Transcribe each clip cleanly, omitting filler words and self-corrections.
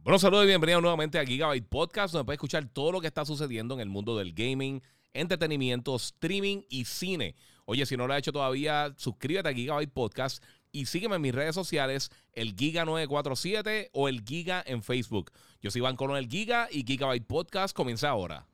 Bueno, saludos y bienvenidos nuevamente a Gigabyte Podcast, donde puedes escuchar todo lo que está sucediendo en el mundo del gaming, entretenimiento, streaming y cine. Oye, si no lo has hecho todavía, suscríbete a Gigabyte Podcast y sígueme en mis redes sociales, el Giga947 o el Giga en Facebook. Yo soy Iván Colón, el Giga, y Gigabyte Podcast comienza ahora.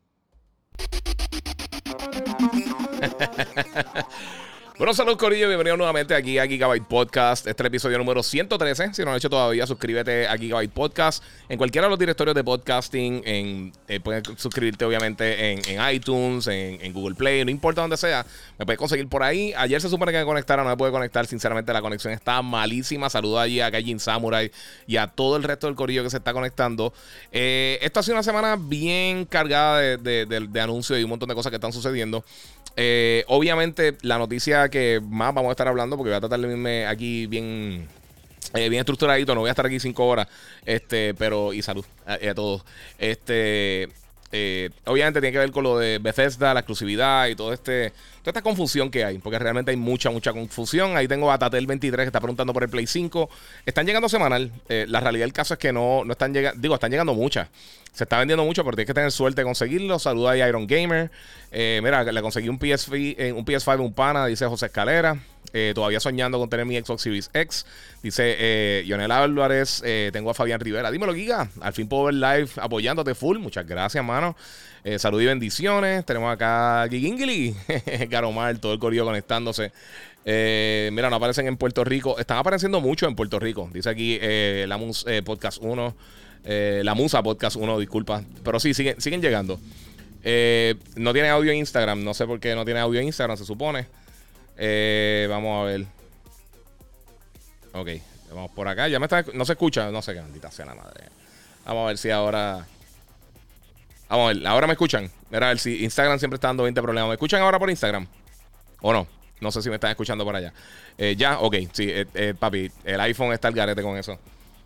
Bueno, saludos Corillo, bienvenidos nuevamente aquí a Gigabyte Podcast. Este es el episodio número 113. Si no lo has hecho todavía, suscríbete a Gigabyte Podcast en cualquiera de los directorios de podcasting. Puedes suscribirte obviamente en iTunes, en Google Play, no importa donde sea. Me puedes conseguir por ahí. Ayer se supone que me conectara, no me pude conectar. Sinceramente la conexión está malísima. Saludos allí a Gaijin Samurai y a todo el resto del Corillo que se está conectando. Esto ha sido una semana bien cargada de anuncios y un montón de cosas que están sucediendo. Obviamente la noticia que más vamos a estar hablando, porque voy a tratar de irme aquí bien estructuradito, no voy a estar aquí 5 horas, pero y salud a todos. Obviamente tiene que ver con lo de Bethesda, la exclusividad y toda esta confusión que hay, porque realmente hay mucha confusión. Ahí tengo a Tatel23 que está preguntando por el Play 5. Están llegando semanal. La realidad del caso es que no están llegando, digo, están llegando muchas. Se está vendiendo mucho, pero tienes que tener suerte de conseguirlo. Saluda a Iron Gamer. Mira, le conseguí un PS5 a un pana, dice José Escalera. Todavía soñando con tener mi Xbox Series X. Dice Lionel Álvarez. Tengo a Fabián Rivera. Dímelo, Giga. Al fin puedo ver live apoyándote full. Muchas gracias, mano. Salud y bendiciones. Tenemos acá a Gigingili, Garomar, todo el corillo conectándose. Mira, no aparecen en Puerto Rico. Están apareciendo mucho en Puerto Rico. Dice aquí Lamus Podcast 1. La Musa Podcast 1, disculpa. Pero sí, siguen llegando. No tiene audio en Instagram. No sé por qué no tiene audio en Instagram, se supone. Vamos a ver. Ok, vamos por acá. Ya no se escucha. No sé qué maldita sea la madre. Vamos a ver si ahora. Vamos a ver, ahora me escuchan. Mira, a ver si Instagram siempre está dando 20 problemas. ¿Me escuchan ahora por Instagram? ¿O no? No sé si me están escuchando por allá. Ya, ok, sí, papi, el iPhone está al garete con eso.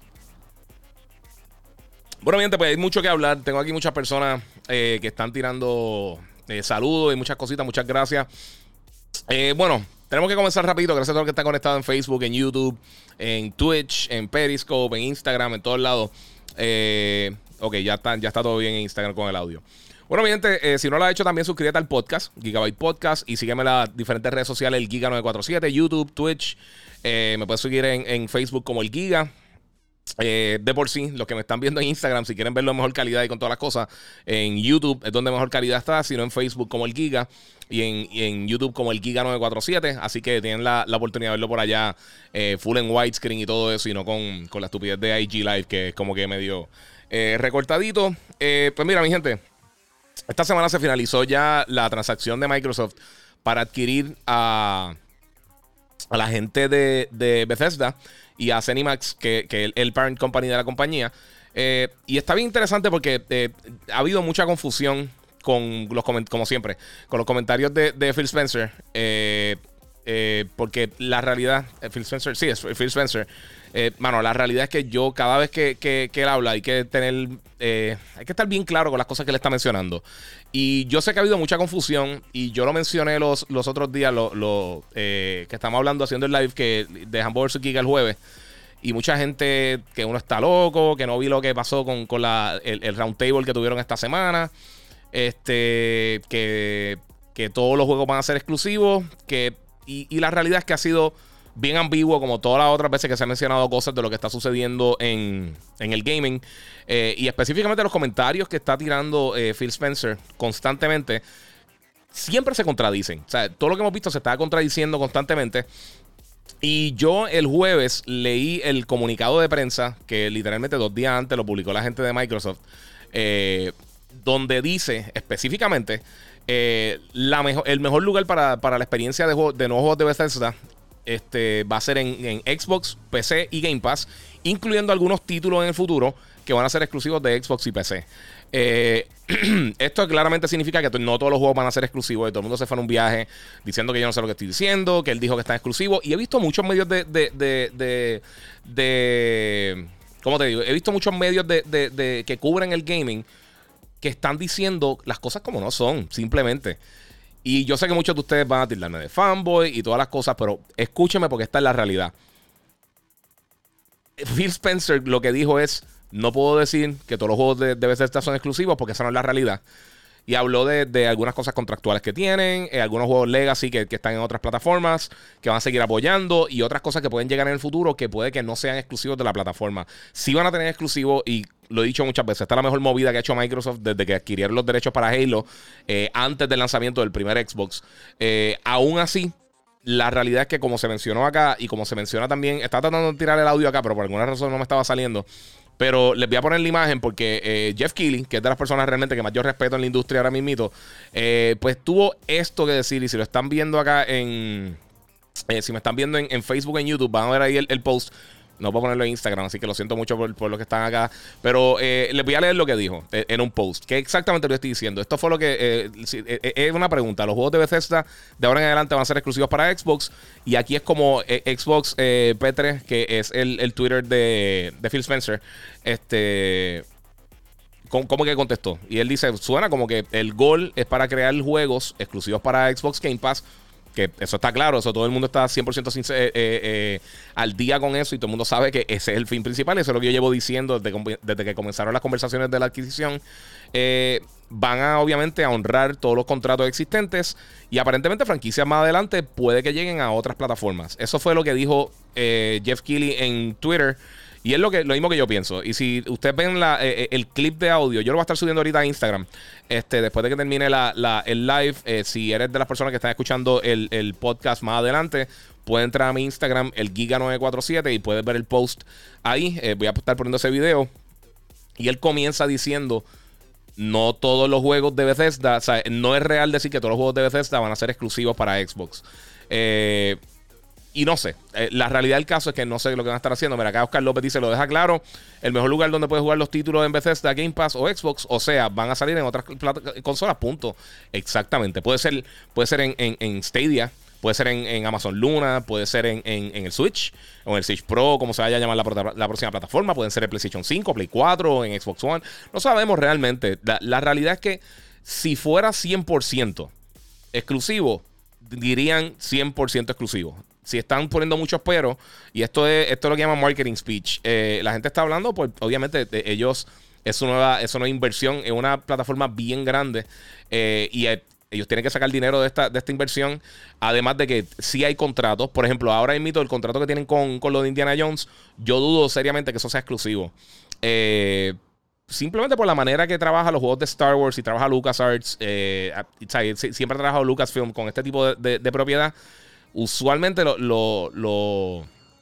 Bueno, gente, pues hay mucho que hablar. Tengo aquí muchas personas que están tirando saludos y muchas cositas. Muchas gracias. Bueno, tenemos que comenzar rapidito. Gracias a todo el que está conectado en Facebook, en YouTube, en Twitch, en Periscope, en Instagram, en todos lados. Ok, ya está todo bien en Instagram con el audio. Bueno, mi gente, si no lo has hecho, también suscríbete al podcast, Gigabyte Podcast, y sígueme en las diferentes redes sociales, el Giga947, YouTube, Twitch. Me puedes seguir en Facebook como el Giga. De por sí, los que me están viendo en Instagram, si quieren verlo en mejor calidad y con todas las cosas, en YouTube es donde mejor calidad está, sino en Facebook como el Giga y en YouTube como el Giga947. Así que tienen la oportunidad de verlo por allá full en widescreen y todo eso, y no con la estupidez de IG Live, que es como que medio recortadito. Pues mira, mi gente, esta semana se finalizó ya la transacción de Microsoft para adquirir a la gente de Bethesda y a ZeniMax, que es el parent company de la compañía. Y está bien interesante porque ha habido mucha confusión con como siempre, con los comentarios de Phil Spencer. Porque la realidad, Phil Spencer, sí, es Phil Spencer. Mano, la realidad es que yo cada vez que él habla hay que estar bien claro con las cosas que él está mencionando. Y yo sé que ha habido mucha confusión, y yo lo mencioné los otros días, que estamos hablando, haciendo el live de Hamburger vs. Giga el jueves. Y mucha gente que uno está loco, que no vi lo que pasó con el round table que tuvieron esta semana. Que todos los juegos van a ser exclusivos. Y la realidad es que ha sido bien ambiguo, como todas las otras veces que se han mencionado cosas de lo que está sucediendo en el gaming. Y específicamente los comentarios que está tirando Phil Spencer constantemente siempre se contradicen. O sea, todo lo que hemos visto se está contradiciendo constantemente. Y yo el jueves leí el comunicado de prensa que literalmente 2 días antes lo publicó la gente de Microsoft, donde dice específicamente el mejor lugar para la experiencia de nuevos juegos de Bethesda va a ser en Xbox, PC y Game Pass, incluyendo algunos títulos en el futuro que van a ser exclusivos de Xbox y PC. Esto claramente significa que no todos los juegos van a ser exclusivos. Y todo el mundo se fue en un viaje diciendo que yo no sé lo que estoy diciendo, que él dijo que están exclusivos. Y he visto muchos medios ¿cómo te digo? He visto muchos medios que cubren el gaming que están diciendo las cosas como no son, simplemente. Y yo sé que muchos de ustedes van a tildarme de fanboy y todas las cosas, pero escúcheme porque esta es la realidad. Phil Spencer lo que dijo es: no puedo decir que todos los juegos de Bethesda son exclusivos porque esa no es la realidad. Y habló de algunas cosas contractuales que tienen, algunos juegos Legacy que están en otras plataformas, que van a seguir apoyando, y otras cosas que pueden llegar en el futuro que puede que no sean exclusivos de la plataforma. Sí van a tener exclusivos, y lo he dicho muchas veces, esta es la mejor movida que ha hecho Microsoft desde que adquirieron los derechos para Halo, antes del lanzamiento del primer Xbox. Aún así, la realidad es que, como se mencionó acá, y como se menciona también, estaba tratando de tirar el audio acá, pero por alguna razón no me estaba saliendo. Pero les voy a poner la imagen porque Jeff Keighley, que es de las personas realmente que más yo respeto en la industria ahora mismito, pues tuvo esto que decir. Y si lo están viendo acá si me están viendo en Facebook, en YouTube, van a ver ahí el post. No puedo ponerlo en Instagram, así que lo siento mucho por los que están acá. Pero les voy a leer lo que dijo en un post. Que exactamente lo estoy diciendo. Esto fue lo que... es una pregunta. Los juegos de Bethesda de ahora en adelante van a ser exclusivos para Xbox. Y aquí es como Xbox P3, que es el Twitter de Phil Spencer. ¿Cómo que contestó? Y él dice, suena como que el goal es para crear juegos exclusivos para Xbox Game Pass. Que eso está claro, eso todo el mundo está 100% al día con eso, y todo el mundo sabe que ese es el fin principal. Eso es lo que yo llevo diciendo desde que comenzaron las conversaciones de la adquisición. Van a, obviamente, a honrar todos los contratos existentes, y aparentemente franquicias más adelante puede que lleguen a otras plataformas. Eso fue lo que dijo Jeff Keighley en Twitter. Y es lo mismo que yo pienso. Y si ustedes ven el clip de audio, yo lo voy a estar subiendo ahorita a Instagram. Después de que termine el live, si eres de las personas que están escuchando el podcast más adelante, puedes entrar a mi Instagram, el Giga947, y puedes ver el post ahí. Voy a estar poniendo ese video. Y él comienza diciendo, no todos los juegos de Bethesda, o sea, no es real decir que todos los juegos de Bethesda van a ser exclusivos para Xbox. Y no sé, la realidad del caso es que no sé lo que van a estar haciendo. Mira, acá Oscar López dice, lo deja claro, el mejor lugar donde puedes jugar los títulos en Bethesda, Game Pass o Xbox, o sea, van a salir en otras consolas, punto. Exactamente, puede ser en Stadia, puede ser en Amazon Luna, puede ser en el Switch, o en el Switch Pro, como se vaya a llamar la próxima plataforma, pueden ser en PlayStation 5, Play 4, en Xbox One, no sabemos realmente. La realidad es que si fuera 100% exclusivo, dirían 100% exclusivo. Si están poniendo muchos peros, y esto es lo que llaman marketing speech, la gente está hablando, pues obviamente ellos, es una inversión en una plataforma bien grande, y ellos tienen que sacar dinero de esta inversión. Además de que sí hay contratos. Por ejemplo, ahora mismo el contrato que tienen con lo de Indiana Jones, yo dudo seriamente que eso sea exclusivo. Simplemente por la manera que trabaja los juegos de Star Wars y trabaja LucasArts. Siempre ha trabajado Lucasfilm con este tipo de propiedad. Usualmente lo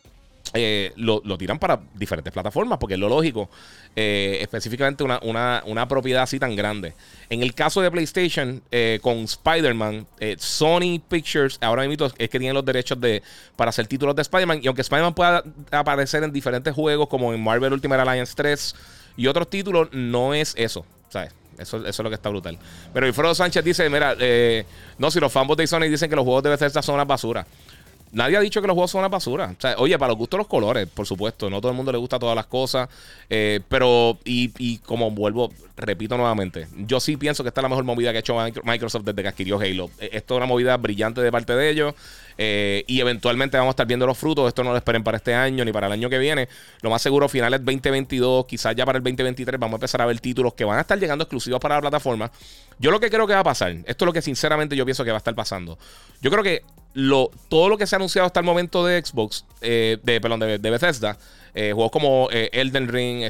tiran para diferentes plataformas, porque es lo lógico. Específicamente una propiedad así tan grande. En el caso de PlayStation, con Spider-Man, Sony Pictures ahora mismo es que tienen los derechos para hacer títulos de Spider-Man. Y aunque Spider-Man pueda aparecer en diferentes juegos, como en Marvel Ultimate Alliance 3 y otros títulos, no es eso, ¿sabes? Eso es lo que está brutal. Pero Wilfredo Sánchez dice, mira, no, si los fanboys de Sony dicen que los juegos de Bethesda son una basura. Nadie ha dicho que los juegos son una basura. O sea, oye, para los gustos los colores, por supuesto. No todo el mundo le gusta todas las cosas. Pero, y como repito nuevamente, yo sí pienso que esta es la mejor movida que ha hecho Microsoft desde que adquirió Halo. Esto es una movida brillante de parte de ellos. Y eventualmente vamos a estar viendo los frutos. Esto no lo esperen para este año ni para el año que viene. Lo más seguro, finales 2022, quizás ya para el 2023, vamos a empezar a ver títulos que van a estar llegando exclusivos para la plataforma. Yo lo que creo que va a pasar, esto es lo que sinceramente yo pienso que va a estar pasando. Yo creo que todo lo que se ha anunciado hasta el momento de Xbox, de Bethesda, juegos como Elden Ring,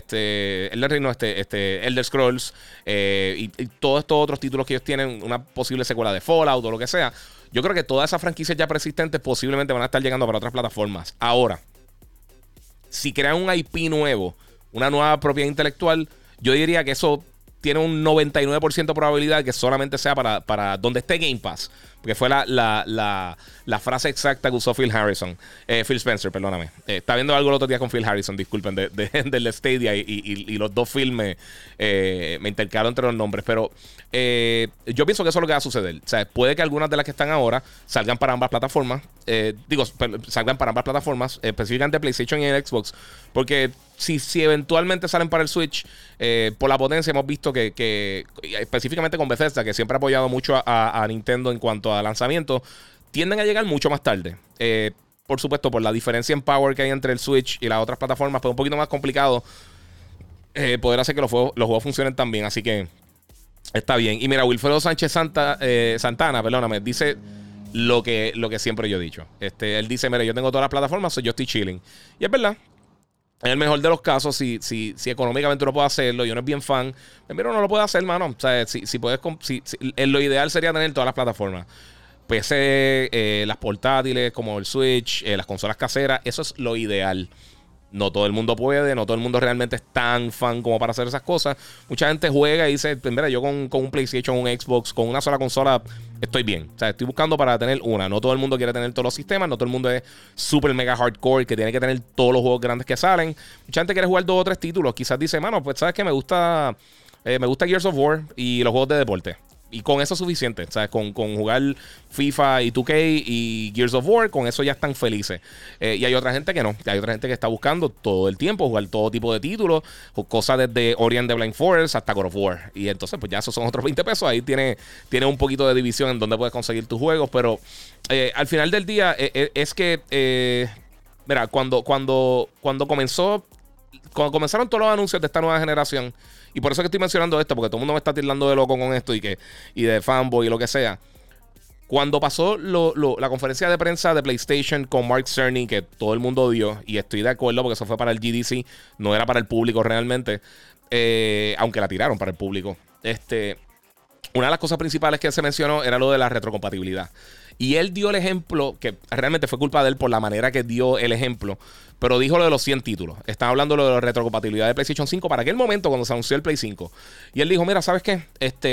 Elder Scrolls, y todos estos otros títulos que ellos tienen, una posible secuela de Fallout o lo que sea. Yo creo que todas esas franquicias ya preexistentes posiblemente van a estar llegando para otras plataformas. Ahora, si crean un IP nuevo, una nueva propiedad intelectual, yo diría que eso tiene un 99% de probabilidad que solamente sea para donde esté Game Pass. Porque fue la frase exacta que usó Phil Spencer, perdóname. Estaba viendo algo el otro día con Phil Harrison, disculpen, del Stadia, y los dos Phil me intercalaron entre los nombres. Pero yo pienso que eso es lo que va a suceder. O sea, puede que algunas de las que están ahora salgan para ambas plataformas. Salgan para ambas plataformas, específicamente PlayStation y el Xbox. Porque si eventualmente salen para el Switch, por la potencia hemos visto que específicamente con Bethesda, que siempre ha apoyado mucho a Nintendo en cuanto a lanzamiento, tienden a llegar mucho más tarde. Por supuesto, por la diferencia en power que hay entre el Switch y las otras plataformas, pues es un poquito más complicado poder hacer que los juegos funcionen tan bien. Así que está bien. Y mira, Wilfredo Sánchez Santana, perdóname, dice lo que siempre yo he dicho. Él dice, mira, yo tengo todas las plataformas, so yo estoy chilling. Y es verdad. En el mejor de los casos, si económicamente uno puede hacerlo y uno es bien fan, pues mira, uno lo puede hacer, hermano. O sea, si puedes, lo ideal sería tener todas las plataformas. PC, las portátiles como el Switch, las consolas caseras, eso es lo ideal. No todo el mundo puede, no todo el mundo realmente es tan fan como para hacer esas cosas. Mucha gente juega y dice, pues mira, yo con un PlayStation, un Xbox, con una sola consola, estoy bien. O sea, estoy buscando para tener una. No todo el mundo quiere tener todos los sistemas, no todo el mundo es super mega hardcore, que tiene que tener todos los juegos grandes que salen. Mucha gente quiere jugar 2 o 3 títulos. Quizás dice, mano, pues sabes que me gusta Gears of War y los juegos de deporte. Y con eso es suficiente, ¿sabes? Con jugar FIFA y 2K y Gears of War, con eso ya están felices. Y hay otra gente que no. Hay otra gente que está buscando todo el tiempo jugar todo tipo de títulos, cosas desde Ori and the Blind Forest hasta God of War. Y entonces, pues ya esos son otros 20 pesos. Ahí tiene un poquito de división en donde puedes conseguir tus juegos. Pero al final del día, es que, mira, cuando comenzaron todos los anuncios de esta nueva generación, y por eso que estoy mencionando esto, porque todo el mundo me está tildando de loco con esto y de fanboy y lo que sea. Cuando pasó la conferencia de prensa de PlayStation con Mark Cerny, que todo el mundo odió, y estoy de acuerdo porque eso fue para el GDC, no era para el público realmente, aunque la tiraron para el público. Una de las cosas principales que se mencionó era lo de la retrocompatibilidad. Y él dio el ejemplo, que realmente fue culpa de él por la manera que dio el ejemplo, pero dijo lo de los 100 títulos. Estaba hablando de la retrocompatibilidad de PlayStation 5 para aquel momento cuando se anunció el Play 5. Y él dijo, mira, ¿sabes qué?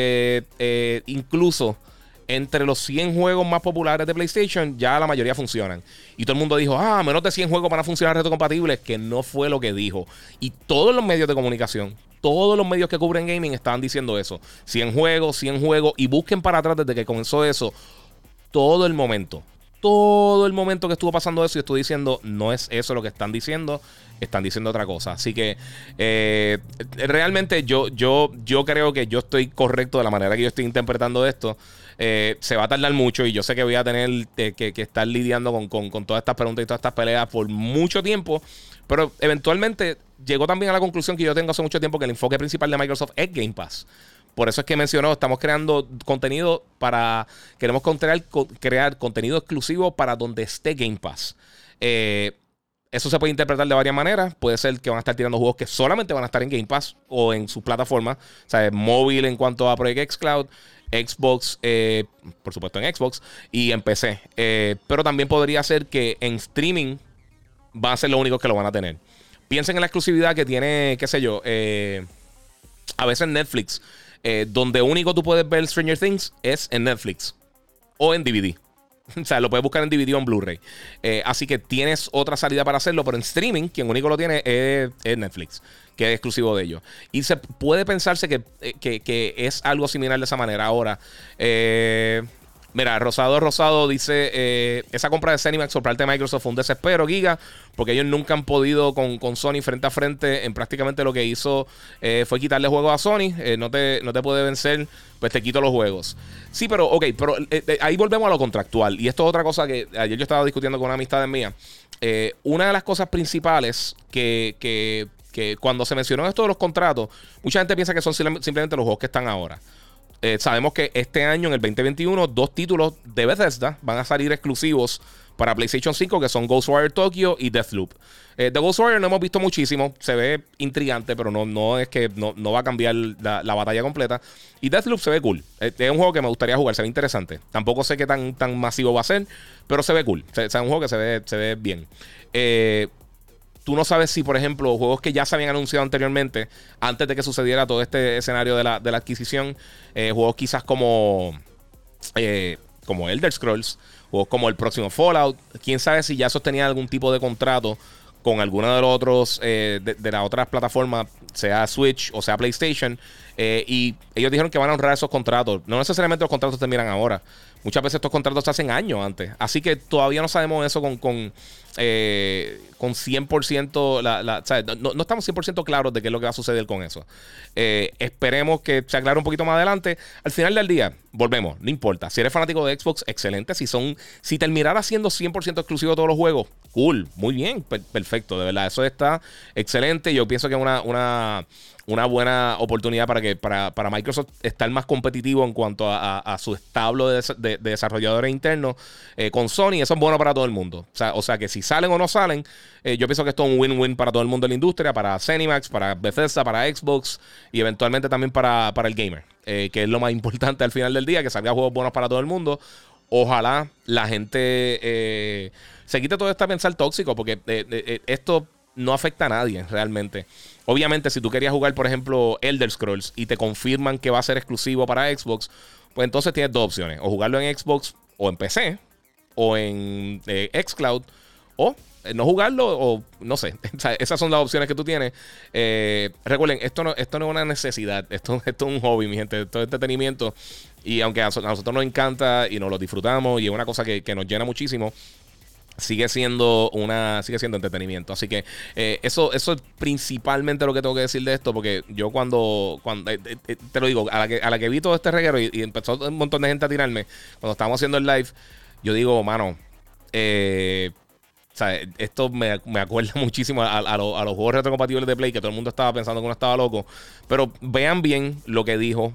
Incluso entre los 100 juegos más populares de PlayStation, ya la mayoría funcionan. Y todo el mundo dijo, menos de 100 juegos van a funcionar retrocompatibles, que no fue lo que dijo. Y todos los medios de comunicación, todos los medios que cubren gaming estaban diciendo eso. 100 juegos, y busquen para atrás desde que comenzó eso. Todo el momento que estuvo pasando eso, y estoy diciendo, no es eso lo que están diciendo otra cosa. Así que realmente yo creo que yo estoy correcto de la manera que yo estoy interpretando esto. Se va a tardar mucho y yo sé que voy a tener que estar lidiando con todas estas preguntas y todas estas peleas por mucho tiempo, pero eventualmente llegó también a la conclusión que yo tengo hace mucho tiempo, que el enfoque principal de Microsoft es Game Pass. Por eso es que mencionó, estamos creando contenido queremos crear contenido exclusivo para donde esté Game Pass. Eso se puede interpretar de varias maneras. Puede ser que van a estar tirando juegos que solamente van a estar en Game Pass o en sus plataformas. O sea, móvil en cuanto a Project xCloud, Xbox, por supuesto en Xbox y en PC. Pero también podría ser que en streaming va a ser lo único que lo van a tener. Piensen en la exclusividad que tiene, qué sé yo, a veces Netflix. Donde único tú puedes ver Stranger Things es en Netflix o en DVD. O sea, lo puedes buscar en DVD o en Blu-ray. Así que tienes otra salida para hacerlo, pero en streaming, quien único lo tiene es Netflix, que es exclusivo de ellos. Y se puede pensarse que es algo similar de esa manera. Ahora, mira, Rosado dice, esa compra de ZeniMax por parte de Microsoft fue un desespero, Giga, porque ellos nunca han podido con Sony frente a frente. En prácticamente lo que hizo fue quitarle juegos a Sony. No te puede vencer, pues te quito los juegos. Sí, pero ahí volvemos a lo contractual. Y esto es otra cosa que ayer yo estaba discutiendo con una amistad mía. Una de las cosas principales que cuando se mencionó esto de los contratos, mucha gente piensa que son simplemente los juegos que están ahora. Sabemos que este año, en el 2021, 2 títulos de Bethesda van a salir exclusivos para PlayStation 5, que son Ghostwire Tokyo y Deathloop. De Ghostwire no hemos visto muchísimo, se ve intrigante, pero no es que no va a cambiar la batalla completa. Y Deathloop se ve cool. Es un juego que me gustaría jugar, se ve interesante. Tampoco sé qué tan masivo va a ser, pero se ve cool. Es un juego que se ve bien. Tú no sabes si, por ejemplo, juegos que ya se habían anunciado anteriormente, antes de que sucediera todo este escenario de la adquisición, juegos quizás como Elder Scrolls, juegos como el próximo Fallout, quién sabe si ya esos tenían algún tipo de contrato con alguna de los otros de las otras plataformas, sea Switch o sea PlayStation, Y ellos dijeron que van a honrar esos contratos. No necesariamente los contratos terminan ahora. Muchas veces estos contratos se hacen años antes. Así que todavía no sabemos eso con 100%. ¿Sabes? No estamos 100% claros de qué es lo que va a suceder con eso. Esperemos que se aclare un poquito más adelante. Al final del día, volvemos. No importa. Si eres fanático de Xbox, excelente. Si terminara siendo 100% exclusivo de todos los juegos, cool. Muy bien. Perfecto. De verdad. Eso está excelente. Yo pienso que es una buena oportunidad para Microsoft estar más competitivo en cuanto a su establo de desarrolladores internos con Sony. Eso es bueno para todo el mundo. O sea que si salen o no salen, yo pienso que esto es un win-win para todo el mundo de la industria, para Zenimax, para Bethesda, para Xbox y eventualmente también para el gamer, que es lo más importante al final del día, que salga juegos buenos para todo el mundo. Ojalá la gente se quite todo este pensar tóxico, porque esto no afecta a nadie realmente. Obviamente, si tú querías jugar, por ejemplo, Elder Scrolls y te confirman que va a ser exclusivo para Xbox, pues entonces tienes dos opciones: o jugarlo en Xbox o en PC o en xCloud, o no jugarlo, o no sé. Esas son las opciones que tú tienes. Recuerden, esto no es una necesidad, esto es un hobby, mi gente, esto es entretenimiento. Y aunque a nosotros nos encanta y nos lo disfrutamos y es una cosa que nos llena muchísimo, sigue siendo entretenimiento. Así que eso es principalmente lo que tengo que decir de esto, porque yo cuando te lo digo, a la que vi todo este reguero y empezó un montón de gente a tirarme cuando estábamos haciendo el live, yo digo, mano, o sea, esto me acuerda muchísimo a los juegos retrocompatibles de Play, que todo el mundo estaba pensando que uno estaba loco. Pero vean bien lo que dijo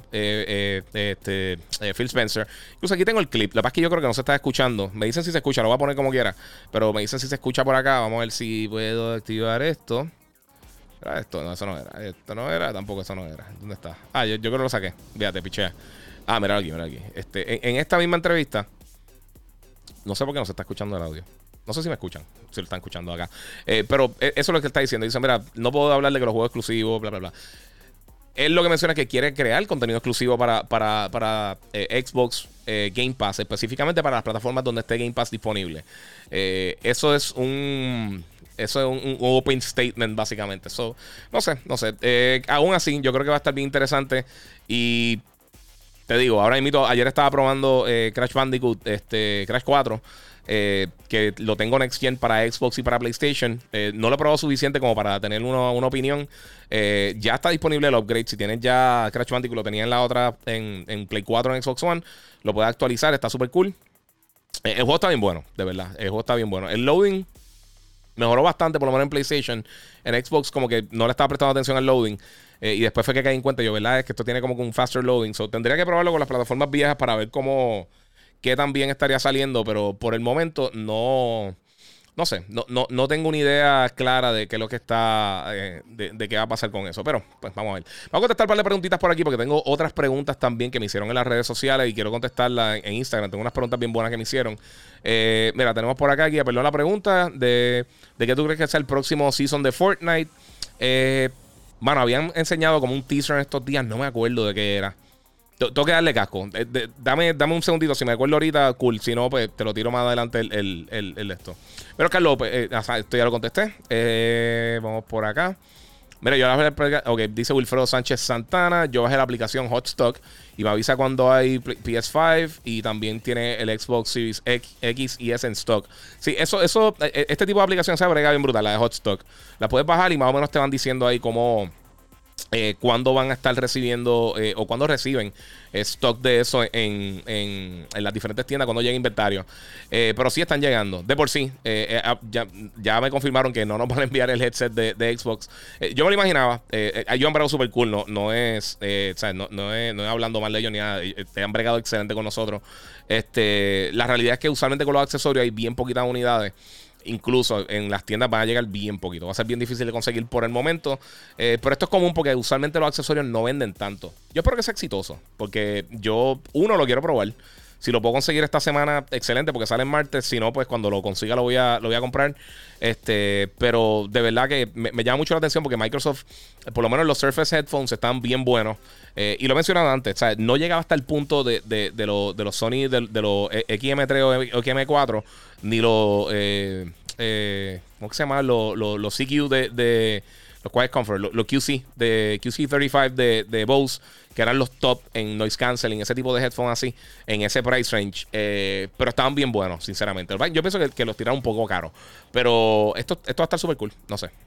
Phil Spencer. Incluso aquí tengo el clip. La verdad es que yo creo que no se está escuchando. Me dicen si se escucha, lo voy a poner como quiera. Pero me dicen si se escucha por acá. Vamos a ver si puedo activar esto. ¿Era esto? No, eso no era. Esto no era, tampoco eso no era. ¿Dónde está? Yo creo que lo saqué. Fíjate, pichea. Mira aquí. En esta misma entrevista, no sé por qué no se está escuchando el audio. No sé si me escuchan, si lo están escuchando acá. Pero eso es lo que él está diciendo. Dice, mira, no puedo hablar de que los juegos exclusivos, bla, bla, bla. Él lo que menciona es que quiere crear contenido exclusivo para Xbox Game Pass, específicamente para las plataformas donde esté Game Pass disponible. Eso es un open statement, básicamente. No sé. Aún así, yo creo que va a estar bien interesante. Y te digo, ahora mismo, ayer estaba probando Crash Bandicoot, Crash 4. Que lo tengo Next Gen para Xbox y para PlayStation. No lo he probado suficiente como para tener una opinión. Ya está disponible el upgrade. Si tienes ya Crash Bandicoot, lo tenía en la otra, en Play 4, en Xbox One, lo puedes actualizar, está súper cool. El juego está bien bueno, de verdad. El juego está bien bueno. El loading mejoró bastante, por lo menos en PlayStation. En Xbox como que no le estaba prestando atención al loading. Y después fue que caí en cuenta yo, ¿verdad? Es que esto tiene como un faster loading. Tendría que probarlo con las plataformas viejas para ver qué tan bien estaría saliendo, pero por el momento no sé, no tengo una idea clara de qué es lo que está, de qué va a pasar con eso, pero pues vamos a ver. Vamos a contestar un par de preguntitas por aquí porque tengo otras preguntas también que me hicieron en las redes sociales y quiero contestarlas en Instagram. Tengo unas preguntas bien buenas que me hicieron. Mira, tenemos por acá, perdón, la pregunta de qué tú crees que sea el próximo season de Fortnite. Bueno, habían enseñado como un teaser en estos días, no me acuerdo de qué era. Tengo que darle casco. Dame un segundito. Si me acuerdo ahorita, cool. Si no, pues te lo tiro más adelante el esto. Pero Carlos, esto ya lo contesté. Vamos por acá. Mira, yo bajé ok, dice Wilfredo Sánchez Santana. Yo bajé la aplicación Hotstock y me avisa cuando hay PS5 y también tiene el Xbox Series X y S en stock. Sí, este tipo de aplicación se agrega bien brutal, la de Hotstock. La puedes bajar y más o menos te van diciendo ahí cómo cuándo van a estar recibiendo o cuándo reciben stock de eso en las diferentes tiendas cuando llega inventario. Pero sí están llegando. De por sí, ya me confirmaron que no nos van a enviar el headset de Xbox. Yo me lo imaginaba. Ellos han bregado súper cool. No es hablando mal de ellos ni nada. Te han bregado excelente con nosotros. La realidad es que usualmente con los accesorios hay bien poquitas unidades. Incluso en las tiendas van a llegar bien poquito. Va a ser bien difícil de conseguir por el momento. Pero esto es común porque usualmente los accesorios no venden tanto. Yo espero que sea exitoso. Porque yo, lo quiero probar. Si lo puedo conseguir esta semana, excelente, porque sale en martes. Si no, pues cuando lo consiga lo voy a comprar. Pero de verdad que me llama mucho la atención porque Microsoft, por lo menos los Surface Headphones están bien buenos. Y lo he mencionado antes, ¿sabes? No llegaba hasta el punto de los Sony, de los XM3 o XM4, ni los ¿cómo que se llama? Los CQ Los Quiet Comfort, los QC, de QC35 de Bose, que eran los top en noise canceling, ese tipo de headphones así, en ese price range. Pero estaban bien buenos, sinceramente. Yo pienso que los tiraron un poco caro. Pero esto va a estar súper cool, no sé.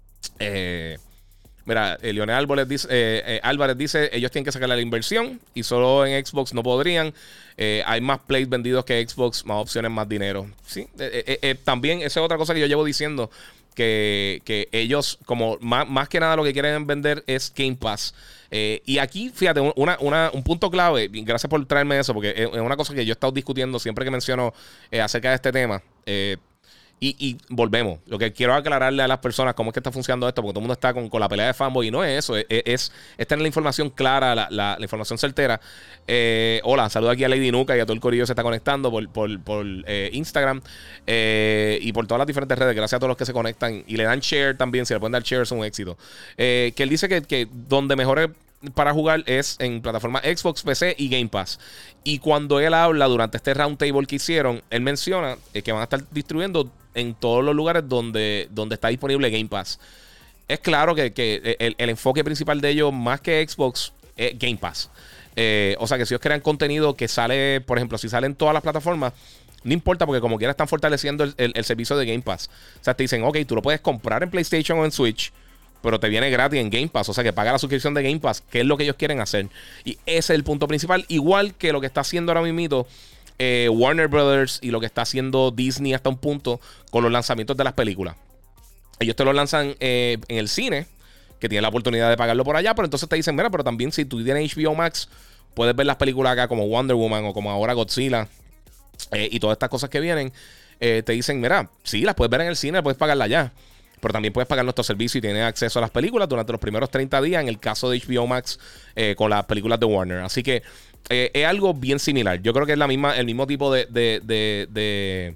Mira, Leonel Álvarez dice, ellos tienen que sacar la inversión y solo en Xbox no podrían. Hay más plays vendidos que Xbox, más opciones, más dinero. Sí, también esa es otra cosa que yo llevo diciendo, que ellos, como más que nada lo que quieren vender es Game Pass. Y aquí, fíjate, un punto clave, y gracias por traerme eso, porque es una cosa que yo he estado discutiendo siempre que menciono acerca de este tema. Y volvemos. Lo que quiero aclararle a las personas cómo es que está funcionando esto, porque todo el mundo está con la pelea de fanboy y no es eso. Es tener la información clara, la información certera. Hola, saludo aquí a Lady Nuka y a todo el corillo que se está conectando por Instagram y por todas las diferentes redes. Gracias a todos los que se conectan y le dan share también. Si le pueden dar share es un éxito. Que él dice que donde mejor para jugar es en plataformas Xbox, PC y Game Pass. Y cuando él habla durante este roundtable que hicieron, él menciona que van a estar distribuyendo en todos los lugares donde está disponible Game Pass. Es claro que el enfoque principal de ellos, más que Xbox, es Game Pass. O sea que si ellos crean contenido que sale, por ejemplo, si sale en todas las plataformas, no importa, porque como quiera están fortaleciendo el servicio de Game Pass. O sea, te dicen, ok, tú lo puedes comprar en PlayStation o en Switch, pero te viene gratis en Game Pass. O sea que paga la suscripción de Game Pass, que es lo que ellos quieren hacer. Y ese es el punto principal. Igual que lo que está haciendo ahora mismo Warner Brothers y lo que está haciendo Disney hasta un punto con los lanzamientos de las películas. Ellos te lo lanzan en el cine, que tienes la oportunidad de pagarlo por allá, pero entonces te dicen, mira, pero también si tú tienes HBO Max, puedes ver las películas acá como Wonder Woman o como ahora Godzilla y todas estas cosas que vienen. Te dicen, mira, sí, las puedes ver en el cine, puedes pagarla allá. Pero también puedes pagar nuestro servicio y tienes acceso a las películas durante los primeros 30 días, en el caso de HBO Max, con las películas de Warner. Así que es algo bien similar. Yo creo que es el mismo tipo de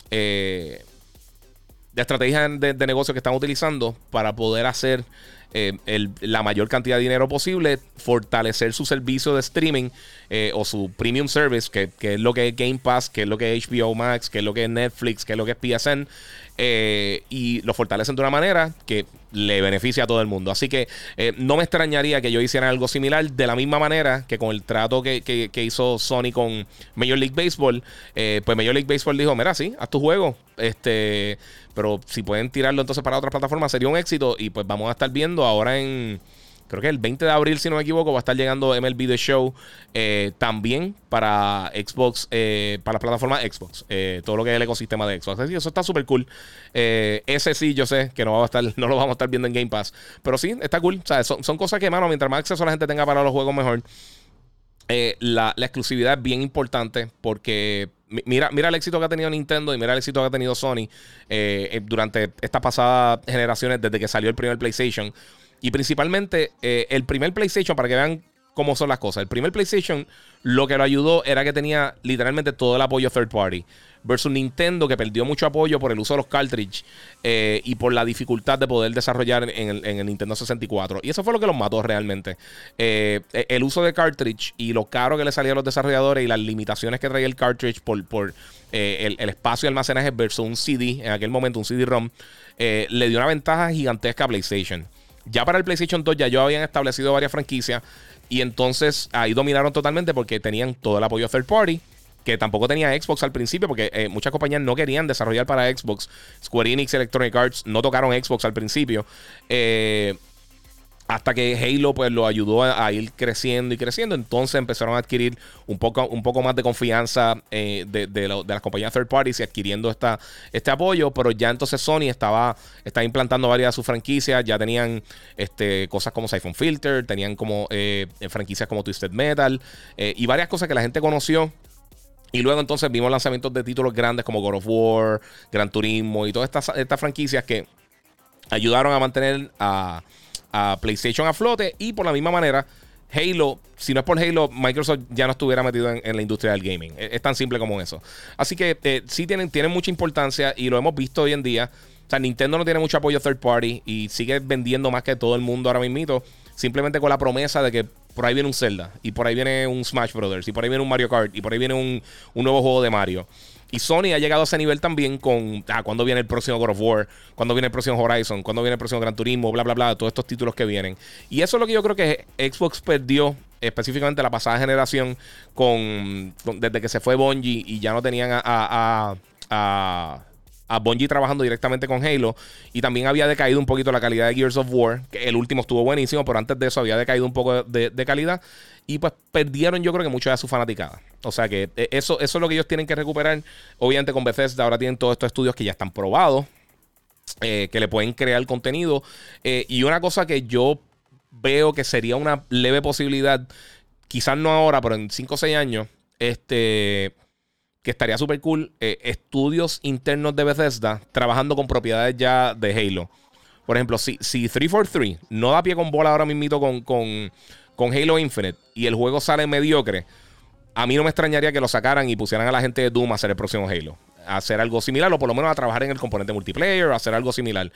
estrategia de negocio que están utilizando para poder hacer la mayor cantidad de dinero posible, fortalecer su servicio de streaming o su premium service, que es lo que es Game Pass, que es lo que es HBO Max, que es lo que es Netflix, que es lo que es PSN, y lo fortalecen de una manera que le beneficia a todo el mundo. Así que no me extrañaría que ellos hicieran algo similar, de la misma manera que con el trato que hizo Sony con Major League Baseball. Pues Major League Baseball dijo, mira, sí, haz tu juego, pero si pueden tirarlo entonces para otras plataformas sería un éxito. Y pues vamos a estar viendo ahora creo que el 20 de abril, si no me equivoco, va a estar llegando MLB The Show también para Xbox, para la plataforma Xbox, todo lo que es el ecosistema de Xbox. Así que eso está súper cool. Ese sí, yo sé que no lo vamos a estar viendo en Game Pass, pero sí, está cool. O sea, son cosas que, mano, mientras más acceso la gente tenga para los juegos, mejor. La exclusividad es bien importante porque mira el éxito que ha tenido Nintendo y mira el éxito que ha tenido Sony durante estas pasadas generaciones, desde que salió el primer PlayStation. Y principalmente el primer PlayStation, para que vean cómo son las cosas. El primer PlayStation, lo que lo ayudó era que tenía literalmente todo el apoyo third party. Versus Nintendo, que perdió mucho apoyo por el uso de los cartridge y por la dificultad de poder desarrollar en el Nintendo 64. Y eso fue lo que los mató realmente. El uso de cartridge y lo caro que le salía a los desarrolladores y las limitaciones que traía el cartridge por el espacio de almacenaje versus un CD, en aquel momento un CD-ROM, le dio una ventaja gigantesca a PlayStation. Ya para el PlayStation 2 ya yo habían establecido varias franquicias y entonces ahí dominaron totalmente porque tenían todo el apoyo third party, que tampoco tenía Xbox al principio porque muchas compañías no querían desarrollar para Xbox. Square Enix, Electronic Arts no tocaron Xbox al principio. Hasta que Halo pues lo ayudó a ir creciendo y creciendo. Entonces empezaron a adquirir un poco más de confianza de las compañías third parties y adquiriendo este apoyo. Pero ya entonces Sony estaba implantando varias de sus franquicias. Ya tenían cosas como Siphon Filter, tenían como franquicias como Twisted Metal y varias cosas que la gente conoció. Y luego entonces vimos lanzamientos de títulos grandes como God of War, Gran Turismo y todas estas franquicias que ayudaron a mantener a PlayStation a flote. Y por la misma manera, Halo, si no es por Halo, Microsoft ya no estuviera metido en la industria del gaming. Es tan simple como eso. Así que sí tienen mucha importancia y lo hemos visto hoy en día. O sea, Nintendo no tiene mucho apoyo third party y sigue vendiendo más que todo el mundo ahora mismo, simplemente con la promesa de que por ahí viene un Zelda y por ahí viene un Smash Brothers y por ahí viene un Mario Kart y por ahí viene un nuevo juego de Mario. Y Sony ha llegado a ese nivel también con cuándo viene el próximo God of War, cuándo viene el próximo Horizon, cuándo viene el próximo Gran Turismo, bla, bla, bla, todos estos títulos que vienen. Y eso es lo que yo creo que Xbox perdió, específicamente la pasada generación, desde que se fue Bungie y ya no tenían a Bungie trabajando directamente con Halo. Y también había decaído un poquito la calidad de Gears of War, que el último estuvo buenísimo, pero antes de eso había decaído un poco de calidad. Y pues perdieron, yo creo que mucho de su fanaticada. O sea que eso es lo que ellos tienen que recuperar. Obviamente con Bethesda ahora tienen todos estos estudios que ya están probados, que le pueden crear contenido. Y una cosa que yo veo que sería una leve posibilidad, quizás no ahora, pero en 5 o 6 años, que estaría súper cool, estudios internos de Bethesda trabajando con propiedades ya de Halo. Por ejemplo, si 343 no da pie con bola ahora mismito con Halo Infinite y el juego sale mediocre, a mí no me extrañaría que lo sacaran y pusieran a la gente de Doom a hacer el próximo Halo, a hacer algo similar, o por lo menos a trabajar en el componente multiplayer, a hacer algo similar.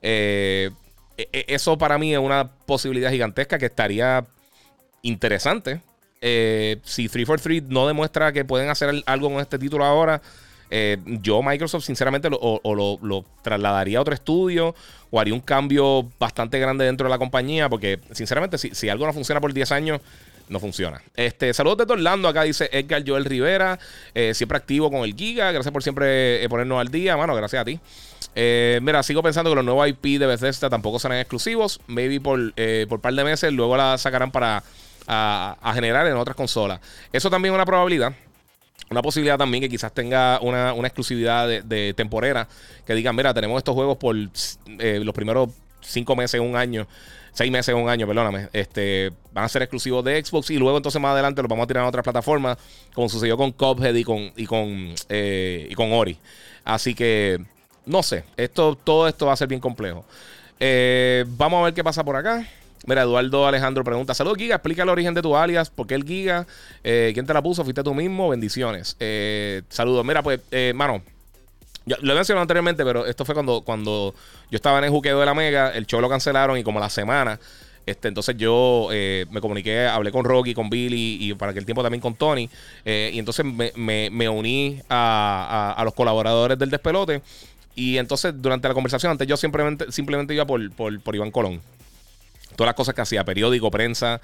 Eso para mí es una posibilidad gigantesca que estaría interesante. Si 343 no demuestra que pueden hacer algo con este título ahora, yo Microsoft sinceramente lo trasladaría a otro estudio o haría un cambio bastante grande dentro de la compañía, porque sinceramente si algo no funciona por 10 años, no funciona. Saludos desde Orlando, acá dice Edgar Joel Rivera, siempre activo con el Giga, gracias por siempre ponernos al día, mano, gracias a ti. Mira, sigo pensando que los nuevos IP de Bethesda tampoco serán exclusivos, maybe por par de meses, luego la sacarán para a generar en otras consolas. Eso también es una probabilidad. Una posibilidad también que quizás tenga una exclusividad de temporera, que digan, mira, tenemos estos juegos por los primeros 5 meses, un año, 6 meses, un año, perdóname, van a ser exclusivos de Xbox y luego entonces más adelante los vamos a tirar a otras plataformas, como sucedió con Cuphead y con Ori. Así que, no sé, todo esto va a ser bien complejo. Vamos a ver qué pasa por acá. Mira, Eduardo Alejandro pregunta: saludos, Giga, explica el origen de tu alias, ¿por qué el Giga? ¿Quién te la puso? ¿Fuiste tú mismo? Bendiciones. Saludos. Mira, pues, mano, yo lo he mencionado anteriormente, pero esto fue cuando yo estaba en el juqueo de la Mega, el show lo cancelaron y como a la semana, entonces yo me comuniqué, hablé con Rocky, con Billy y para aquel tiempo también con Tony, y entonces me uní a los colaboradores del Despelote. Y entonces durante la conversación, antes yo simplemente iba por Iván Colón. Todas las cosas que hacía, periódico, prensa,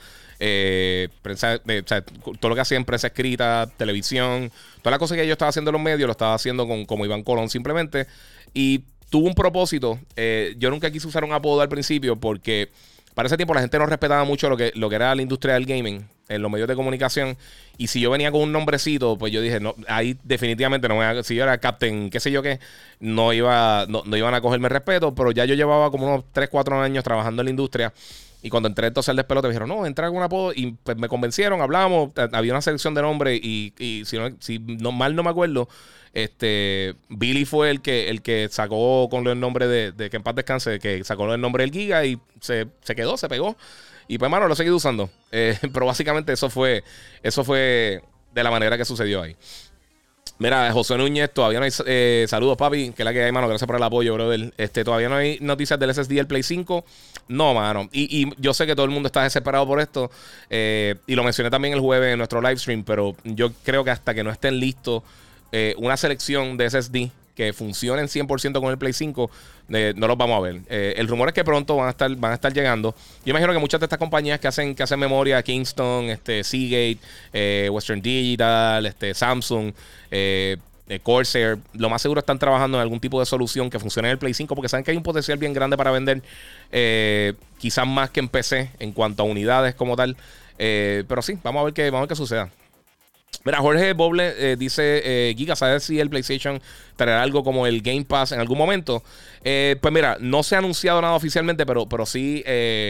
o sea, todo lo que hacía en prensa escrita, televisión, todas las cosas que yo estaba haciendo en los medios, lo estaba haciendo como Iván Colón simplemente. Y tuvo un propósito. Yo nunca quise usar un apodo al principio porque para ese tiempo la gente no respetaba mucho lo que era la industria del gaming en los medios de comunicación. Y si yo venía con un nombrecito, pues yo dije, no, ahí definitivamente no voy a, si yo era Captain, qué sé yo qué, no iban a cogerme respeto. Pero ya yo llevaba como unos 3, 4 años trabajando en la industria. Y cuando entré entonces al Despelote me dijeron, no, entra con un apodo. Y pues me convencieron, hablamos, había una selección de nombres. Y si mal no me acuerdo, Billy fue el que sacó con el nombre de que en paz descanse, que sacó el nombre del Giga y se quedó, se pegó. Y pues, mano, lo he seguido usando. Pero básicamente eso fue de la manera que sucedió ahí. Mira, José Núñez, todavía no hay saludos, papi, que es la que hay, mano. Gracias por el apoyo, brother. Todavía no hay noticias del SSD del Play 5. No, mano. Y yo sé que todo el mundo está desesperado por esto. Y lo mencioné también el jueves en nuestro live stream. Pero yo creo que hasta que no estén listos una selección de SSD que funcionen 100% con el Play 5, no los vamos a ver. El rumor es que pronto van a estar llegando. Yo imagino que muchas de estas compañías que hacen memoria, Kingston, Seagate, Western Digital, Samsung, Corsair, lo más seguro están trabajando en algún tipo de solución que funcione en el Play 5 porque saben que hay un potencial bien grande para vender, quizás más que en PC en cuanto a unidades como tal. Pero sí, vamos a ver qué suceda. Mira, Jorge Boble dice, Giga, ¿sabes si el PlayStation traerá algo como el Game Pass en algún momento? Pues mira, no se ha anunciado nada oficialmente, pero sí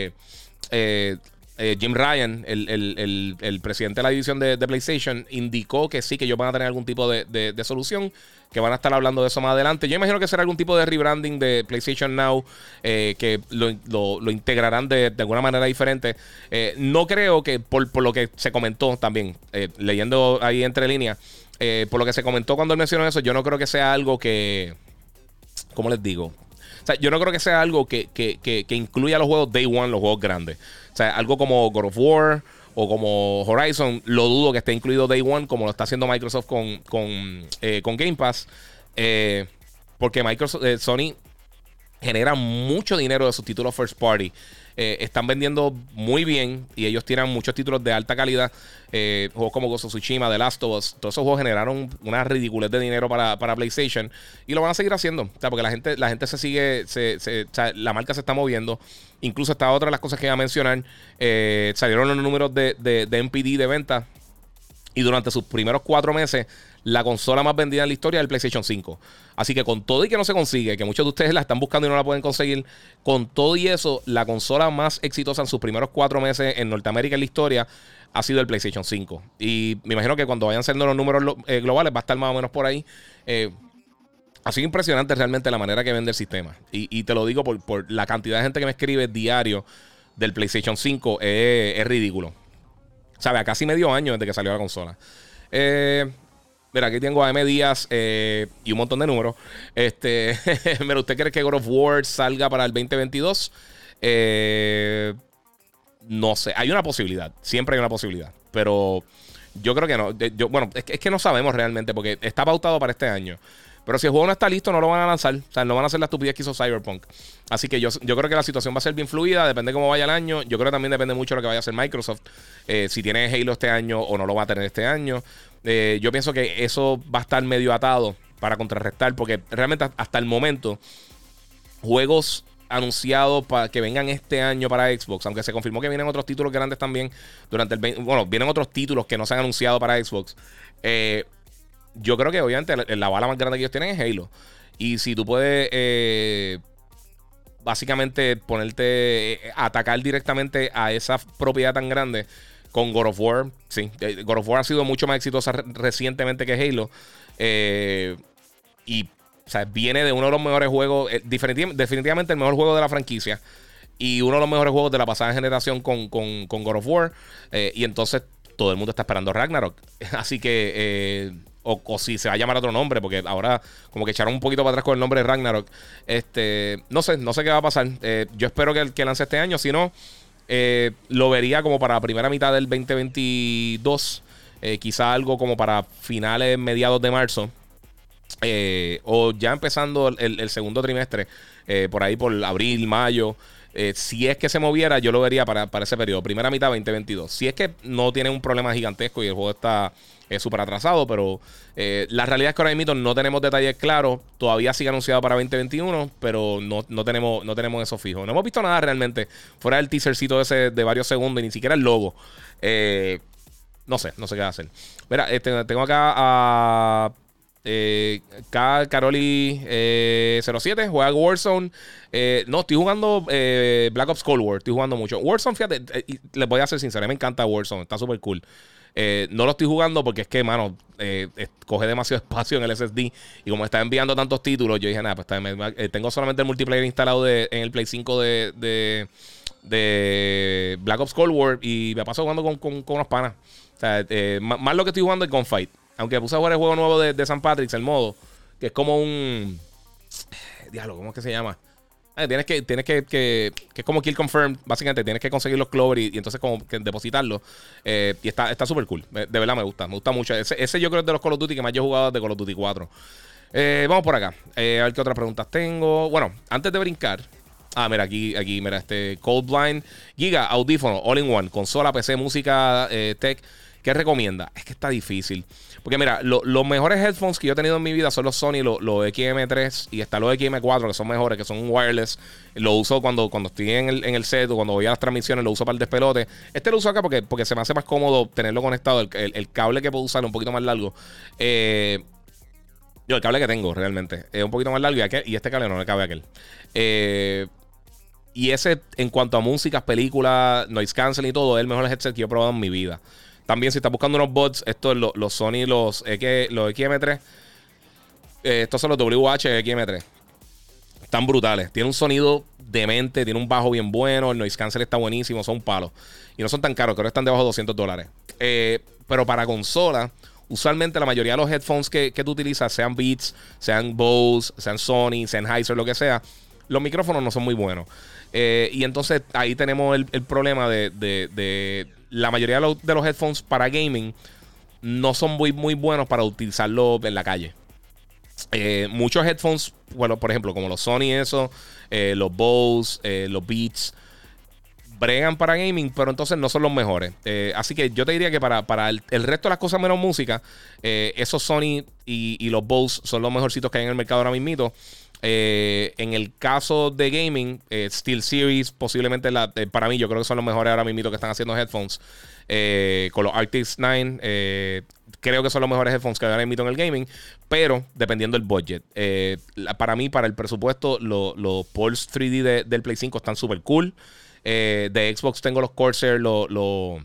Jim Ryan, el presidente de la división de PlayStation, indicó que sí, que ellos van a tener algún tipo de solución, que van a estar hablando de eso más adelante. Yo imagino que será algún tipo de rebranding de PlayStation Now, que lo integrarán de alguna manera diferente. No creo que, por lo que se comentó también, leyendo ahí entre líneas, por lo que se comentó cuando él mencionó eso, yo no creo que sea algo que, ¿cómo les digo? O sea, yo no creo que sea algo que incluya los juegos Day One, los juegos grandes. O sea, algo como God of War o como Horizon, lo dudo que esté incluido Day One como lo está haciendo Microsoft con Game Pass. Porque Sony genera mucho dinero de sus títulos first party. Están vendiendo muy bien y ellos tienen muchos títulos de alta calidad. Juegos como Ghost of Tsushima, The Last of Us, todos esos juegos generaron una ridiculez de dinero para PlayStation y lo van a seguir haciendo. O sea, porque la gente se sigue, o sea, la marca se está moviendo. Incluso esta otra de las cosas que iba a mencionar, salieron los números de NPD de venta. Y durante sus primeros 4 meses, la consola más vendida en la historia es el PlayStation 5. Así que con todo y que no se consigue, que muchos de ustedes la están buscando y no la pueden conseguir, con todo y eso, la consola más exitosa en sus primeros 4 meses en Norteamérica en la historia ha sido el PlayStation 5. Y me imagino que cuando vayan siendo los números globales va a estar más o menos por ahí. Ha sido impresionante realmente la manera que vende el sistema. Y te lo digo por la cantidad de gente que me escribe diario del PlayStation 5. Es ridículo. ¿Sabe? A casi medio año desde que salió la consola. Mira, aquí tengo a M. Díaz y un montón de números. Mira, ¿usted cree que God of War salga para el 2022? No sé. Hay una posibilidad. Siempre hay una posibilidad. Pero yo creo que no. Bueno, es que no sabemos realmente porque está pautado para este año. Pero si el juego no está listo, no lo van a lanzar. O sea, no van a hacer la estupidez que hizo Cyberpunk. Así que yo creo que la situación va a ser bien fluida. Depende de cómo vaya el año. Yo creo que también depende mucho de lo que vaya a hacer Microsoft. Si tiene Halo este año o no lo va a tener este año. Yo pienso que eso va a estar medio atado para contrarrestar. Porque realmente hasta el momento, juegos anunciados para que vengan este año para Xbox, aunque se confirmó que vienen otros títulos grandes también durante el 20, bueno, vienen otros títulos que no se han anunciado para Xbox. Yo creo que obviamente la bala más grande que ellos tienen es Halo. Y si tú puedes básicamente ponerte atacar directamente a esa propiedad tan grande con God of War, sí, God of War ha sido mucho más exitosa recientemente que Halo. Y o sea, viene de uno de los mejores juegos, definitivamente el mejor juego de la franquicia y uno de los mejores juegos de la pasada generación con God of War. Y entonces todo el mundo está esperando Ragnarok. Así que o si se va a llamar otro nombre, porque ahora como que echaron un poquito para atrás con el nombre de Ragnarok. No sé qué va a pasar. Yo espero que lance este año. Si no, lo vería como para la primera mitad del 2022. Quizá algo como para finales, mediados de marzo. O ya empezando el segundo trimestre. Por ahí por abril, mayo. Si es que se moviera, yo lo vería para ese periodo. Primera mitad 2022. Si es que no tiene un problema gigantesco y el juego está súper atrasado. Pero la realidad es que ahora mismo no tenemos detalles claros. Todavía sigue anunciado para 2021. Pero no tenemos eso fijo. No hemos visto nada realmente fuera del teasercito ese de varios segundos. Y ni siquiera el logo. No sé qué va a hacer. Mira, tengo acá a Caroli 07, juega Warzone. No, estoy jugando Black Ops Cold War. Estoy jugando mucho Warzone, fíjate, les voy a ser sincero, me encanta Warzone, está súper cool. No lo estoy jugando porque es que, mano, coge demasiado espacio en el SSD. Y como está enviando tantos títulos, yo dije, nada, pues tengo solamente el multiplayer instalado en el Play 5 de Black Ops Cold War. Y me paso jugando con unos panas. O sea, más lo que estoy jugando es Gunfight. Aunque puse a jugar el juego nuevo de St. Patrick's, el modo, que es como un... Diablo, ¿cómo es que se llama? Tienes que es como Kill Confirmed. Básicamente tienes que conseguir los clover y entonces como que depositarlos. Y está súper cool. De verdad me gusta mucho. Ese yo creo es de los Call of Duty que más yo he jugado, de Call of Duty 4. Vamos por acá. A ver qué otras preguntas tengo. Bueno, antes de brincar. Mira, aquí, mira, Cold Blind. Giga, audífono, all in one. Consola, PC, música, tech. ¿Qué recomienda? Es que está difícil. Porque mira, los mejores headphones que yo he tenido en mi vida son los Sony, los XM3 y hasta los XM4, que son mejores, que son wireless. Lo uso cuando estoy en el set o cuando voy a las transmisiones, lo uso para el despelote. Lo uso acá porque se me hace más cómodo tenerlo conectado. El cable que puedo usar es un poquito más largo. El cable que tengo realmente es un poquito más largo y este cable no le cabe a aquel. Y ese, en cuanto a músicas, películas, noise canceling y todo, es el mejor headset que yo he probado en mi vida. También si estás buscando unos bots, estos los Sony, los XM3. Estos son los WH-XM3. Están brutales. Tiene un sonido demente, tiene un bajo bien bueno, el noise cancel está buenísimo, son palos. Y no son tan caros, creo que están debajo de $200. Pero para consola, usualmente la mayoría de los headphones que tú utilizas, sean Beats, sean Bose, sean Sony, Sennheiser, lo que sea, los micrófonos no son muy buenos. Y entonces ahí tenemos el problema de la mayoría de los headphones para gaming no son muy, muy buenos para utilizarlo en la calle. Muchos headphones, bueno, por ejemplo, como los Sony, los Bose, los Beats, bregan para gaming, pero entonces no son los mejores. Así que yo te diría que para el resto de las cosas menos música, esos Sony y los Bose son los mejorcitos que hay en el mercado ahora mismito. En el caso de gaming, SteelSeries posiblemente para mí yo creo que son los mejores ahora mismito que están haciendo headphones. Con los Arctis 9 creo que son los mejores headphones que ahora mismito en el gaming, pero dependiendo del budget. Para mí, para el presupuesto, los Pulse 3D del Play 5 están súper cool. De Xbox tengo los Corsair, los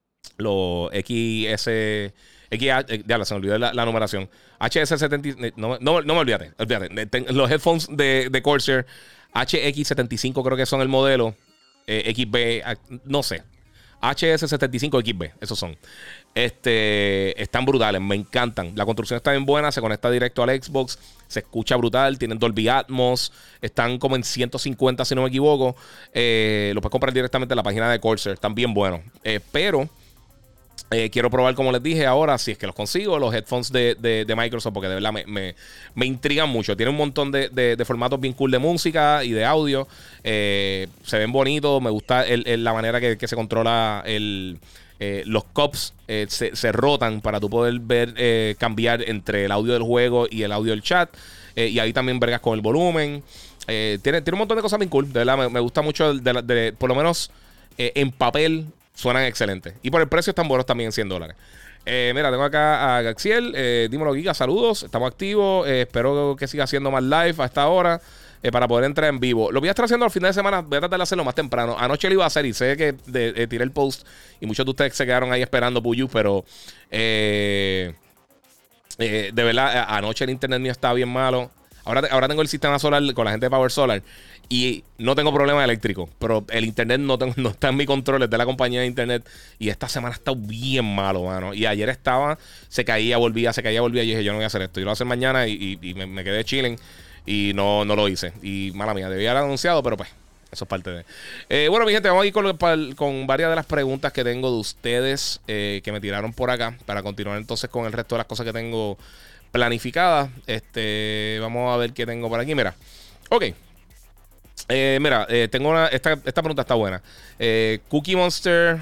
XS. Ya se me olvidó la numeración. HS70. No me olvídate. Los headphones de Corsair HX75 creo que son el modelo. XB, no sé. HS75XB, esos son. Están brutales, me encantan. La construcción está bien buena, se conecta directo al Xbox, se escucha brutal, tienen Dolby Atmos, están como en 150 si no me equivoco. Lo puedes comprar directamente en la página de Corsair, están bien buenos. Pero quiero probar, como les dije ahora, si es que los consigo, los headphones de Microsoft, porque de verdad me intrigan mucho. Tienen un montón de formatos bien cool de música y de audio. Se ven bonitos. Me gusta la manera que se controla los cups. Se rotan para tú poder ver cambiar entre el audio del juego y el audio del chat. Y ahí también vergas con el volumen. Tiene un montón de cosas bien cool. De verdad, me gusta mucho, por lo menos en papel. Suenan excelentes. Y por el precio están buenos también en $100. Mira, tengo acá a Gaxiel. Dímelo, Giga, saludos. Estamos activos. Espero que siga haciendo más live a esta hora para poder entrar en vivo. Lo voy a estar haciendo al final de semana. Voy a tratar de hacerlo más temprano. Anoche lo iba a hacer y sé que tiré el post y muchos de ustedes se quedaron ahí esperando Puyu, pero de verdad, anoche el internet mío estaba bien malo. Ahora tengo el sistema solar con la gente de Power Solar y no tengo problema eléctrico, pero el internet no está en mi control, es de la compañía de internet. Y esta semana ha estado bien malo, mano. Y ayer se caía, volvía. Y dije, yo no voy a hacer esto. Yo lo voy a hacer mañana y me quedé chilling y no lo hice. Y mala mía, debía haber anunciado, pero pues eso es parte de... bueno, mi gente, vamos a ir con varias de las preguntas que tengo de ustedes que me tiraron por acá para continuar entonces con el resto de las cosas que tengo planificada. Vamos a ver qué tengo por aquí. Mira, ok. Mira, tengo esta pregunta está buena. Cookie Monster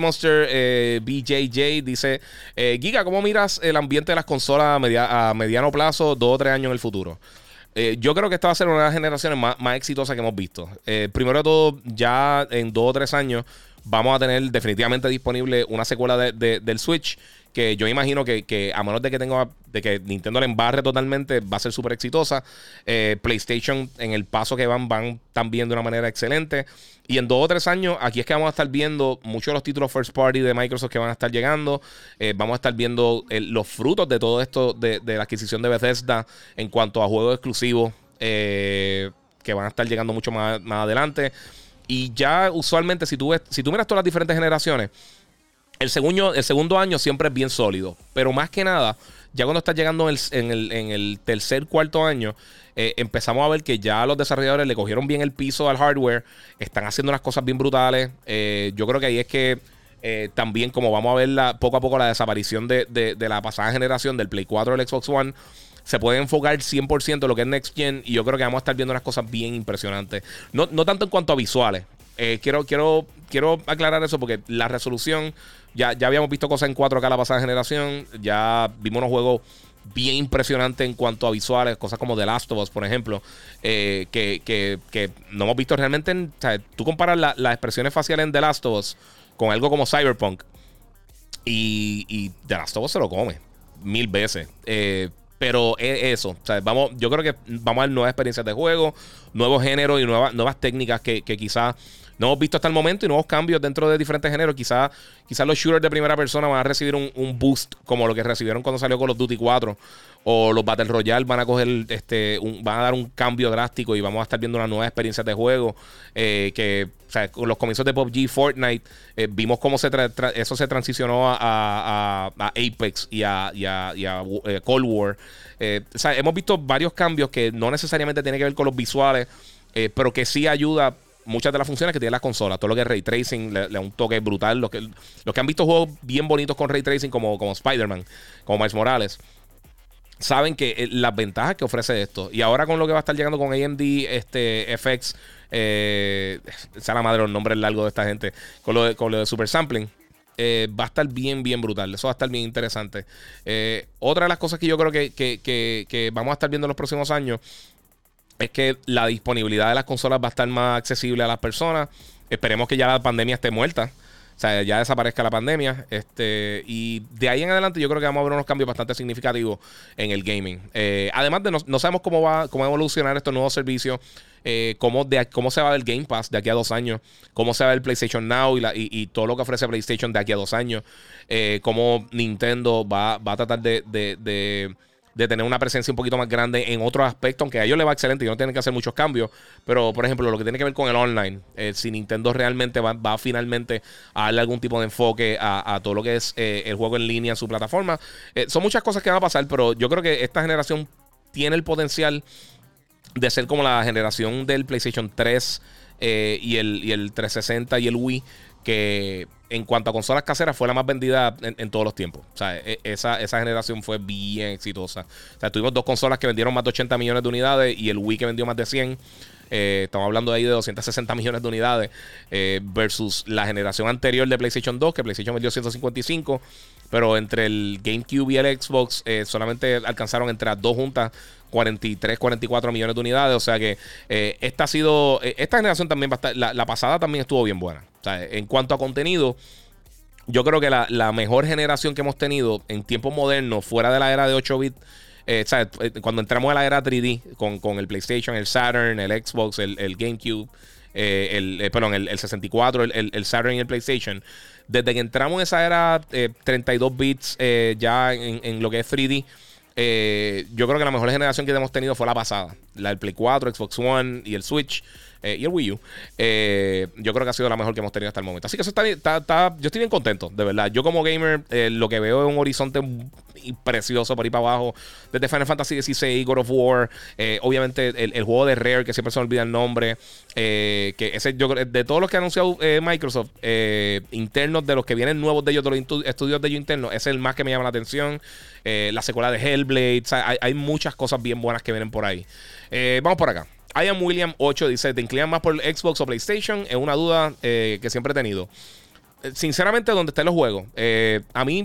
BJJ dice: Giga, ¿cómo miras el ambiente de las consolas a mediano plazo, 2 o 3 años en el futuro? Yo creo que esta va a ser una de las generaciones más exitosas que hemos visto. Primero de todo, ya en 2 o 3 años vamos a tener definitivamente disponible una secuela del Switch, que yo imagino que a menos de que Nintendo la embarre totalmente, va a ser súper exitosa. PlayStation, en el paso que van también de una manera excelente. Y en 2 o 3 años, aquí es que vamos a estar viendo muchos de los títulos first party de Microsoft que van a estar llegando. Vamos a estar viendo los frutos de todo esto, de la adquisición de Bethesda en cuanto a juegos exclusivos que van a estar llegando mucho más adelante. Y ya usualmente, si tú miras todas las diferentes generaciones, el segundo año siempre es bien sólido. Pero más que nada, ya cuando estás llegando en el tercer, cuarto año, empezamos a ver que ya los desarrolladores le cogieron bien el piso al hardware. Están haciendo unas cosas bien brutales. Yo creo que ahí es que también, como vamos a ver poco a poco la desaparición de la pasada generación del Play 4 del Xbox One, se puede enfocar 100% en lo que es Next Gen. Y yo creo que vamos a estar viendo unas cosas bien impresionantes. No tanto en cuanto a visuales. Quiero aclarar eso porque la resolución, ya habíamos visto cosas en 4K la pasada generación. Ya vimos unos juegos bien impresionantes en cuanto a visuales, cosas como The Last of Us, por ejemplo, que no hemos visto realmente. O sea, tú comparas las expresiones faciales en The Last of Us con algo como Cyberpunk y The Last of Us se lo come 1000 veces. Pero es eso. O sea, yo creo que vamos a ver nuevas experiencias de juego, nuevos géneros y nuevas técnicas que quizás no hemos visto hasta el momento, y nuevos cambios dentro de diferentes géneros. Quizás los shooters de primera persona van a recibir un boost como lo que recibieron cuando salió Call of Duty 4. O los Battle Royale van a coger van a dar un cambio drástico y vamos a estar viendo unas nuevas experiencias de juego. O sea, con los comienzos de PUBG, Fortnite, vimos cómo eso se transicionó a Apex y a Cold War. O sea, hemos visto varios cambios que no necesariamente tienen que ver con los visuales, pero que sí ayuda muchas de las funciones que tienen las consolas. Todo lo que es Ray Tracing le da un toque brutal. Los que han visto juegos bien bonitos con Ray Tracing, como Spider-Man, como Miles Morales, saben que las ventajas que ofrece esto. Y ahora con lo que va a estar llegando con AMD FX, sea la madre los nombres largos de esta gente, con lo de Super Sampling, va a estar bien, bien brutal. Eso va a estar bien interesante. Otra de las cosas que yo creo que vamos a estar viendo en los próximos años es que la disponibilidad de las consolas va a estar más accesible a las personas. Esperemos que ya la pandemia esté muerta. O sea, ya desaparezca la pandemia. Y de ahí en adelante yo creo que vamos a ver unos cambios bastante significativos en el gaming. Además de no sabemos cómo va a evolucionar estos nuevos servicios. Cómo se va a ver el Game Pass de aquí a 2 años. Cómo se va a ver el PlayStation Now y todo lo que ofrece PlayStation de aquí a 2 años. Cómo Nintendo va a tratar de tener una presencia un poquito más grande en otros aspectos, aunque a ellos les va excelente y no tienen que hacer muchos cambios. Pero, por ejemplo, lo que tiene que ver con el online, si Nintendo realmente va finalmente a darle algún tipo de enfoque a todo lo que es el juego en línea en su plataforma. Son muchas cosas que van a pasar, pero yo creo que esta generación tiene el potencial de ser como la generación del PlayStation 3 y el 360 y el Wii, que en cuanto a consolas caseras fue la más vendida en todos los tiempos. O sea, esa generación fue bien exitosa. O sea, tuvimos 2 consolas que vendieron más de 80 millones de unidades y el Wii que vendió más de 100. Estamos hablando ahí de 260 millones de unidades versus la generación anterior de PlayStation 2, que PlayStation vendió 155. Pero entre el GameCube y el Xbox solamente alcanzaron entre las dos juntas 43, 44 millones de unidades. O sea que esta generación también va a estar. La pasada también estuvo bien buena. O sea, en cuanto a contenido, yo creo que la mejor generación que hemos tenido en tiempos modernos, fuera de la era de 8 bits, cuando entramos a la era 3D con el PlayStation, el Saturn, el Xbox, el GameCube, el 64, el Saturn y el PlayStation. Desde que entramos en esa era 32 bits ya en lo que es 3D, yo creo que la mejor generación que hemos tenido fue la pasada. La del Play 4, Xbox One y el Switch y el Wii U. Yo creo que ha sido la mejor que hemos tenido hasta el momento. Así que eso yo estoy bien contento, de verdad. Yo como gamer lo que veo es un horizonte precioso por ahí para abajo. Desde Final Fantasy XVI, God of War, obviamente el juego de Rare, que siempre se me olvida el nombre. Que ese, yo creo, de todos los que ha anunciado Microsoft, internos, de los que vienen nuevos de ellos, de los estudios de ellos internos, ese es el más que me llama la atención. La secuela de Hellblade. O sea, hay muchas cosas bien buenas que vienen por ahí. Vamos por acá. I am William 8 dice: ¿te inclinas más por Xbox o PlayStation? Es una duda que siempre he tenido. Sinceramente, donde estén los juegos. A mí,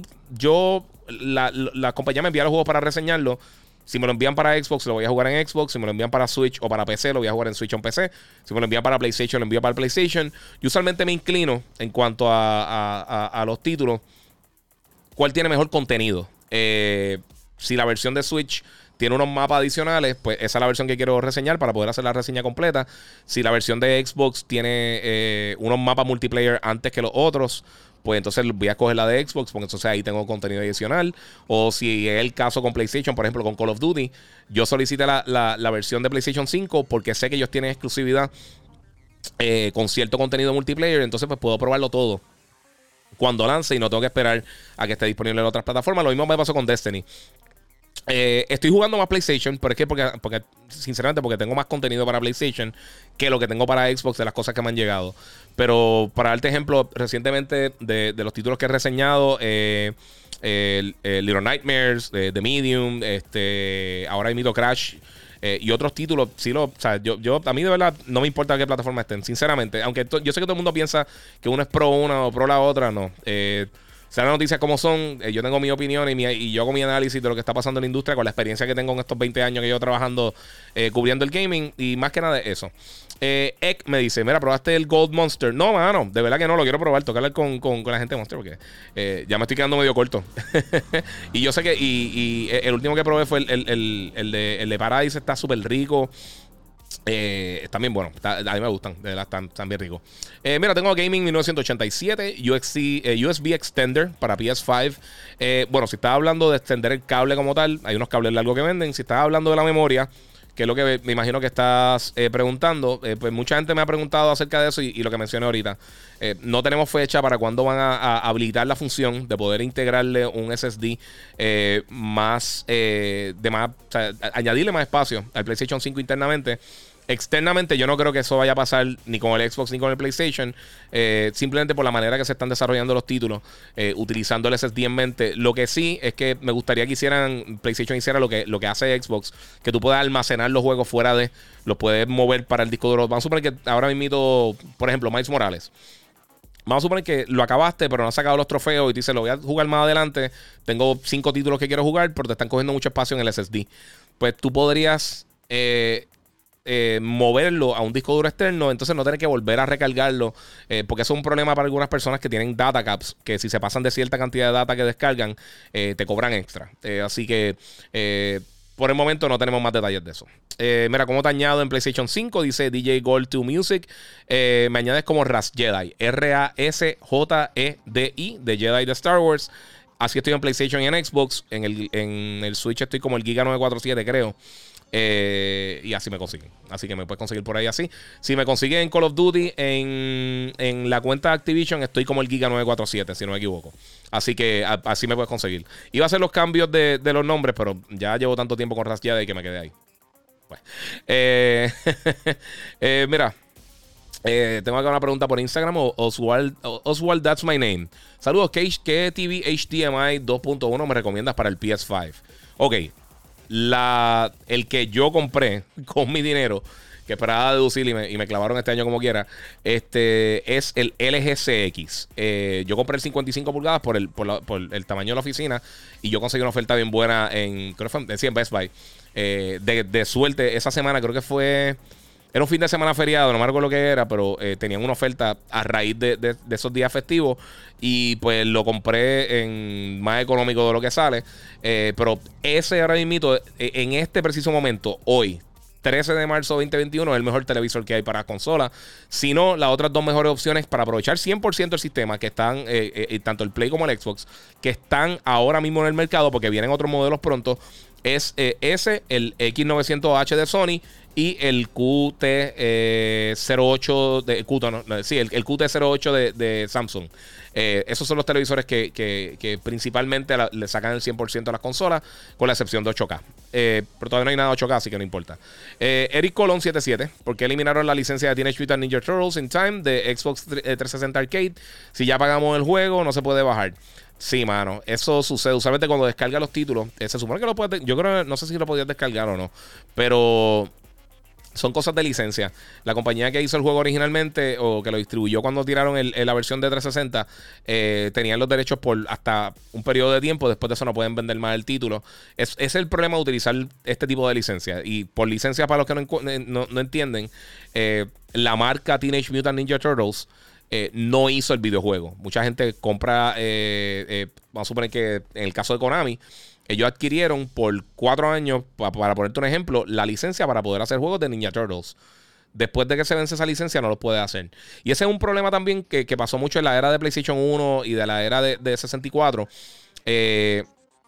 la compañía me envía los juegos para reseñarlo. Si me lo envían para Xbox, lo voy a jugar en Xbox. Si me lo envían para Switch o para PC, lo voy a jugar en Switch o en PC. Si me lo envían para PlayStation, lo envío para PlayStation. Yo usualmente me inclino en cuanto a los títulos. ¿Cuál tiene mejor contenido? Si la versión de Switch tiene unos mapas adicionales, pues esa es la versión que quiero reseñar para poder hacer la reseña completa. Si la versión de Xbox tiene unos mapas multiplayer antes que los otros, pues entonces voy a coger la de Xbox, porque entonces ahí tengo contenido adicional. O si es el caso con PlayStation, por ejemplo con Call of Duty, yo solicité la versión de PlayStation 5 porque sé que ellos tienen exclusividad con cierto contenido multiplayer. Entonces pues puedo probarlo todo cuando lance y no tengo que esperar a que esté disponible en otras plataformas. Lo mismo me pasó con Destiny. Estoy jugando más PlayStation, pero es que porque sinceramente porque tengo más contenido para PlayStation que lo que tengo para Xbox de las cosas que me han llegado. Pero para darte ejemplo, recientemente de los títulos que he reseñado, Little Nightmares, The Medium, ahora hay Mito Crash y otros títulos. Sí, o sea, a mí de verdad no me importa qué plataforma estén, sinceramente. Aunque yo sé que todo el mundo piensa que uno es pro una o pro la otra, no. O sea, las noticias como son, yo tengo mi opinión y yo hago mi análisis de lo que está pasando en la industria con la experiencia que tengo en estos 20 años que llevo trabajando cubriendo el gaming y más que nada eso. Ek me dice: mira, ¿probaste el Gold Monster? No, mano, de verdad que no, lo quiero probar, tocar con la gente de Monster porque ya me estoy quedando medio corto. Y yo sé que el último que probé fue el de Paradise, está súper rico. Están bien buenos, a mí me gustan, de verdad están bien ricos. Mira, tengo Gaming 1987 USB Extender para PS5. Bueno, si estás hablando de extender el cable como tal, hay unos cables largos que venden. Si estás hablando de la memoria, que es lo que me imagino que estás preguntando, pues mucha gente me ha preguntado acerca de eso y lo que mencioné ahorita. No tenemos fecha para cuándo van a habilitar la función de poder integrarle un SSD o sea, añadirle más espacio al PlayStation 5 internamente. Externamente yo no creo que eso vaya a pasar ni con el Xbox ni con el PlayStation, simplemente por la manera que se están desarrollando los títulos, utilizando el SSD en mente. Lo que sí es que me gustaría que PlayStation hiciera lo que hace Xbox, que tú puedas almacenar los juegos fuera los puedes mover para el disco duro. Vamos a suponer que ahora mismo, por ejemplo, Miles Morales. Vamos a suponer que lo acabaste, pero no has sacado los trofeos y te dice, lo voy a jugar más adelante. Tengo 5 títulos que quiero jugar, pero te están cogiendo mucho espacio en el SSD. Pues tú podrías moverlo a un disco duro externo, entonces no tener que volver a recargarlo, porque eso es un problema para algunas personas que tienen data caps, que si se pasan de cierta cantidad de data que descargan, te cobran extra. Así que por el momento no tenemos más detalles de eso. Mira, cómo te añado en PlayStation 5, dice DJ Gold 2 Music. Me añades como Ras Jedi, RASJEDI, de Jedi de Star Wars. Así estoy en PlayStation y en Xbox. En el Switch estoy como el Giga 947, creo. Y así me consiguen. Así que me puedes conseguir por ahí así. Si me consiguen en Call of Duty en la cuenta de Activision, estoy como el Giga 947, si no me equivoco. Así que así me puedes conseguir. Iba a hacer los cambios de los nombres, pero ya llevo tanto tiempo con Ras Jedi que me quedé ahí. Bueno. Mira, tengo acá una pregunta por Instagram. Oswald, that's my name. Saludos, ¿qué TV HDMI 2.1 me recomiendas para el PS5? Ok. El que yo compré con mi dinero, que esperaba deducir y me clavaron este año como quiera, es el LG CX. Yo compré el 55 pulgadas por el tamaño de la oficina, y yo conseguí una oferta bien buena creo que fue en Best Buy. De suerte, esa semana creo que era un fin de semana feriado, no me acuerdo lo que era, pero tenían una oferta a raíz de esos días festivos, y pues lo compré en más económico de lo que sale. Pero ese ahora mismo, en este preciso momento, hoy, 13 de marzo 2021, es el mejor televisor que hay para consola. Si no, las otras dos mejores opciones para aprovechar 100% el sistema, que están, tanto el Play como el Xbox, que están ahora mismo en el mercado, porque vienen otros modelos pronto, es el X900H de Sony y el QT08 el QT08 de Samsung. Esos son los televisores que principalmente le sacan el 100% a las consolas, con la excepción de 8K. Pero todavía no hay nada 8K, así que no importa. Eric Colón 77, ¿por qué eliminaron la licencia de Teenage Mutant Ninja Turtles in Time de Xbox 360 Arcade? Si ya pagamos el juego, no se puede bajar. Sí, mano, eso sucede. Usualmente cuando descarga los títulos, se supone que lo puedes. Yo creo, no sé si lo podías descargar o no, pero son cosas de licencia. La compañía que hizo el juego originalmente, o que lo distribuyó cuando tiraron la versión de 360, tenían los derechos por hasta un periodo de tiempo. Después de eso no pueden vender más el título. Es el problema de utilizar este tipo de licencia. Y por licencia, para los que no entienden, la marca Teenage Mutant Ninja Turtles no hizo el videojuego. Mucha gente compra, vamos a suponer que en el caso de Konami, ellos adquirieron por 4 años, para ponerte un ejemplo, la licencia para poder hacer juegos de Ninja Turtles. Después de que se vence esa licencia, no los puede hacer. Y ese es un problema también que pasó mucho en la era de PlayStation 1 y de la era de 64. Que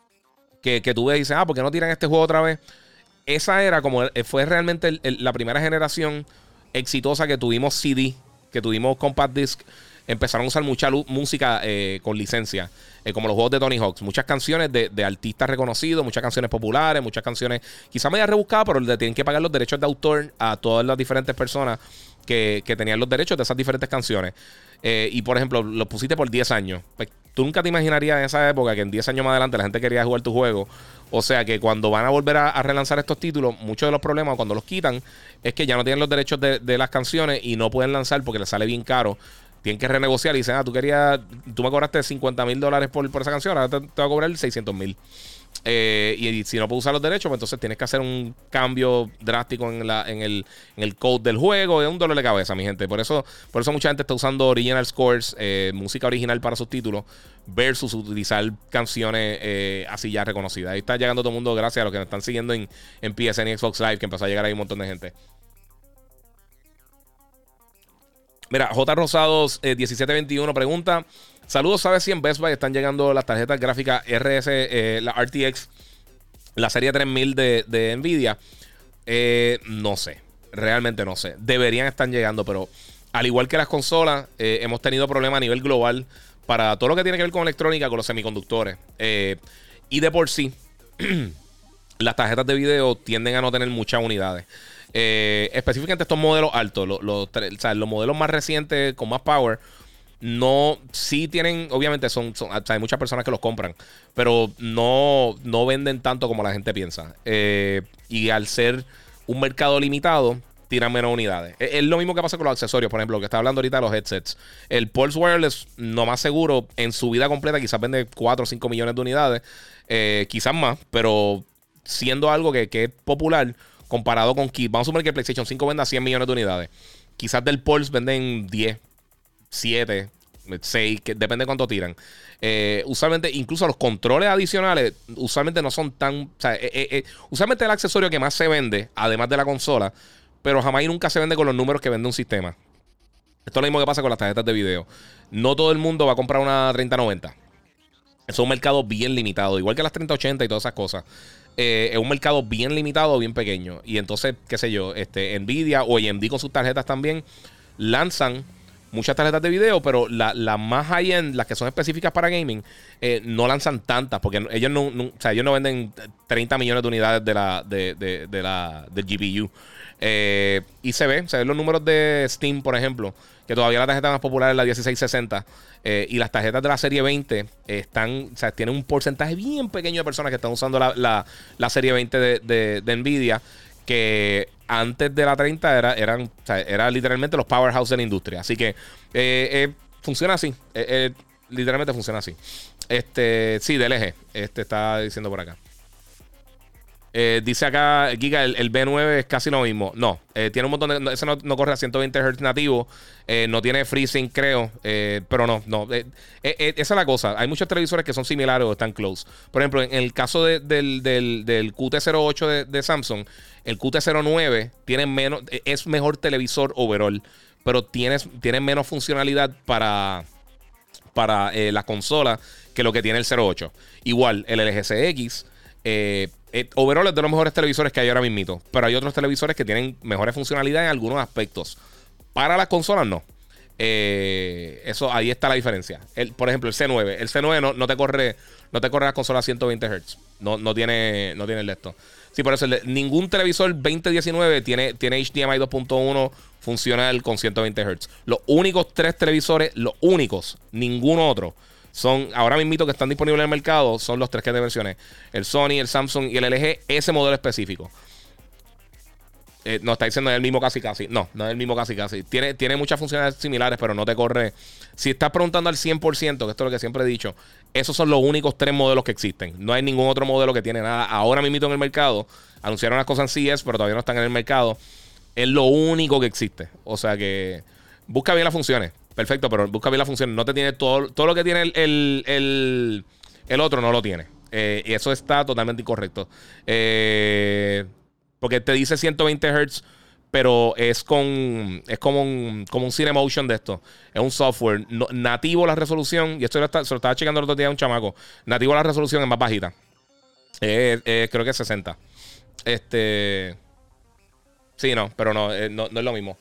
tú ves y dices, ¿por qué no tiran este juego otra vez? Esa era fue realmente la primera generación exitosa que tuvimos CD, que tuvimos Compact Disc. Empezaron a usar mucha música con licencia, como los juegos de Tony Hawk. Muchas canciones de artistas reconocidos, muchas canciones populares, muchas canciones quizás medio rebuscadas, pero le tienen que pagar los derechos de autor a todas las diferentes personas que tenían los derechos de esas diferentes canciones. Y por ejemplo, los pusiste por 10 años. Pues, tú nunca te imaginarías en esa época que en 10 años más adelante la gente quería jugar tu juego. O sea que cuando van a volver a relanzar estos títulos, muchos de los problemas cuando los quitan es que ya no tienen los derechos de las canciones y no pueden lanzar porque les sale bien caro. Tienen que renegociar y dicen, tú me cobraste $50,000 por esa canción, ahora te voy a cobrar $600,000. Y si no puedes usar los derechos, pues entonces tienes que hacer un cambio drástico en el code del juego. Es un dolor de cabeza, mi gente. Por eso mucha gente está usando original scores, música original para sus títulos, versus utilizar canciones así ya reconocidas. Ahí está llegando todo el mundo, gracias a los que nos están siguiendo en PSN y Xbox Live, que empezó a llegar ahí un montón de gente. Mira, J. Rosados 1721 pregunta: saludos, ¿sabes si en Best Buy están llegando las tarjetas gráficas la RTX, la serie 3000 de Nvidia? No sé, realmente no sé. Deberían estar llegando, pero al igual que las consolas, hemos tenido problemas a nivel global para todo lo que tiene que ver con electrónica, con los semiconductores. Y de por sí, las tarjetas de video tienden a no tener muchas unidades. Específicamente estos modelos altos, o sea, los modelos más recientes con más power. No, sí tienen, obviamente o sea, hay muchas personas que los compran, pero no venden tanto como la gente piensa. Y al ser un mercado limitado, tiran menos unidades. Es lo mismo que pasa con los accesorios, por ejemplo, lo que está hablando ahorita de los headsets. El Pulse Wireless, no más seguro, en su vida completa quizás vende 4 o 5 millones de unidades, quizás más, pero siendo algo que es popular comparado con vamos a suponer que el PlayStation 5 venda 100 millones de unidades. Quizás del Pulse venden 10, 7, 6, que depende de cuánto tiran. Usualmente, incluso los controles adicionales, usualmente no son tan. O sea, usualmente el accesorio que más se vende, además de la consola, pero jamás y nunca se vende con los números que vende un sistema. Esto es lo mismo que pasa con las tarjetas de video. No todo el mundo va a comprar una 3090. Es un mercado bien limitado, igual que las 3080 y todas esas cosas. Es un mercado bien limitado, bien pequeño. Y entonces, qué sé yo, Nvidia o AMD con sus tarjetas también lanzan muchas tarjetas de video, pero las más high-end, las que son específicas para gaming, no lanzan tantas, porque ellos o sea, ellos no venden 30 millones de unidades del GPU. Y se ven los números de Steam, por ejemplo, que todavía la tarjeta más popular es la 1660. Y las tarjetas de la serie 20 o sea, tienen un porcentaje bien pequeño de personas que están usando la serie 20 de Nvidia, que antes de la 30 o sea, era literalmente los powerhouse de la industria. Así que funciona así. Literalmente funciona así. Sí, de LG. Está diciendo por acá. Dice acá, Giga, el B9 es casi lo mismo. No, tiene un montón de. Ese no corre a 120 Hz nativo. No tiene FreeSync, creo. Pero no. Esa es la cosa. Hay muchos televisores que son similares o están close. Por ejemplo, en el caso del QT08 de Samsung, el QT09 es mejor televisor overall, pero tiene menos funcionalidad para la consola que lo que tiene el 08. Igual, el LG CX. Overall es de los mejores televisores que hay ahora mismito, pero hay otros televisores que tienen mejores funcionalidades en algunos aspectos. Para las consolas no. Ahí está la diferencia. Por ejemplo, el C9 no te corre las consolas a 120 Hz. No tiene el de esto. Sí, por eso ningún televisor 2019 tiene HDMI 2.1 funcional con 120 Hz. Los únicos 3 televisores, ningún otro, son ahora mismito que están disponibles en el mercado, son los 3 que te mencioné: el Sony, el Samsung y el LG, ese modelo específico. No está diciendo es el mismo casi. No es el mismo casi. Tiene muchas funcionalidades similares, pero no te corre. Si estás preguntando al 100%, que esto es lo que siempre he dicho, esos son los únicos 3 modelos que existen. No hay ningún otro modelo que tiene nada ahora mismito en el mercado. Anunciaron las cosas en CES, pero todavía no están en el mercado. Es lo único que existe. O sea que busca bien las funciones. Perfecto, pero busca bien la función. No te tiene todo lo que tiene el otro, no lo tiene. Y eso está totalmente incorrecto. Porque te dice 120 Hz, pero es como un Cinemotion de esto. Es un software nativo la resolución. Y esto se lo estaba checando el otro día a un chamaco. Nativo la resolución es más bajita. Creo que es 60. Sí, no, pero no es lo mismo.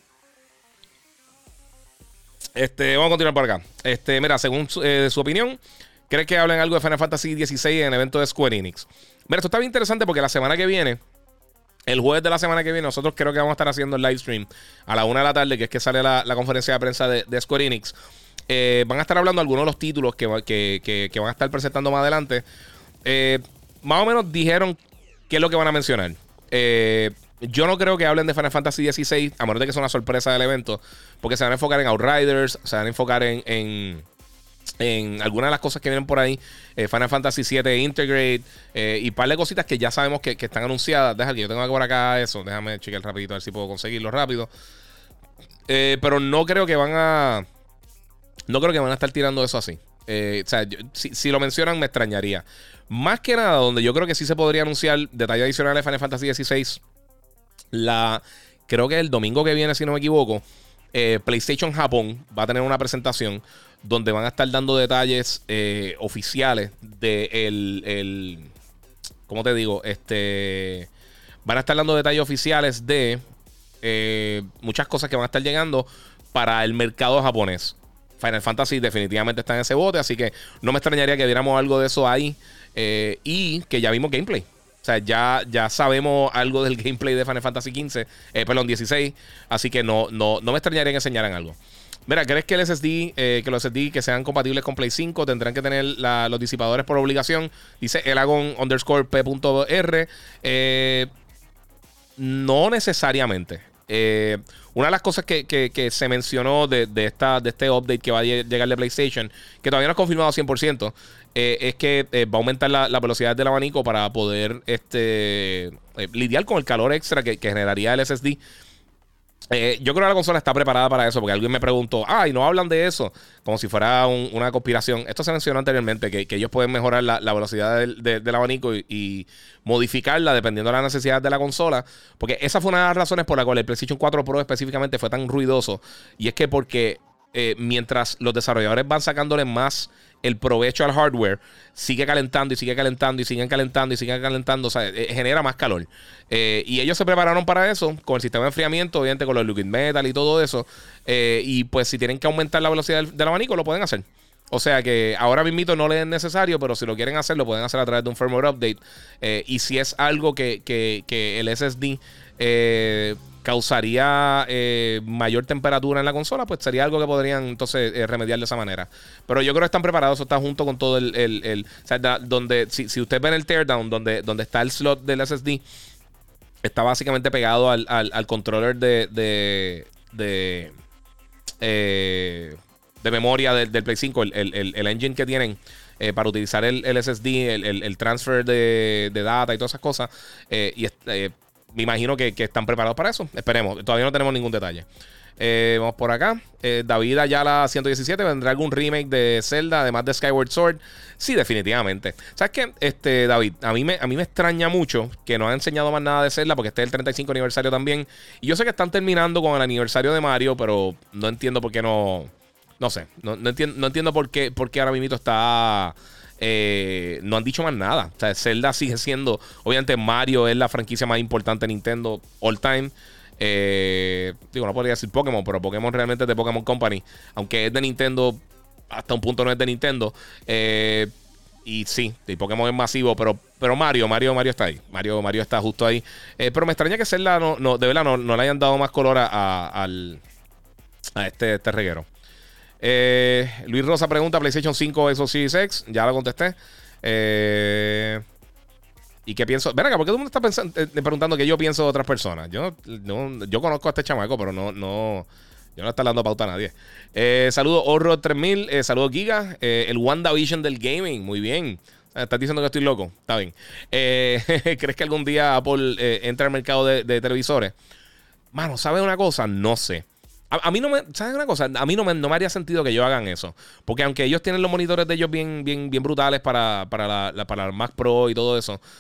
Vamos a continuar por acá. Mira, según su opinión, ¿cree que hablen algo de Final Fantasy XVI en el evento de Square Enix? Mira, esto está bien interesante porque la semana que viene, el jueves de la semana que viene, nosotros creo que vamos a estar haciendo el live stream a la 1 de la tarde, que es que sale la conferencia de prensa de Square Enix. Van a estar hablando de algunos de los títulos que van a estar presentando más adelante. Más o menos dijeron qué es lo que van a mencionar. Yo no creo que hablen de Final Fantasy XVI, a menos de que sea una sorpresa del evento, porque se van a enfocar en Outriders, se van a enfocar en algunas de las cosas que vienen por ahí. Final Fantasy VII Integrate, y un par de cositas que ya sabemos que están anunciadas. Deja que yo tengo por acá eso. Déjame chequear rapidito a ver si puedo conseguirlo rápido. Pero no creo que van a estar tirando eso así. O sea, si lo mencionan me extrañaría. Más que nada, donde yo creo que sí se podría anunciar detalles adicionales de Final Fantasy XVI, creo que el domingo que viene, si no me equivoco, PlayStation Japón va a tener una presentación donde van a estar dando detalles oficiales de ¿cómo te digo? Van a estar dando detalles oficiales de muchas cosas que van a estar llegando para el mercado japonés. Final Fantasy definitivamente está en ese bote, así que no me extrañaría que viéramos algo de eso ahí, y que ya vimos gameplay. O sea, ya sabemos algo del gameplay de Final Fantasy XV, perdón, 16. Así que no me extrañaría que enseñaran algo. Mira, ¿crees que que los SSD que sean compatibles con Play 5 tendrán que tener los disipadores por obligación? Dice Elagon_P.R. No necesariamente. Una de las cosas que se mencionó de este update que va a llegar de PlayStation, que todavía no es confirmado 100%, es que va a aumentar la velocidad del abanico para poder lidiar con el calor extra que generaría el SSD. Yo creo que la consola está preparada para eso, porque alguien me preguntó, y no hablan de eso, como si fuera una conspiración. Esto se mencionó anteriormente, que ellos pueden mejorar la velocidad del abanico y modificarla dependiendo de la necesidad de la consola, porque esa fue una de las razones por la cual el PlayStation 4 Pro específicamente fue tan ruidoso, y es que porque mientras los desarrolladores van sacándole más el provecho al hardware, sigue calentando y sigue calentando y siguen calentando y siguen calentando, o sea, genera más calor. Y ellos se prepararon para eso con el sistema de enfriamiento, obviamente con los liquid metal y todo eso. Y pues si tienen que aumentar la velocidad del abanico, lo pueden hacer. O sea que ahora mismito no les es necesario, pero si lo quieren hacer, lo pueden hacer a través de un firmware update. Y si es algo que el SSD causaría mayor temperatura en la consola, pues sería algo que podrían entonces remediar de esa manera. Pero yo creo que están preparados. Eso está junto con todo o sea, donde si usted ve en el teardown, donde está el slot del SSD, está básicamente pegado al controller de memoria del Play 5, el engine que tienen para utilizar el SSD, el transfer de data y todas esas cosas. Me imagino que están preparados para eso. Esperemos. Todavía no tenemos ningún detalle. Vamos por acá. David Ayala 117. ¿Vendrá algún remake de Zelda además de Skyward Sword? Sí, definitivamente. ¿Sabes qué? David, a mí me extraña mucho que no han enseñado más nada de Zelda, porque este es el 35 aniversario también. Y yo sé que están terminando con el aniversario de Mario, pero no entiendo por qué no. No sé. No entiendo por qué ahora mismo está. No han dicho más nada. O sea, Zelda sigue siendo. Obviamente, Mario es la franquicia más importante de Nintendo all time. No podría decir Pokémon, pero Pokémon realmente es de Pokémon Company. Aunque es de Nintendo, hasta un punto no es de Nintendo. Y sí, Pokémon es masivo, pero Mario está ahí. Mario está justo ahí. Pero me extraña que Zelda de verdad no le hayan dado más color a este reguero. Luis Rosa pregunta: ¿PlayStation 5 eso Series X? Ya lo contesté. ¿Y qué pienso? Ven acá, ¿por qué tú me estás preguntando qué yo pienso de otras personas? Yo conozco a este chamaco, pero yo no le estoy dando pauta a nadie. Saludos Horror 3000, saludos Giga, el WandaVision del gaming, muy bien. ¿Estás diciendo que estoy loco? Está bien. ¿Crees que algún día Apple entre al mercado de televisores? Mano, ¿sabes una cosa? No sé. A mí no me. ¿Sabes una cosa? A mí no me haría sentido que ellos hagan eso. Porque aunque ellos tienen los monitores de ellos bien brutales para el Mac Pro y todo eso. O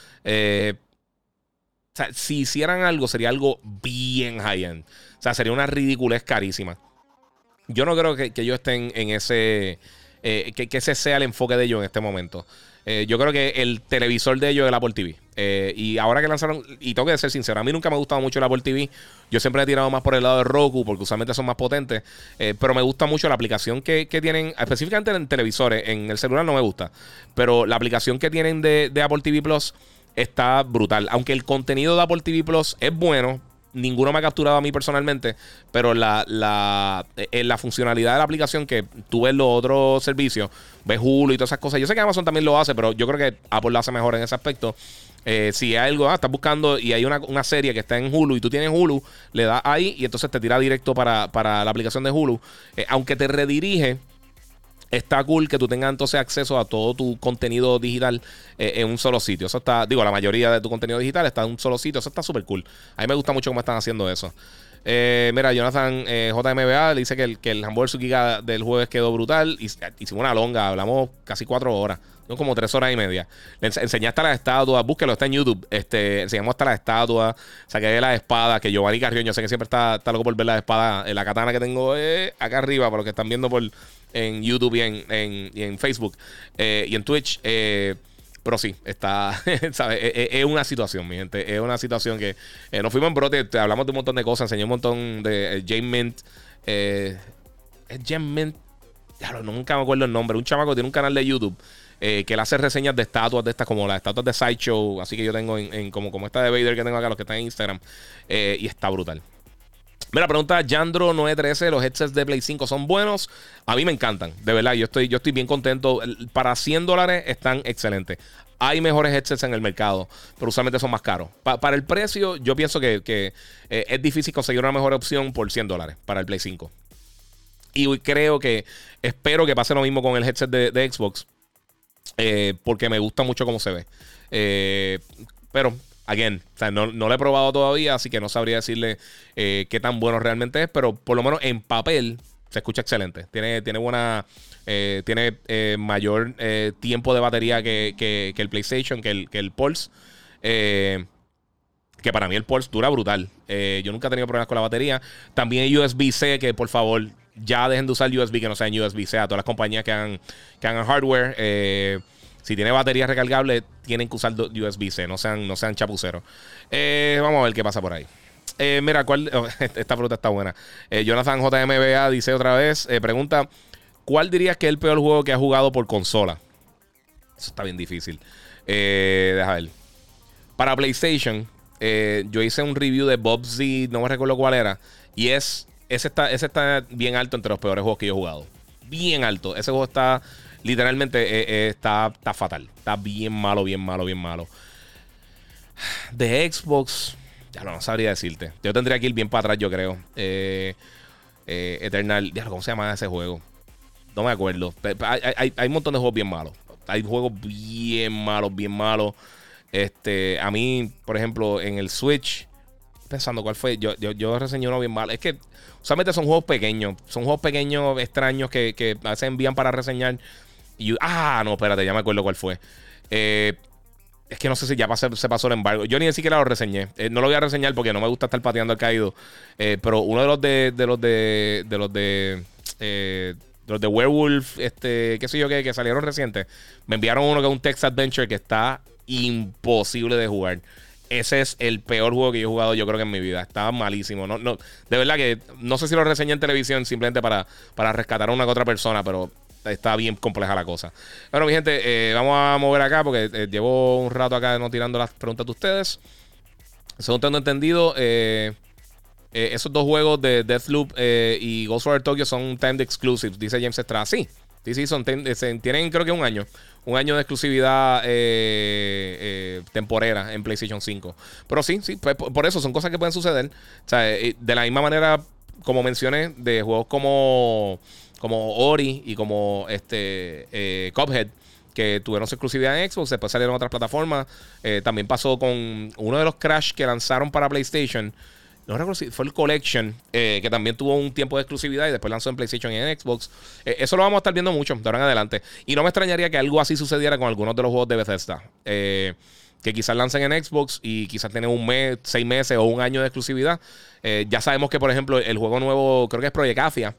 sea, si hicieran algo, sería algo bien high-end. O sea, sería una ridiculez carísima. Yo no creo que ellos estén en ese. Que ese sea el enfoque de ellos en este momento. Yo creo que el televisor de ellos es el Apple TV. Y ahora que lanzaron, y tengo que ser sincero, a mí nunca me ha gustado mucho el Apple TV. Yo siempre he tirado más por el lado de Roku, porque usualmente son más potentes. Pero me gusta mucho la aplicación que tienen, específicamente en televisores. En el celular no me gusta. Pero la aplicación que tienen de Apple TV Plus está brutal. Aunque el contenido de Apple TV Plus es bueno, ninguno me ha capturado a mí personalmente, pero la funcionalidad de la aplicación, que tú ves los otros servicios, ves Hulu y todas esas cosas. Yo sé que Amazon también lo hace, pero yo creo que Apple lo hace mejor en ese aspecto. Si hay algo, estás buscando y hay una serie que está en Hulu y tú tienes Hulu, le das ahí y entonces te tira directo para la aplicación de Hulu. Aunque te redirige, está cool que tú tengas entonces acceso a todo tu contenido digital en un solo sitio. Eso está, la mayoría de tu contenido digital está en un solo sitio. Eso está súper cool. A mí me gusta mucho cómo están haciendo eso. Mira, Jonathan JMBA le dice que el Hamburger Giga del jueves quedó brutal. Hicimos una longa, hablamos casi 4 horas. Son como 3 horas y media. Le enseñaste las estatuas, búsquelo, está en YouTube. Enseñamos hasta las estatuas, saqué de las espadas, que Giovanni Carrión, yo sé que siempre está loco por ver las espadas. La katana que tengo acá arriba, para los que están viendo en YouTube y en Facebook y en Twitch. Pero sí, está, ¿sabes? Es una situación, mi gente. Es una situación que nos fuimos en brote, hablamos de un montón de cosas, enseñé un montón de Jane Mint. ¿Es Jane Mint? Claro, nunca me acuerdo el nombre. Un chamaco que tiene un canal de YouTube. que él hace reseñas de estatuas de estas, como las estatuas de Sideshow, así que yo tengo como esta de Vader que tengo acá, los que están en Instagram, y está brutal. Mira, pregunta Yandro 913, ¿los headsets de Play 5 son buenos? A mí me encantan, de verdad, yo estoy bien contento. Para $100 están excelentes. Hay mejores headsets en el mercado, pero usualmente son más caros. Para el precio, yo pienso que es difícil conseguir una mejor opción por $100 para el Play 5. Y espero que pase lo mismo con el headset de Xbox, porque me gusta mucho cómo se ve. Pero, again, o sea, no lo he probado todavía, así que no sabría decirle qué tan bueno realmente es, pero por lo menos en papel se escucha excelente. Tiene buena... tiene mayor tiempo de batería que el PlayStation, que el Pulse. Que para mí el Pulse dura brutal. Yo nunca he tenido problemas con la batería. También hay USB-C, que por favor ya dejen de usar USB, que no sean USB-C. A todas las compañías que hagan hardware, si tiene batería recargable, tienen que usar USB-C. No sean chapuceros. Vamos a ver qué pasa por ahí. Mira, esta fruta está buena. Jonathan JMBA dice otra vez, pregunta: ¿cuál dirías que es el peor juego que has jugado por consola? Eso está bien difícil. Deja ver. Para PlayStation, yo hice un review de Bubsy, no me recuerdo cuál era. Y ese está bien alto entre los peores juegos que yo he jugado. Bien alto. Ese juego está literalmente está fatal. Está bien malo, bien malo, bien malo. De Xbox, ya no sabría decirte. Yo tendría que ir bien para atrás, yo creo. Eternal, ¿cómo se llama ese juego? No me acuerdo. Hay un montón de juegos bien malos. Hay juegos bien malos, bien malos. A mí, por ejemplo, en el Switch, pensando cuál fue, yo reseñé uno bien malo. Es que usualmente son juegos pequeños. Son juegos pequeños, extraños, que a veces envían para reseñar. No, espérate, ya me acuerdo cuál fue. Es que no sé si ya se pasó el embargo. Yo ni siquiera lo reseñé. No lo voy a reseñar porque no me gusta estar pateando al caído. Pero uno de los de Werewolf, qué sé yo, que salieron recientes, me enviaron uno que es un text adventure que está imposible de jugar. Ese es el peor juego que yo he jugado, yo creo que en mi vida. Estaba malísimo. No, de verdad que no sé si lo reseñé en televisión simplemente para rescatar a una que otra persona, pero está bien compleja la cosa. Bueno, mi gente, vamos a mover acá porque llevo un rato acá no tirando las preguntas de ustedes. Según tengo entendido, esos dos juegos de Deathloop y Ghostwire Tokyo son timed exclusives, dice James Estrada. Sí, tienen creo que un año de exclusividad temporera en PlayStation 5. Pero sí, pues, por eso son cosas que pueden suceder. O sea, de la misma manera, como mencioné, de juegos como Ori y como Cuphead, que tuvieron su exclusividad en Xbox, después salieron a otras plataformas. También pasó con uno de los Crash que lanzaron para PlayStation. No recuerdo si fue el Collection, que también tuvo un tiempo de exclusividad y después lanzó en PlayStation y en Xbox. Eso lo vamos a estar viendo mucho de ahora en adelante. Y no me extrañaría que algo así sucediera con algunos de los juegos de Bethesda. Que quizás lancen en Xbox y quizás tienen un mes, 6 meses o un año de exclusividad. Ya sabemos que, por ejemplo, el juego nuevo, creo que es Project Athia,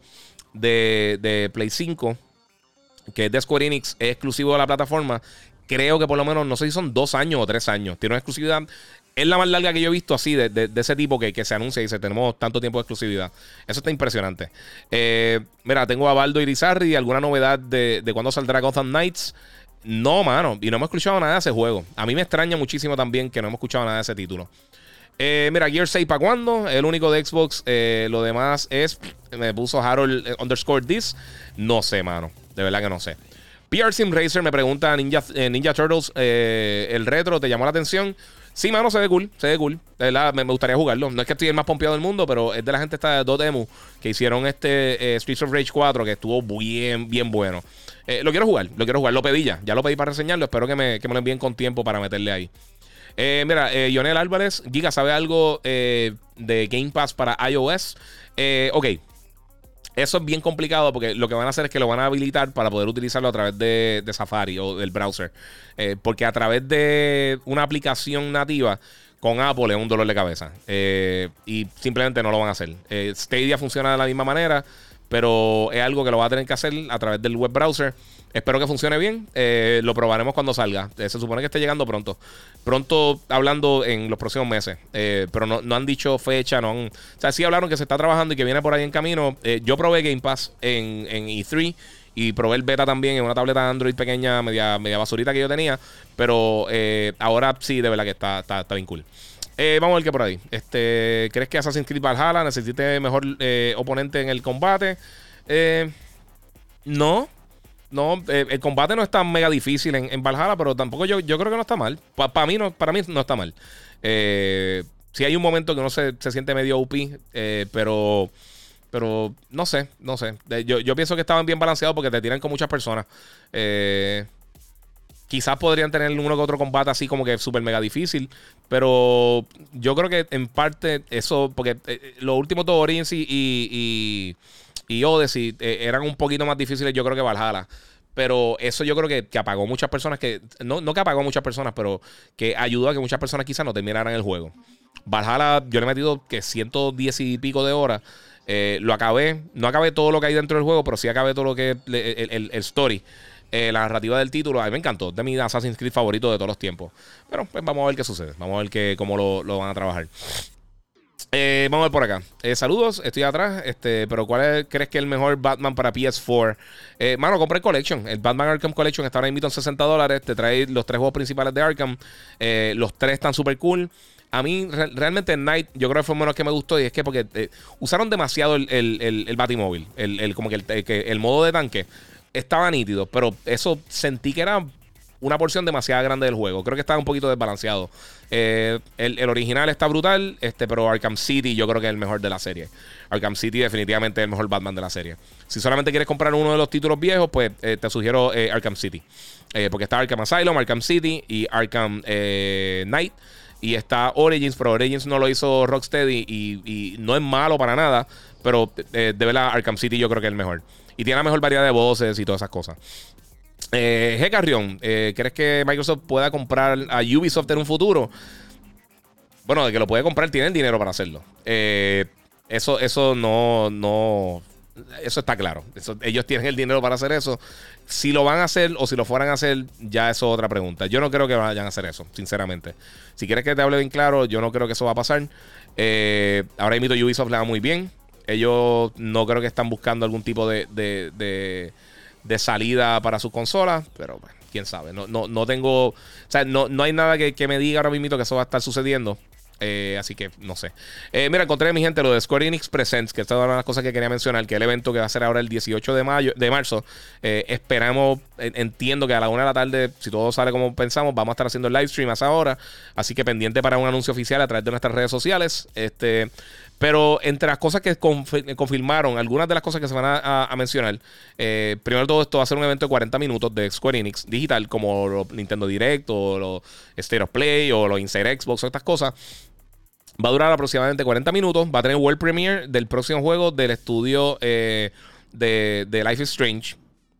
de Play 5, que es de Square Enix, es exclusivo de la plataforma. Creo que por lo menos, no sé si son 2 años o 3 años. Tiene una exclusividad. Es la más larga que yo he visto así, de ese tipo que se anuncia y dice: tenemos tanto tiempo de exclusividad. Eso está impresionante. Mira, tengo a Baldo Irizarry. ¿Alguna novedad de cuándo saldrá Gotham Knights? No, mano. Y no hemos escuchado nada de ese juego. A mí me extraña muchísimo también que no hemos escuchado nada de ese título. Mira, Gear 6 ¿para cuándo? El único de Xbox. Lo demás es... Me puso Harold _this. No sé, mano. De verdad que no sé. PR Sim Racer me pregunta: Ninja Turtles, el retro, ¿te llamó la atención? Sí, mano, se ve cool. De verdad, me gustaría jugarlo. No es que estoy el más pompeado del mundo, pero es de la gente esta de Dotemu que hicieron Streets of Rage 4, que estuvo bien, bien bueno. Lo quiero jugar. Lo pedí ya lo pedí para reseñarlo. Espero que me lo envíen con tiempo para meterle ahí. Mira, Yonel Álvarez, Giga, ¿sabe algo de Game Pass para iOS? Ok. Eso es bien complicado porque lo que van a hacer es que lo van a habilitar para poder utilizarlo a través de Safari o del browser. Porque a través de una aplicación nativa con Apple es un dolor de cabeza. Y simplemente no lo van a hacer. Stadia funciona de la misma manera, pero es algo que lo va a tener que hacer a través del web browser. Espero que funcione bien. Lo probaremos cuando salga. Se supone que esté llegando pronto. Pronto, hablando en los próximos meses. Pero no han dicho fecha. O sea, sí hablaron que se está trabajando y que viene por ahí en camino. Yo probé Game Pass en E3 Y probé el beta también en una tableta Android pequeña, media basurita que yo tenía. Pero ahora sí, de verdad que está bien cool. Vamos a ver qué por ahí. ¿Crees que Assassin's Creed Valhalla necesite mejor oponente en el combate? No. No, el combate no es tan mega difícil en Valhalla, pero tampoco yo creo que no está mal. Para mí no está mal. Sí hay un momento que uno se siente medio OP, pero no sé. Yo pienso que estaban bien balanceados porque te tiran con muchas personas. Quizás podrían tener uno que otro combate así como que súper mega difícil. Pero yo creo que en parte eso, porque los últimos dos Origins y Odyssey eran un poquito más difíciles, yo creo, que Valhalla. Pero eso yo creo que apagó muchas personas que... No que apagó muchas personas, pero que ayudó a que muchas personas quizás no terminaran el juego. Valhalla, yo le he metido que 110 y pico de horas. Lo acabé. No acabé todo lo que hay dentro del juego, pero sí acabé todo lo que es el story. La narrativa del título. A mí me encantó. De mi Assassin's Creed favorito de todos los tiempos. Pero pues vamos a ver qué sucede. Vamos a ver cómo lo van a trabajar. Vamos a ver por acá. Saludos, estoy atrás. Pero ¿cuál crees que es el mejor Batman para PS4? Mano, compré el Collection. El Batman Arkham Collection está ahora mismo en $60. Te trae los 3 juegos principales de Arkham. Los 3 están súper cool. A mí, realmente, Knight, yo creo que fue menos que me gustó. Y es que porque usaron demasiado el Batimóvil. Como que el modo de tanque estaba nítido. Pero eso sentí que era una porción demasiado grande del juego. Creo que estaba un poquito desbalanceado. El original está brutal, pero Arkham City yo creo que es el mejor de la serie. Arkham City definitivamente es el mejor Batman de la serie. Si solamente quieres comprar uno de los títulos viejos, pues te sugiero Arkham City. Porque está Arkham Asylum, Arkham City y Arkham Knight. Y está Origins, pero Origins no lo hizo Rocksteady y no es malo para nada. Pero de verdad Arkham City yo creo que es el mejor. Y tiene la mejor variedad de voces y todas esas cosas. G. Carrión, ¿crees que Microsoft pueda comprar a Ubisoft en un futuro? Bueno, de que lo puede comprar, tienen dinero para hacerlo. Eso no. Eso está claro. Ellos tienen el dinero para hacer eso. Si lo van a hacer o si lo fueran a hacer, ya eso es otra pregunta. Yo no creo que vayan a hacer eso, sinceramente. Si quieres que te hable bien claro, yo no creo que eso va a pasar. Ahora mismo Ubisoft le va muy bien. Ellos no creo que están buscando algún tipo de salida para sus consolas, pero bueno, quién sabe. No tengo, o sea, no hay nada que me diga ahora mismo que eso va a estar sucediendo. Así que no sé. Mira, encontré, mi gente, lo de Square Enix Presents, que esta es una de las cosas que quería mencionar, que es el evento que va a ser ahora el 18 de marzo. Esperamos, entiendo que a la 1 de la tarde, si todo sale como pensamos, vamos a estar haciendo el live stream a esa hora. Así que pendiente para un anuncio oficial a través de nuestras redes sociales. Pero entre las cosas que confirmaron, algunas de las cosas que se van a mencionar, primero de todo, esto va a ser un evento de 40 minutos de Square Enix digital, como los Nintendo Direct o los State of Play o los Inside Xbox o estas cosas. Va a durar aproximadamente 40 minutos. Va a tener World Premiere del próximo juego del estudio de Life is Strange.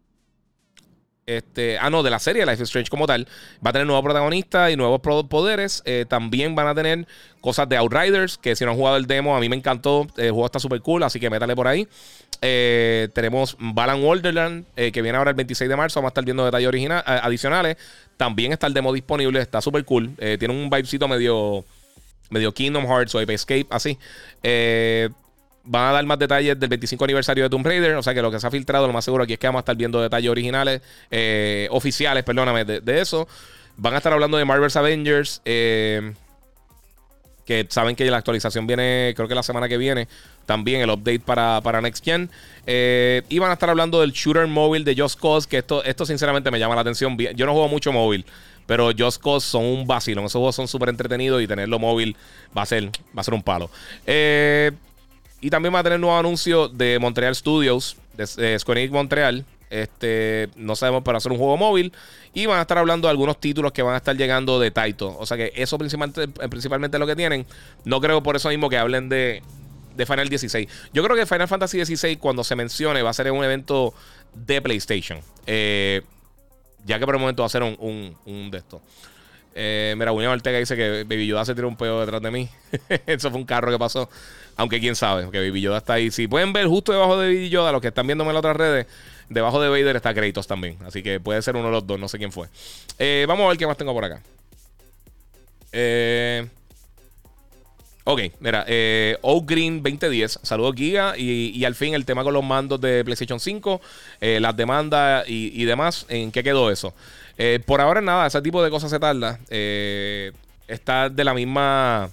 De la serie Life is Strange como tal. Va a tener nuevos protagonistas y nuevos poderes. También van a tener cosas de Outriders, que si no han jugado el demo, a mí me encantó. El juego está súper cool, así que métale por ahí. Tenemos Balan Wonderland, que viene ahora el 26 de marzo. Vamos a estar viendo detalles adicionales. También está el demo disponible, está súper cool. Tiene un vibecito medio Kingdom Hearts o Ape Escape, así. Van a dar más detalles del 25 aniversario de Tomb Raider. O sea que lo que se ha filtrado, lo más seguro aquí es que vamos a estar viendo detalles originales, oficiales, perdóname, de eso. Van a estar hablando de Marvel's Avengers, que saben que la actualización viene, creo que la semana que viene. También el update para Next Gen. Y van a estar hablando del shooter móvil de Just Cause, que esto sinceramente me llama la atención. Yo no juego mucho móvil, pero Just Cause son un vacilón. Esos juegos son súper entretenidos y tenerlo móvil va a ser un palo. Y también va a tener nuevo anuncio de Montreal Studios, de Square Enix Montreal. No sabemos, para hacer un juego móvil. Y van a estar hablando de algunos títulos que van a estar llegando de Taito. O sea que eso principalmente es lo que tienen. No creo por eso mismo que hablen de Final 16. Yo creo que Final Fantasy 16, cuando se mencione, va a ser un evento de PlayStation. Ya que por el momento va a ser un de estos. Mira, William Ortega dice que Baby Yoda se tiró un pedo detrás de mí. Eso fue un carro que pasó. Aunque quién sabe, porque Baby Yoda está ahí. Si pueden ver justo debajo de Baby Yoda, los que están viéndome en las otras redes, debajo de Vader está Kratos también. Así que puede ser uno de los dos, no sé quién fue. Vamos a ver qué más tengo por acá. Ok, mira, Oak Green 2010, saludos Giga, y al fin el tema con los mandos de PlayStation 5, las demandas y demás, ¿en qué quedó eso? Por ahora nada, ese tipo de cosas se tarda. Está de la misma...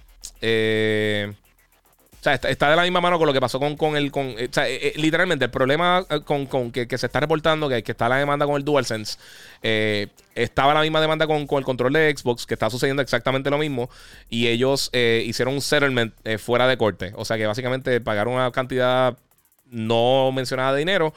o sea, está de la misma mano con lo que pasó o sea, literalmente, el problema con que se está reportando, que está la demanda con el DualSense, estaba la misma demanda con el control de Xbox, que está sucediendo exactamente lo mismo, y ellos hicieron un settlement fuera de corte. O sea, que básicamente pagaron una cantidad no mencionada de dinero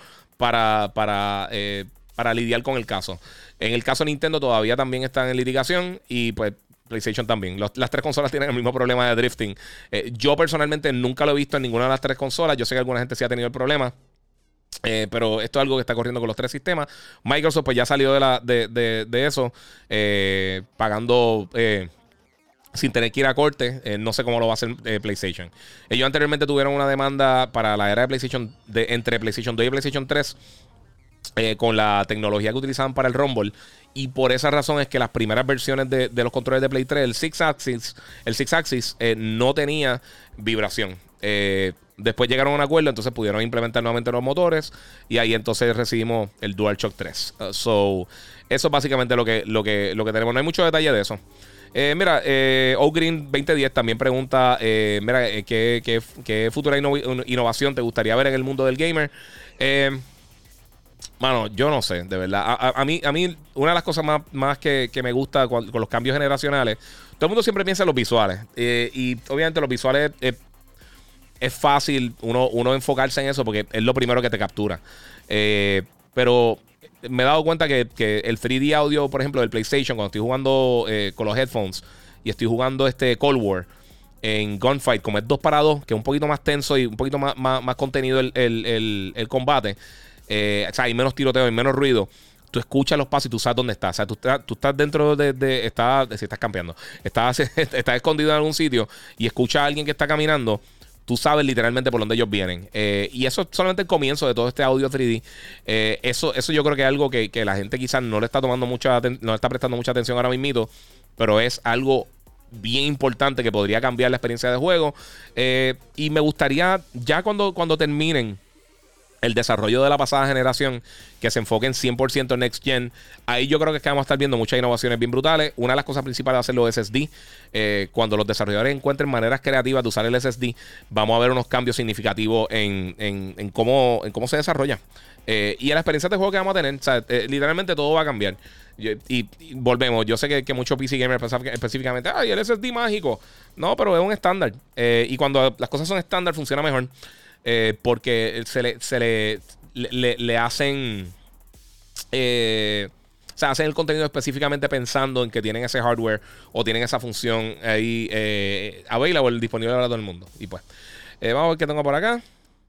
para lidiar con el caso. En el caso de Nintendo todavía también están en litigación y pues PlayStation también. Las tres consolas tienen el mismo problema de drifting. Yo personalmente nunca lo he visto en ninguna de las tres consolas. Yo sé que alguna gente sí ha tenido el problema. Pero esto es algo que está corriendo con los tres sistemas. Microsoft pues ya salió de eso. Pagando sin tener que ir a corte. No sé cómo lo va a hacer PlayStation. Ellos anteriormente tuvieron una demanda para la era de PlayStation entre PlayStation 2 y PlayStation 3. Con la tecnología que utilizaban para el Rumble. Y por esa razón es que las primeras versiones de los controles de Play 3, el Six Axis no tenía vibración. Después llegaron a un acuerdo, entonces pudieron implementar nuevamente los motores. Y ahí entonces recibimos el DualShock 3. Eso es básicamente lo que tenemos. No hay mucho detalle de eso. Mira, O'Green 2010 también pregunta: mira, ¿qué futura innovación te gustaría ver en el mundo del gamer? Mano, yo no sé, de verdad. A mí, una de las cosas más que me gusta con los cambios generacionales, todo el mundo siempre piensa en los visuales. Y obviamente los visuales es fácil uno enfocarse en eso porque es lo primero que te captura. Pero me he dado cuenta que el 3D audio, por ejemplo, del PlayStation, cuando estoy jugando con los headphones y estoy jugando Cold War en Gunfight, como es 2 para 2, que es un poquito más tenso y un poquito más contenido el combate. O sea, hay menos tiroteo, hay menos ruido. Tú escuchas los pasos y tú sabes dónde estás. O sea, tú estás dentro si estás campeando, estás escondido en algún sitio y escuchas a alguien que está caminando. Tú sabes literalmente por dónde ellos vienen. Y eso es solamente el comienzo de todo este audio 3D. Eso yo creo que es algo que la gente quizás no le está tomando no le está prestando mucha atención ahora mismito. Pero es algo bien importante que podría cambiar la experiencia de juego. Y me gustaría, ya cuando terminen el desarrollo de la pasada generación, que se enfoquen 100% en Next Gen, ahí yo creo que es que vamos a estar viendo muchas innovaciones bien brutales. Una de las cosas principales va a ser los SSD. Cuando los desarrolladores encuentren maneras creativas de usar el SSD, vamos a ver unos cambios significativos en cómo se desarrolla. Y en la experiencia de juego que vamos a tener, o sea, literalmente todo va a cambiar. Y volvemos, yo sé que muchos PC gamers pensaban específicamente, ¡ay, el SSD mágico! No, pero es un estándar. Y cuando las cosas son estándar, funciona mejor. Porque le hacen o sea, hacen el contenido específicamente pensando en que tienen ese hardware o tienen esa función ahí available, disponible para todo el mundo. Y pues, vamos a ver qué tengo por acá.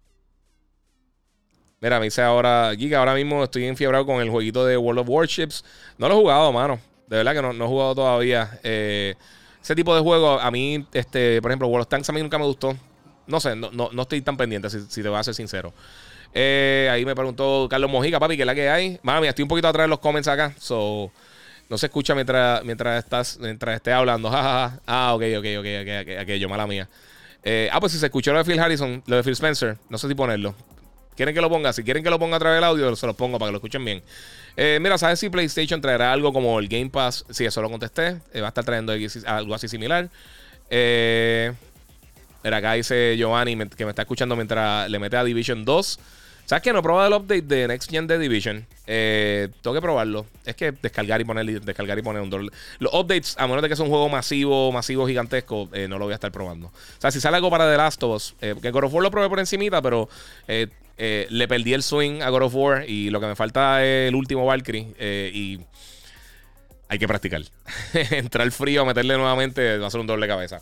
Mira, me dice ahora Giga, ahora mismo estoy enfiebrado con el jueguito de World of Warships. No lo he jugado, mano. De verdad que no he jugado todavía. Ese tipo de juego, a mí, por ejemplo, World of Tanks a mí nunca me gustó. No sé, no estoy tan pendiente, si te voy a ser sincero. Ahí me preguntó Carlos Mojica, papi, ¿qué es la que hay? Mami, mía, estoy un poquito atrás de los comments acá. So, no se escucha mientras esté hablando. Ok, aquello, mala mía. Pues si se escuchó lo de Phil Harrison, lo de Phil Spencer, no sé si ponerlo. ¿Quieren que lo ponga? Si quieren que lo ponga a través del audio, se los pongo para que lo escuchen bien. Mira, ¿sabes si PlayStation traerá algo como el Game Pass? Sí, eso lo contesté. Va a estar trayendo algo así similar. Mira, acá dice Giovanni que me está escuchando mientras le mete a Division 2. ¿Sabes qué? No he probado el update de Next Gen de Division. Tengo que probarlo. Es que descargar y poner un dollar. Los updates, a menos de que sea un juego masivo, gigantesco, no lo voy a estar probando. O sea, si sale algo para The Last of Us, que God of War lo probé por encimita, pero le perdí el swing a God of War y lo que me falta es el último Valkyrie. Y hay que practicar. Entrar frío a meterle nuevamente va a ser un doble cabeza.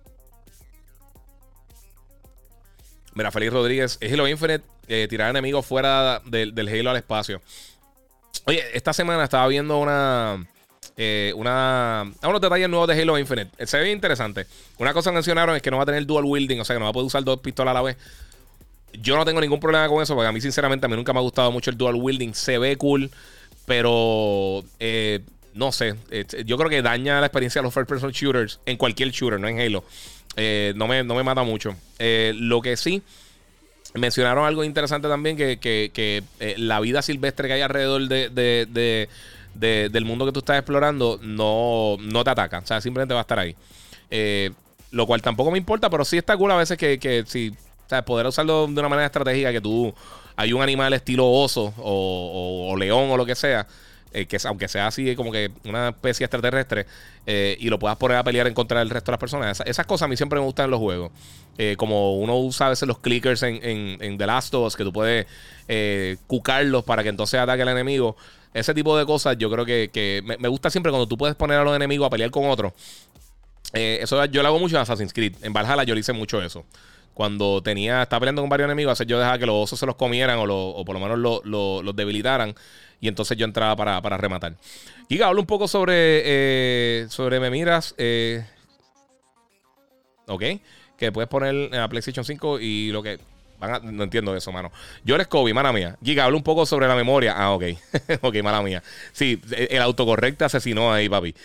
Mira, Félix Rodríguez, es Halo Infinite, tirar enemigos fuera del Halo al espacio. Oye, esta semana estaba viendo unos detalles nuevos de Halo Infinite. Se ve interesante. Una cosa que mencionaron es que no va a tener dual wielding, o sea que no va a poder usar 2 pistolas a la vez. Yo no tengo ningún problema con eso, porque a mí sinceramente nunca me ha gustado mucho el dual wielding. Se ve cool, pero no sé, yo creo que daña la experiencia de los first person shooters en cualquier shooter, no en Halo. No me mata mucho. Lo que sí, mencionaron algo interesante también, que la vida silvestre que hay alrededor del mundo que tú estás explorando no te ataca. O sea, simplemente va a estar ahí. Lo cual tampoco me importa, pero sí está cool a veces que si, o sea, poder usarlo de una manera estratégica, que tú hay un animal estilo oso o león o lo que sea, aunque sea así como que una especie extraterrestre, y lo puedas poner a pelear en contra del resto de las personas. Esas cosas a mí siempre me gustan en los juegos. Como uno usa a veces los clickers en The Last of Us, que tú puedes cucarlos para que entonces ataque al enemigo. Ese tipo de cosas yo creo que me gusta siempre cuando tú puedes poner a los enemigos a pelear con otros. Eso yo lo hago mucho en Assassin's Creed. En Valhalla yo le hice mucho eso. Cuando estaba peleando con varios enemigos, yo dejaba que los osos se los comieran o por lo menos los debilitaran. Y entonces yo entraba para rematar. Giga, habla un poco sobre Me Miras. Ok. Que puedes poner a PlayStation 5 y lo que... no entiendo eso, mano. Yo eres Kobe, mala mía. Giga, habla un poco sobre la memoria. Ah, ok. Ok, mala mía. Sí, el autocorrecto asesinó ahí, papi.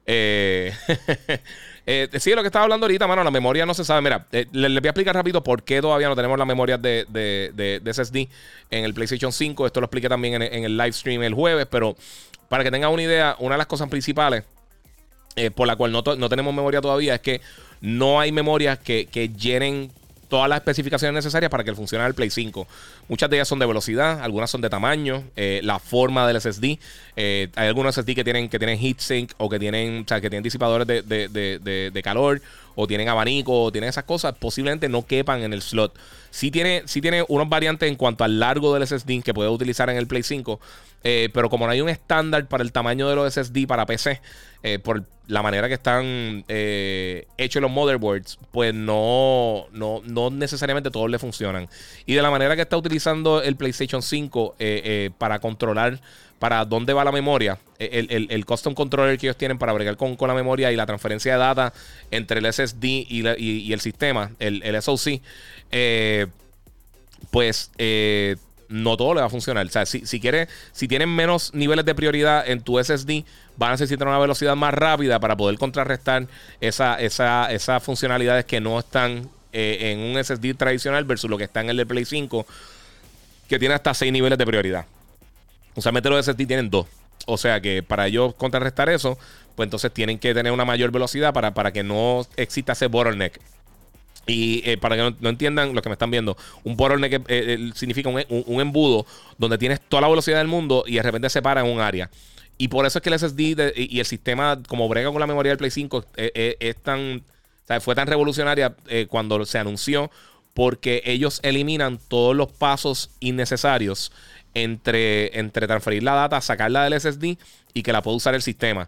Sí, lo que estaba hablando ahorita, mano, la memoria no se sabe. Mira, les voy a explicar rápido por qué todavía no tenemos las memorias de SSD en el PlayStation 5. Esto lo expliqué también en el live stream el jueves, pero para que tengan una idea, una de las cosas principales por la cual no tenemos memoria todavía es que no hay memorias que llenen todas las especificaciones necesarias para que funcione el Play 5. Muchas de ellas son de velocidad, algunas son de tamaño, la forma del SSD. Hay algunos SSD que tienen heatsink o que tienen disipadores de calor, o tienen abanico, o tienen esas cosas. Posiblemente no quepan en el slot. Sí tiene unos variantes en cuanto al largo del SSD que puede utilizar en el Play 5. Pero como no hay un estándar para el tamaño de los SSD para PC, por la manera que están hechos los motherboards, pues no necesariamente todos le funcionan. Y de la manera que está utilizando el PlayStation 5 para controlar para dónde va la memoria, el custom controller que ellos tienen para bregar con la memoria y la transferencia de data entre el SSD y el sistema, el SoC, pues no todo le va a funcionar. O sea, si tienen menos niveles de prioridad en tu SSD, van a necesitar una velocidad más rápida para poder contrarrestar esas funcionalidades que no están en un SSD tradicional versus lo que está en el de Play 5, que tiene hasta 6 niveles de prioridad. Usualmente los SSD tienen 2. O sea que para ellos contrarrestar eso, pues entonces tienen que tener una mayor velocidad para que no exista ese bottleneck. Y para que no entiendan los que me están viendo, un bottleneck significa un embudo donde tienes toda la velocidad del mundo y de repente se para en un área. Y por eso es que el SSD y el sistema, como brega con la memoria del Play 5, o sea, fue tan revolucionaria cuando se anunció, porque ellos eliminan todos los pasos innecesarios entre transferir la data, sacarla del SSD y que la pueda usar el sistema.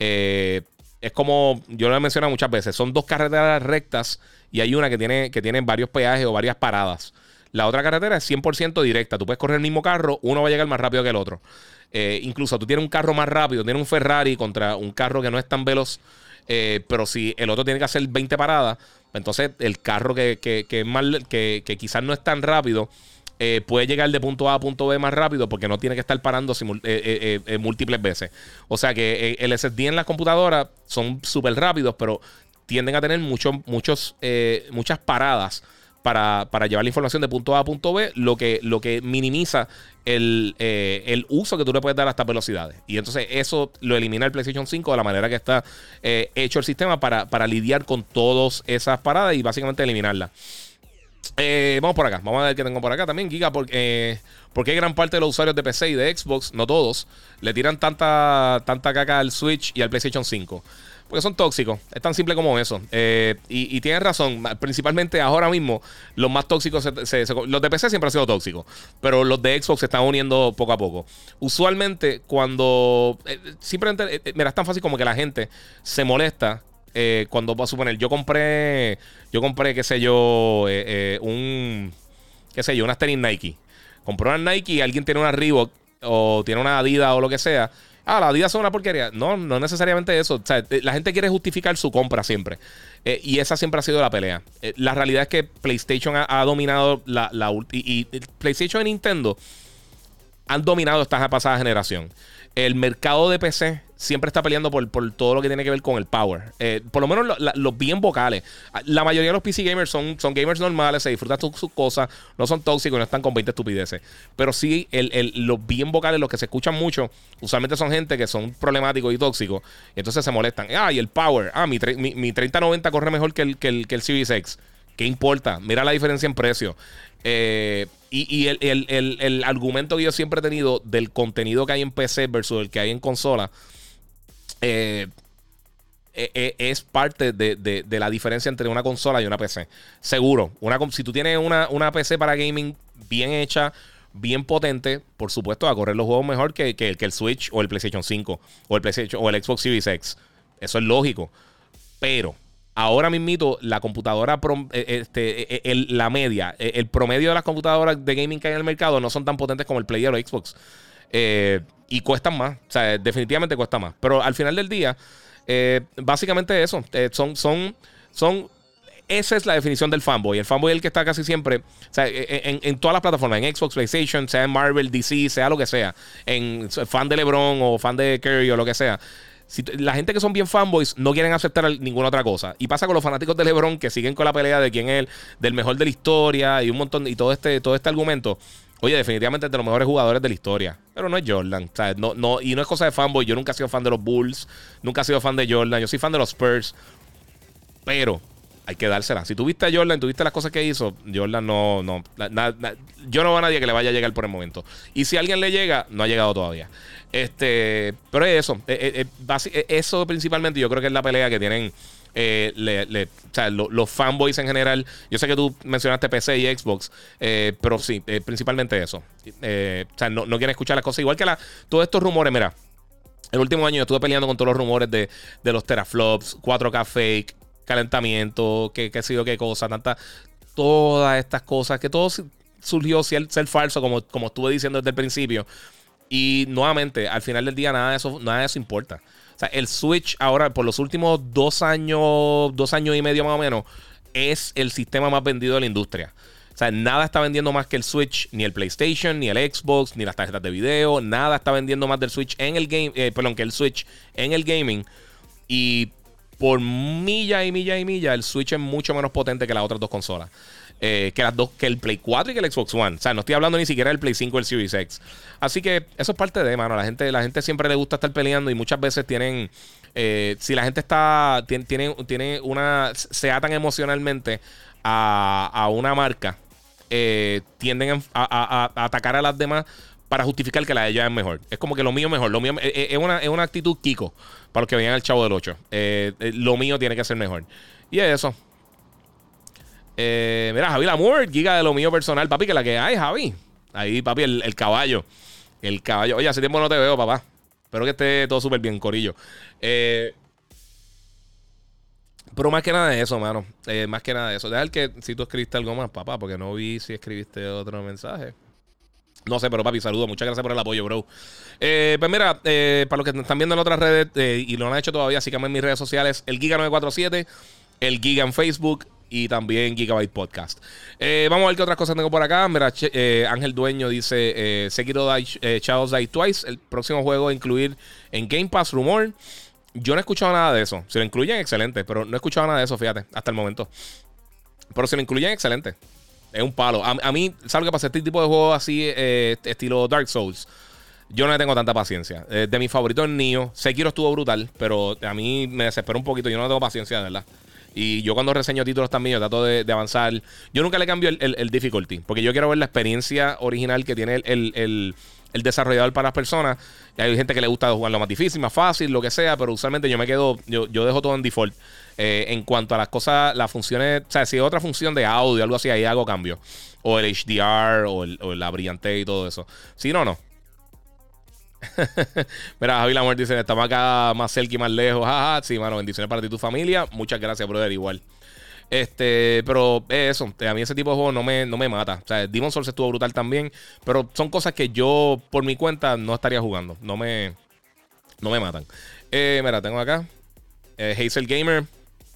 Es como, yo lo he mencionado muchas veces, son dos carreteras rectas y hay una que tiene varios peajes o varias paradas. La otra carretera es 100% directa. Tú puedes correr el mismo carro, uno va a llegar más rápido que el otro. Incluso tú tienes un carro más rápido, tienes un Ferrari contra un carro que no es tan veloz, pero si el otro tiene que hacer 20 paradas, entonces el carro que quizás no es tan rápido, puede llegar de punto A a punto B más rápido porque no tiene que estar parando múltiples veces. O sea que el SSD en las computadoras son súper rápidos, pero tienden a tener muchas paradas para llevar la información de punto A a punto B, lo que minimiza el uso que tú le puedes dar a estas velocidades. Y entonces eso lo elimina el PlayStation 5 de la manera que está hecho el sistema para lidiar con todas esas paradas y básicamente eliminarlas. Vamos por acá. Vamos a ver qué tengo por acá también, Giga. Porque gran parte de los usuarios de PC y de Xbox, no todos, le tiran tanta caca al Switch y al PlayStation 5. Porque son tóxicos. Es tan simple como eso. Y tienes razón. Principalmente ahora mismo, los más tóxicos los de PC siempre han sido tóxicos, pero los de Xbox se están uniendo poco a poco. Usualmente cuando simplemente, mira, es tan fácil como que la gente se molesta cuando, va a suponer, yo compré, qué sé yo, unas tenis Nike. Compré una Nike y alguien tiene una Reebok o tiene una Adidas o lo que sea. La Adidas son una porquería. No necesariamente eso. O sea, la gente quiere justificar su compra siempre. Y esa siempre ha sido la pelea. La realidad es que PlayStation ha dominado y PlayStation y Nintendo han dominado esta pasada generación. El mercado de PC siempre está peleando por todo lo que tiene que ver con el power. Por lo menos los bien vocales. La mayoría de los PC gamers son gamers normales, se disfrutan sus cosas, no son tóxicos y no están con 20 estupideces. Pero sí, los bien vocales, los que se escuchan mucho, usualmente son gente que son problemáticos y tóxicos. Y entonces se molestan. Y el power. Mi 3090 corre mejor que el Series X. ¿Qué importa? Mira la diferencia en precio. Y el argumento que yo siempre he tenido del contenido que hay en PC versus el que hay en consola es parte de la diferencia entre una consola y una PC. Seguro. Si tú tienes una PC para gaming bien hecha, bien potente, por supuesto va a correr los juegos mejor que el Switch o el PlayStation 5 o el PlayStation o el Xbox Series X. Eso es lógico. Pero ahora mismito, la computadora, la media, el promedio de las computadoras de gaming que hay en el mercado no son tan potentes como el Play o el Xbox. Y cuestan más. O sea, definitivamente cuesta más. Pero al final del día, básicamente eso. Esa es la definición del fanboy. El fanboy es el que está casi siempre, o sea, en todas las plataformas, en Xbox, PlayStation, sea en Marvel, DC, sea lo que sea. Fan de LeBron o fan de Curry o lo que sea. La gente que son bien fanboys no quieren aceptar ninguna otra cosa. Y pasa con los fanáticos de LeBron que siguen con la pelea de quién es del mejor de la historia y un montón y todo este argumento. Oye, definitivamente es de los mejores jugadores de la historia. Pero no es Jordan. O sea, y no es cosa de fanboy. Yo nunca he sido fan de los Bulls. Nunca he sido fan de Jordan. Yo soy fan de los Spurs. Pero hay que dársela. Si tuviste a Jordan, tuviste las cosas que hizo, Jordan yo no veo a nadie que le vaya a llegar por el momento. Y si a alguien le llega, no ha llegado todavía. Pero es eso. Eso principalmente yo creo que es la pelea que tienen o sea, los fanboys en general. Yo sé que tú mencionaste PC y Xbox, pero sí, principalmente eso. O sea, no quieren escuchar las cosas. Igual que todos estos rumores, mira. El último año yo estuve peleando con todos los rumores de los teraflops, 4K fake, calentamiento, qué sé yo, qué cosa, todas estas cosas, que todo surgió ser falso, como estuve diciendo desde el principio. Y nuevamente, al final del día, nada de eso importa. O sea, el Switch ahora, por los últimos 2 años y medio más o menos, es el sistema más vendido de la industria. O sea, nada está vendiendo más que el Switch, ni el PlayStation, ni el Xbox, ni las tarjetas de video. Nada está vendiendo más del Switch en el game, que el Switch en el gaming. Y por milla y milla y milla, el Switch es mucho menos potente que las otras dos consolas. Que el Play 4 y que el Xbox One. O sea, no estoy hablando ni siquiera del Play 5 o el Series X. Así que eso es parte de, mano. La gente siempre le gusta estar peleando y muchas veces tienen... si la gente se atan emocionalmente a una marca, tienden a atacar a las demás para justificar que la de ella es mejor. Es como que lo mío es mejor. Lo mío es una actitud Kiko para los que veían el Chavo del 8. Lo mío tiene que ser mejor. Y es eso. Mira, Javi Lamour, giga de lo mío personal, papi, que la que hay, Javi. Ahí, papi, el caballo. El caballo. Oye, hace tiempo no te veo, papá. Espero que esté todo súper bien, corillo. Pero más que nada de eso, mano. Más que nada de eso. Deja que si tú escribiste algo más, papá, porque no vi si escribiste otro mensaje. No sé, pero papi, saludos. Muchas gracias por el apoyo, bro. Pues mira, para los que están viendo en otras redes y lo han hecho todavía, síganme en mis redes sociales. El Giga947, el Giga en Facebook y también Gigabyte Podcast. Vamos a ver qué otras cosas tengo por acá. Mira, Ángel Dueño dice: Sekiro Shadows Die Twice. El próximo juego a incluir en Game Pass, rumor. Yo no he escuchado nada de eso. Si lo incluyen, excelente. Pero no he escuchado nada de eso, fíjate, hasta el momento. Pero si lo incluyen, excelente. Es un palo. A mí, ¿sabes qué pasa? Este tipo de juegos así, estilo Dark Souls, yo no le tengo tanta paciencia. De mi favorito es Nioh. Sekiro estuvo brutal, pero a mí me desesperó un poquito. Yo no tengo paciencia, de verdad. Y yo cuando reseño títulos también, yo trato de avanzar. Yo nunca le cambio el difficulty, porque yo quiero ver la experiencia original que tiene el desarrollador para las personas. Y hay gente que le gusta jugarlo más difícil, más fácil, lo que sea, pero usualmente yo dejo todo en default. En cuanto a las cosas, las funciones, o sea, si hay otra función de audio, algo así, ahí hago cambio. O el HDR, o la brillantez y todo eso. Si no, no. Mira, Javi Lamuer dice: estamos acá más cerca y más lejos. Jaja, sí, mano, bendiciones para ti y tu familia. Muchas gracias, brother, igual. Pero eso, a mí ese tipo de juego no me mata. O sea, Demon's Souls estuvo brutal también, pero son cosas que yo, por mi cuenta, no estaría jugando. No me matan. Mira, tengo acá Hazel Gamer.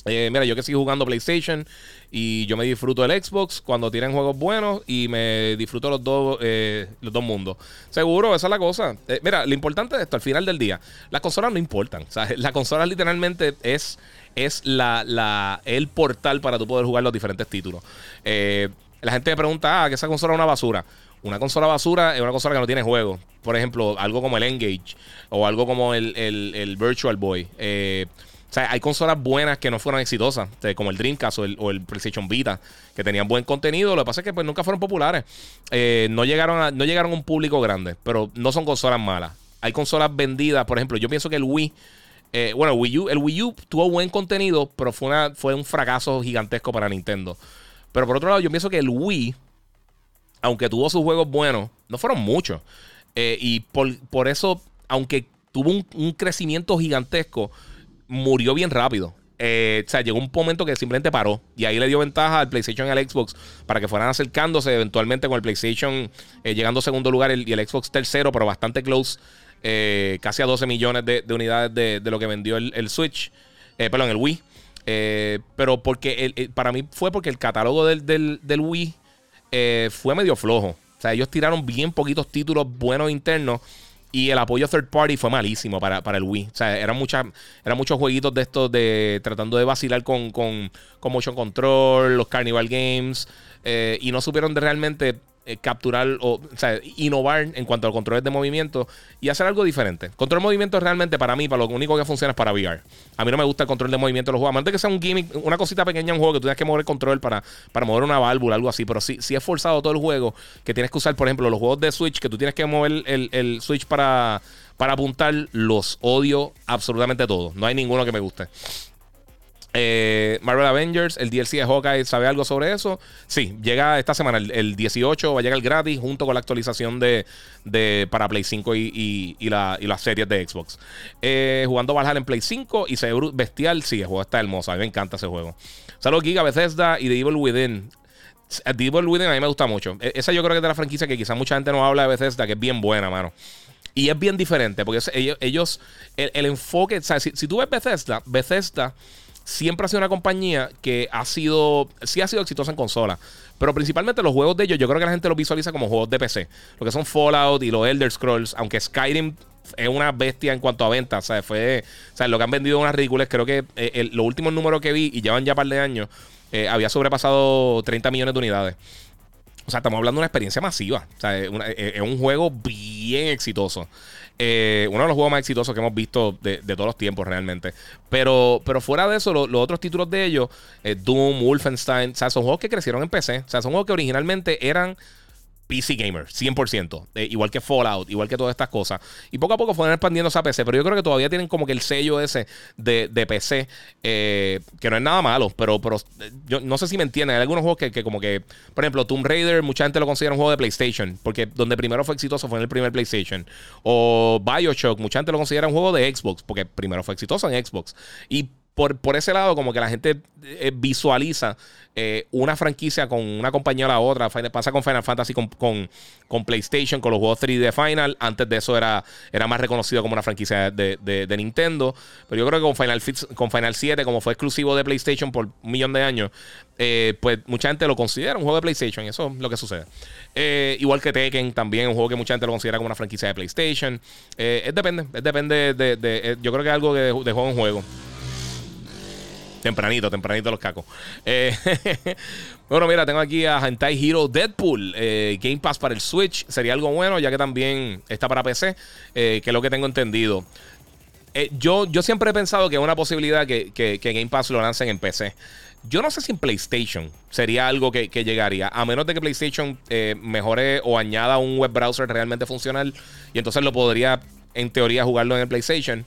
Mira, yo que sigo jugando PlayStation y yo me disfruto del Xbox cuando tienen juegos buenos y me disfruto los dos mundos. Seguro, esa es la cosa. Mira, lo importante de esto, al final del día, las consolas no importan. O sea, la consola literalmente es el portal para tú poder jugar los diferentes títulos. La gente me pregunta, que esa consola es una basura. Una consola basura es una consola que no tiene juegos. Por ejemplo, algo como el N-Gage o algo como el Virtual Boy. O sea, hay consolas buenas que no fueron exitosas, como el Dreamcast o el PlayStation Vita, que tenían buen contenido. Lo que pasa es que pues, nunca fueron populares. No llegaron a un público grande, pero no son consolas malas. Hay consolas vendidas, por ejemplo, yo pienso que el Wii, el Wii U tuvo buen contenido, pero fue un fracaso gigantesco para Nintendo. Pero por otro lado, yo pienso que el Wii, aunque tuvo sus juegos buenos, no fueron muchos. Y por eso, aunque tuvo un crecimiento gigantesco, murió bien rápido. O sea, llegó un momento que simplemente paró. Y ahí le dio ventaja al PlayStation y al Xbox para que fueran acercándose eventualmente con el PlayStation llegando a segundo lugar y el Xbox tercero, pero bastante close. Casi a 12 millones de unidades de lo que vendió el Switch. Perdón, el Wii. Pero porque para mí fue porque el catálogo del Wii fue medio flojo. O sea, ellos tiraron bien poquitos títulos buenos internos. Y el apoyo third party fue malísimo para el Wii. O sea, eran muchos jueguitos de estos tratando de vacilar con motion control, los Carnival Games. Y no supieron de realmente capturar o sea, innovar en cuanto a los controles de movimiento y hacer algo diferente. Control de movimiento realmente para mí, para lo único que funciona es para VR. A mí no me gusta el control de movimiento de los juegos. A menos de que sea un gimmick, una cosita pequeña en un juego que tú tengas que mover el control para mover una válvula, algo así. Pero sí es forzado todo el juego que tienes que usar, por ejemplo, los juegos de Switch, que tú tienes que mover el Switch para apuntar, los odio absolutamente todos. No hay ninguno que me guste. Marvel Avengers, el DLC de Hawkeye, ¿sabe algo sobre eso? Sí, llega esta semana, el 18 va a llegar gratis junto con la actualización para Play 5 y las series de Xbox. Jugando Valhalla en Play 5 y se ve bestial. Sí, el juego está hermoso, a mí me encanta ese juego. Saludos Giga, Bethesda y The Evil Within. The Evil Within a mí me gusta mucho. Esa yo creo que es de la franquicia que quizás mucha gente no habla de Bethesda, que es bien buena, mano. Y es bien diferente, porque ellos el enfoque, o sea, si tú ves Bethesda siempre ha sido una compañía que sí ha sido exitosa en consola. Pero principalmente los juegos de ellos, yo creo que la gente los visualiza como juegos de PC. Lo que son Fallout y los Elder Scrolls, aunque Skyrim es una bestia en cuanto a ventas. O sea, lo que han vendido es una ridícula. Creo que los últimos números que vi, y llevan ya un par de años, había sobrepasado 30 millones de unidades. O sea, estamos hablando de una experiencia masiva. O sea, es un juego bien exitoso. Uno de los juegos más exitosos que hemos visto de todos los tiempos realmente. Pero fuera de eso, los otros títulos de ellos, Doom, Wolfenstein, o sea, son juegos que crecieron en PC. O sea, son juegos que originalmente eran PC Gamer, 100%. Igual que Fallout, igual que todas estas cosas. Y poco a poco fueron expandiéndose a PC. Pero yo creo que todavía tienen como que el sello ese de PC, que no es nada malo. Pero yo no sé si me entienden. Hay algunos juegos que como que, por ejemplo, Tomb Raider, mucha gente lo considera un juego de PlayStation. Porque donde primero fue exitoso fue en el primer PlayStation. O BioShock, mucha gente lo considera un juego de Xbox. Porque primero fue exitoso en Xbox. Y por ese lado, como que la gente visualiza una franquicia con una compañía o la otra. Pasa con Final Fantasy, con PlayStation, con los juegos 3D Final. Antes de eso era más reconocido como una franquicia de Nintendo. Pero yo creo que con Final 7, como fue exclusivo de PlayStation por 1 millón de años, pues mucha gente lo considera un juego de PlayStation. Eso es lo que sucede. Igual que Tekken, también un juego que mucha gente lo considera como una franquicia de PlayStation. Depende yo creo que es algo de juego en juego. Tempranito los cacos. Bueno, mira, tengo aquí a Hentai Hero Deadpool. Game Pass para el Switch. Sería algo bueno, ya que también está para PC, que es lo que tengo entendido. Yo siempre he pensado que es una posibilidad que Game Pass lo lancen en PC. Yo no sé si en PlayStation sería algo que llegaría, a menos de que PlayStation mejore o añada un web browser realmente funcional. Y entonces lo podría, en teoría, jugarlo en el PlayStation.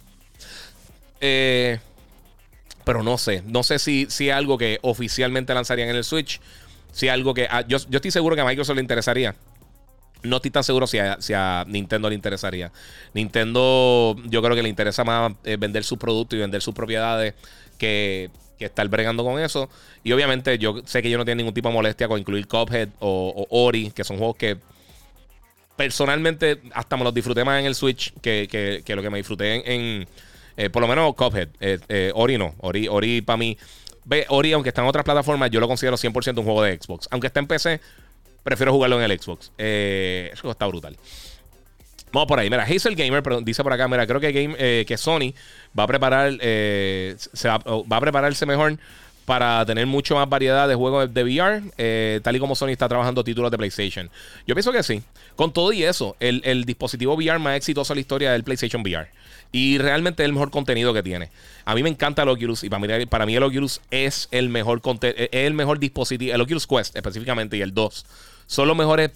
Pero no sé si es algo que oficialmente lanzarían en el Switch. Si es algo que yo estoy seguro que a Microsoft le interesaría. No estoy tan seguro si a Nintendo le interesaría. Nintendo, yo creo que le interesa más vender sus productos y vender sus propiedades que estar bregando con eso. Y obviamente yo sé que yo no tengo ningún tipo de molestia con incluir Cuphead o Ori, que son juegos que personalmente hasta me los disfruté más en el Switch que lo que me disfruté en por lo menos Cuphead. Ori no. Ori para mí, Ori, aunque está en otras plataformas, yo lo considero 100% un juego de Xbox. Aunque está en PC, prefiero jugarlo en el Xbox. Eso está brutal. Vamos por ahí. Mira, Hazel Gamer dice por acá, mira, creo que Sony va a preparar, va a prepararse mejor para tener mucho más variedad de juegos de VR, tal y como Sony está trabajando títulos de PlayStation. Yo pienso que sí. Con todo y eso, el dispositivo VR más exitoso de la historia es el PlayStation VR. Y realmente es el mejor contenido que tiene. A mí me encanta el Oculus y para mí el Oculus es el mejor dispositivo. El Oculus Quest específicamente y el 2 son los mejores...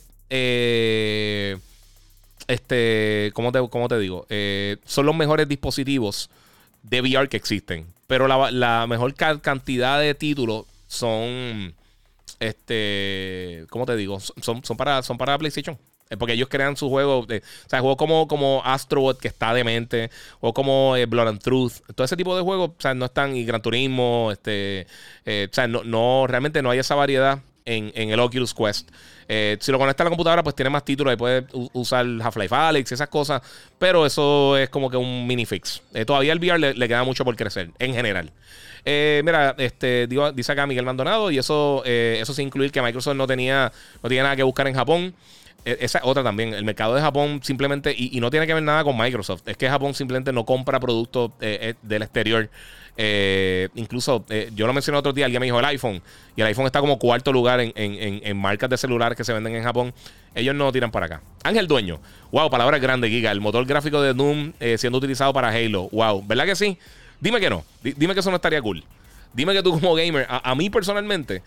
¿cómo te digo? Son los mejores dispositivos de VR que existen. Pero la mejor cantidad de títulos son, ¿cómo te digo? Son para PlayStation. Porque ellos crean sus juegos, o sea, juegos como Astrobot, que está demente, o como Blood and Truth. Todo ese tipo de juegos, o sea, no están, y Gran Turismo, o sea, realmente no hay esa variedad en el Oculus Quest. Si lo conectas a la computadora, pues tiene más títulos. Ahí puedes usar Half-Life Alyx y esas cosas. Pero eso es como que un mini fix. Todavía el VR le queda mucho por crecer, en general. Mira, dice acá Miguel Maldonado. Y eso sin incluir que Microsoft no tenía nada que buscar en Japón. Esa es otra también. El mercado de Japón simplemente, y no tiene que ver nada con Microsoft, es que Japón simplemente no compra productos del exterior. Incluso yo lo mencioné otro día, alguien me dijo el iPhone, y el iPhone está como cuarto lugar en marcas de celulares que se venden en Japón. Ellos no tiran para acá. Ángel Dueño, wow, palabras grandes, Giga. El motor gráfico de Doom siendo utilizado para Halo, wow, ¿verdad que sí? Dime que no, dime que eso no estaría cool. Dime que tú como gamer, a mí personalmente,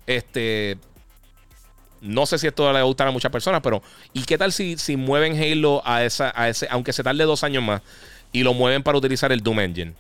no sé si esto le va a gustar a muchas personas, pero ¿y qué tal si mueven Halo a ese, aunque se tarde 2 años más, y lo mueven para utilizar el Doom Engine?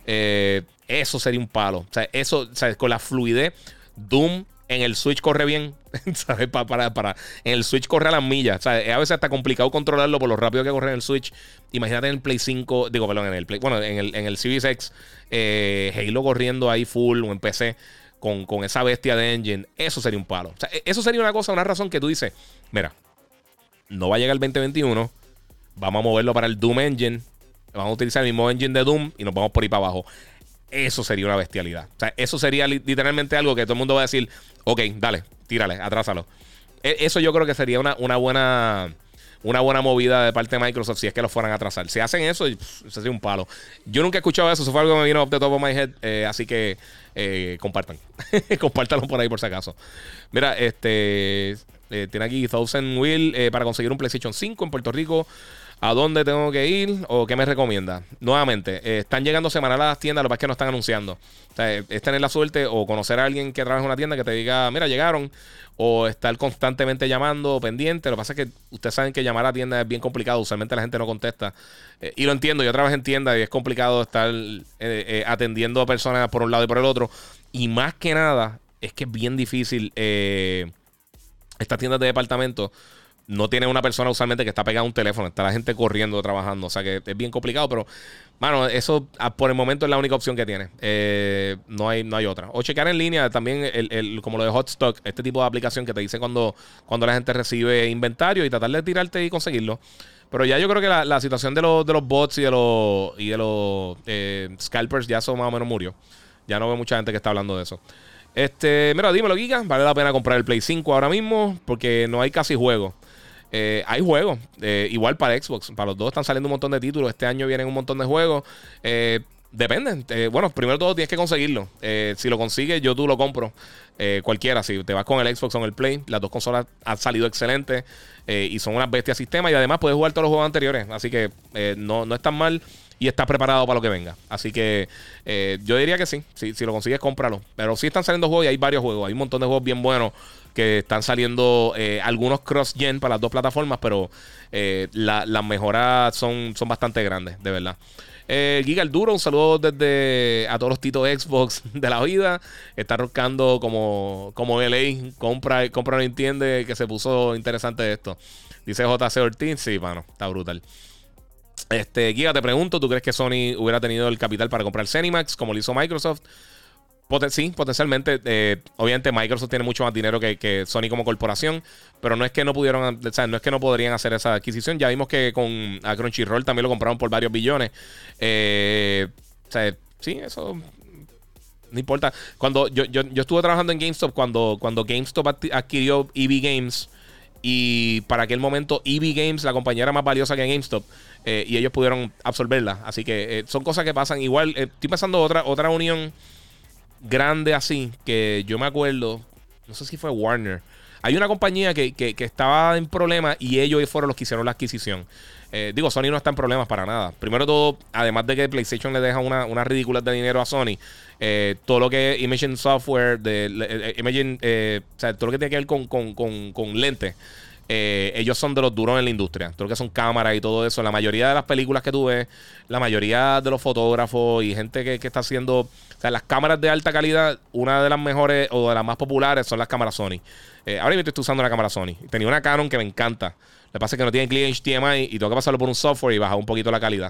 Eso sería un palo. O sea, eso, o sea, con la fluidez, Doom en el Switch corre bien. ¿Sabes? En el Switch corre a las millas. O sea, a veces está complicado controlarlo por lo rápido que corre en el Switch. Imagínate en el Play 5, digo, perdón, en el Series X, Halo corriendo ahí full o en PC. Con esa bestia de engine, eso sería un palo. O sea, eso sería una razón que tú dices, mira, no va a llegar el 2021, vamos a moverlo para el Doom Engine, vamos a utilizar el mismo engine de Doom y nos vamos por ahí para abajo. Eso sería una bestialidad. O sea, eso sería literalmente algo que todo el mundo va a decir, ok, dale, tírale, atrásalo. Eso yo creo que sería una buena movida de parte de Microsoft si es que lo fueran a atrasar. Si hacen eso, eso sería un palo. Yo nunca he escuchado eso. Eso fue algo que me vino up the top of my head. Así que compartan. Compártanlo por ahí por si acaso. Mira, tiene aquí Thousand Will para conseguir un PlayStation 5 en Puerto Rico. ¿A dónde tengo que ir o qué me recomienda? Nuevamente, están llegando semanal a las tiendas, lo que pasa es que no están anunciando. O sea, es tener la suerte o conocer a alguien que trabaja en una tienda que te diga, mira, llegaron. O estar constantemente llamando, pendiente. Lo que pasa es que ustedes saben que llamar a tienda es bien complicado. Usualmente la gente no contesta. Y lo entiendo, yo trabajo en tienda y es complicado estar atendiendo a personas por un lado y por el otro. Y más que nada, es que es bien difícil. Estas tiendas de departamento no tiene una persona usualmente que está pegada a un teléfono. Está la gente corriendo, trabajando. O sea que es bien complicado. Pero, mano, eso por el momento es la única opción que tiene. No hay otra. O checar en línea también, como lo de Hotstock, este tipo de aplicación que te dice cuando la gente recibe inventario y tratar de tirarte y conseguirlo. Pero ya yo creo que la situación de los bots y de los scalpers ya eso más o menos murió. Ya no veo mucha gente que está hablando de eso. Mira, dímelo, Giga. ¿Vale la pena comprar el Play 5 ahora mismo? Porque no hay casi juegos. Hay juegos, igual para Xbox. Para los dos están saliendo un montón de títulos. Este año vienen un montón de juegos. Depende. Bueno, primero todo tienes que conseguirlo. Si lo consigues, tú lo compro. Cualquiera. Si te vas con el Xbox o con el Play, las dos consolas han salido excelentes. Y son unas bestias sistema. Y además puedes jugar todos los juegos anteriores. Así que no es tan mal. Y está preparado para lo que venga. Así que yo diría que sí. Si lo consigues, cómpralo. Pero sí están saliendo juegos y hay varios juegos. Hay un montón de juegos bien buenos que están saliendo, algunos cross-gen para las dos plataformas, pero las mejoras son bastante grandes, de verdad. Giga el Duro, un saludo a todos los titos Xbox de la vida. Está roscando como LA. Compra no entiende que se puso interesante esto. Dice JC Ortiz. Sí, mano, está brutal. Giga, te pregunto, ¿tú crees que Sony hubiera tenido el capital para comprar Zenimax como lo hizo Microsoft? Sí, potencialmente. Obviamente Microsoft tiene mucho más dinero que Sony como corporación, pero no es que no pudieron, o sea, no es que no podrían hacer esa adquisición. Ya vimos que a Crunchyroll también lo compraron por varios billones. O sea, sí, eso no importa. Cuando yo estuve trabajando en GameStop cuando GameStop adquirió EB Games. Y para aquel momento EB Games, la compañía era más valiosa que GameStop. Y ellos pudieron absorberla. Así que son cosas que pasan. Igual, estoy pensando otra unión grande así. Que yo me acuerdo. No sé si fue Warner. Hay una compañía que estaba en problemas. Y ellos fueron los que hicieron la adquisición. Digo, Sony no está en problemas para nada. Primero de todo, además de que PlayStation le deja unas ridículas de dinero a Sony, todo lo que es Imaging Software, o sea, todo lo que tiene que ver con lentes, ellos son de los duros en la industria. Todo lo que son cámaras y todo eso. La mayoría de las películas que tú ves, la mayoría de los fotógrafos y gente que está haciendo, o sea, las cámaras de alta calidad, una de las mejores o de las más populares son las cámaras Sony. Ahora mismo estoy usando una cámara Sony. Tenía una Canon que me encanta. Lo que pasa es que no tiene clic HDMI y tengo que pasarlo por un software y bajar un poquito la calidad.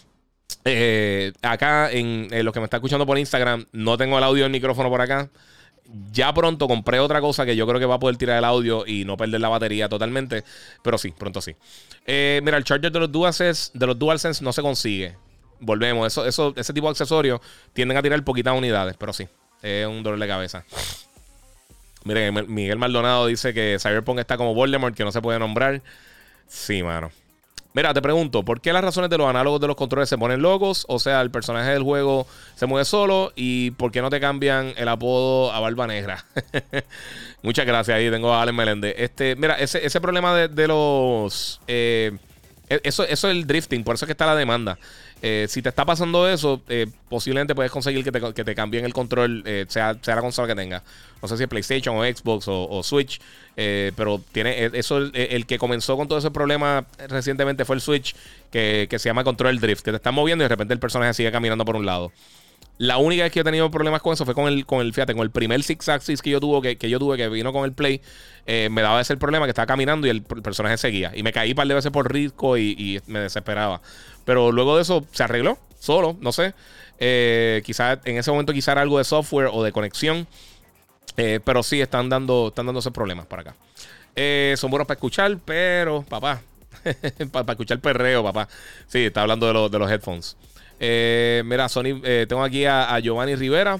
Acá, en los que me están escuchando por Instagram, no tengo el audio del micrófono por acá. Ya pronto compré otra cosa que yo creo que va a poder tirar el audio y no perder la batería totalmente. Pero sí, pronto sí. Mira, el charger de los DualSense no se consigue. Volvemos. Ese tipo de accesorios tienden a tirar poquitas unidades. Pero sí, es un dolor de cabeza. Miren, Miguel Maldonado dice que Cyberpunk está como Voldemort, que no se puede nombrar. Sí, mano. Mira, te pregunto, ¿por qué las razones de los análogos de los controles se ponen locos? O sea, el personaje del juego se mueve solo. ¿Y por qué no te cambian el apodo a Barba Negra? Muchas gracias. Ahí tengo a Alex Meléndez. Mira, ese problema de los... eso es el drifting, por eso es que está la demanda. Si te está pasando eso, posiblemente puedes conseguir que te cambien el control, sea la consola que tengas. No sé si es PlayStation o Xbox o Switch, pero tiene eso. El que comenzó con todo ese problema recientemente fue el Switch, que se llama control drift, que te están moviendo y de repente el personaje sigue caminando por un lado. La única vez que yo he tenido problemas con eso fue con el primer Six Axis que yo tuve, que vino con el Play. Me daba ese el problema, que estaba caminando y el personaje seguía. Y me caí un par de veces por risco y me desesperaba. Pero luego de eso se arregló solo, no sé. Quizás en ese momento quizás era algo de software o de conexión. Pero sí, están dándose problemas por acá. Son buenos para escuchar, pero, papá, para escuchar perreo, papá. Sí, está hablando de los headphones. Mira, Sony, tengo aquí a Giovanni Rivera.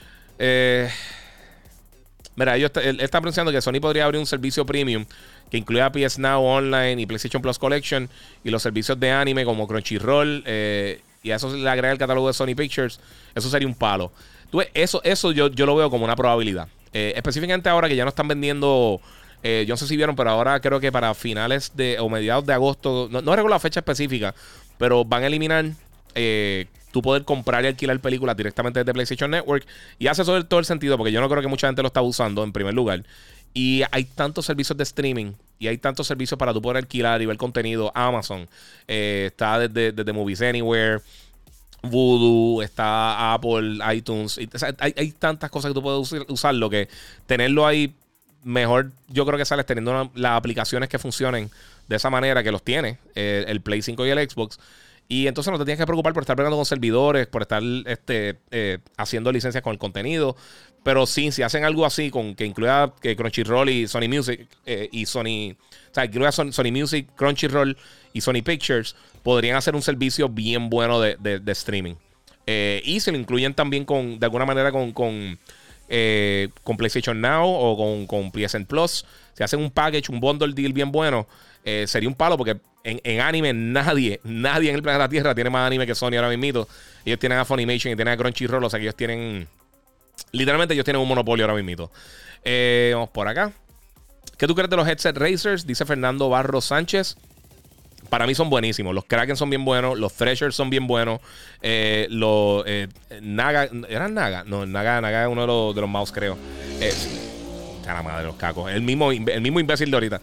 Mira, él está pensando que Sony podría abrir un servicio premium que incluya PS Now Online y PlayStation Plus Collection y los servicios de anime como Crunchyroll, y a eso le agrega el catálogo de Sony Pictures. Eso sería un palo. Tú ves, eso yo lo veo como una probabilidad. Específicamente ahora que ya no están vendiendo, yo no sé si vieron, pero ahora creo que para finales o mediados de agosto, no recuerdo la fecha específica, pero van a eliminar tú poder comprar y alquilar películas directamente desde PlayStation Network. Y hace todo el sentido, porque yo no creo que mucha gente lo está usando en primer lugar. Y hay tantos servicios de streaming y hay tantos servicios para tú poder alquilar y ver contenido. Amazon está desde Movies Anywhere, Vudu, está Apple, iTunes. O sea, hay tantas cosas que tú puedes usarlo, que tenerlo ahí mejor, yo creo que sales teniendo las aplicaciones que funcionen de esa manera, que los tiene el Play 5 y el Xbox. Y entonces no te tienes que preocupar por estar pegando con servidores, por estar haciendo licencias con el contenido. Pero sí, si hacen algo así, que incluya Crunchyroll y Sony Music y Sony... O sea, incluya Sony Music, Crunchyroll y Sony Pictures, podrían hacer un servicio bien bueno de streaming. Y se lo incluyen también de alguna manera con PlayStation Now o con PSN Plus. Si hacen un package, un bundle deal bien bueno, sería un palo, porque en anime nadie en el planeta Tierra tiene más anime que Sony ahora mismo. Ellos tienen a Funimation y tienen a Crunchyroll, o sea que ellos tienen... Literalmente ellos tienen un monopolio ahora mismo. Vamos por acá. ¿Qué tú crees de los headset Razers? Dice Fernando Barros Sánchez. Para mí son buenísimos. Los Kraken son bien buenos. Los Threshers son bien buenos. Los Naga... ¿Eran Naga? No, Naga es uno de los mouse, creo. La madre de los cacos. El mismo imbécil de ahorita.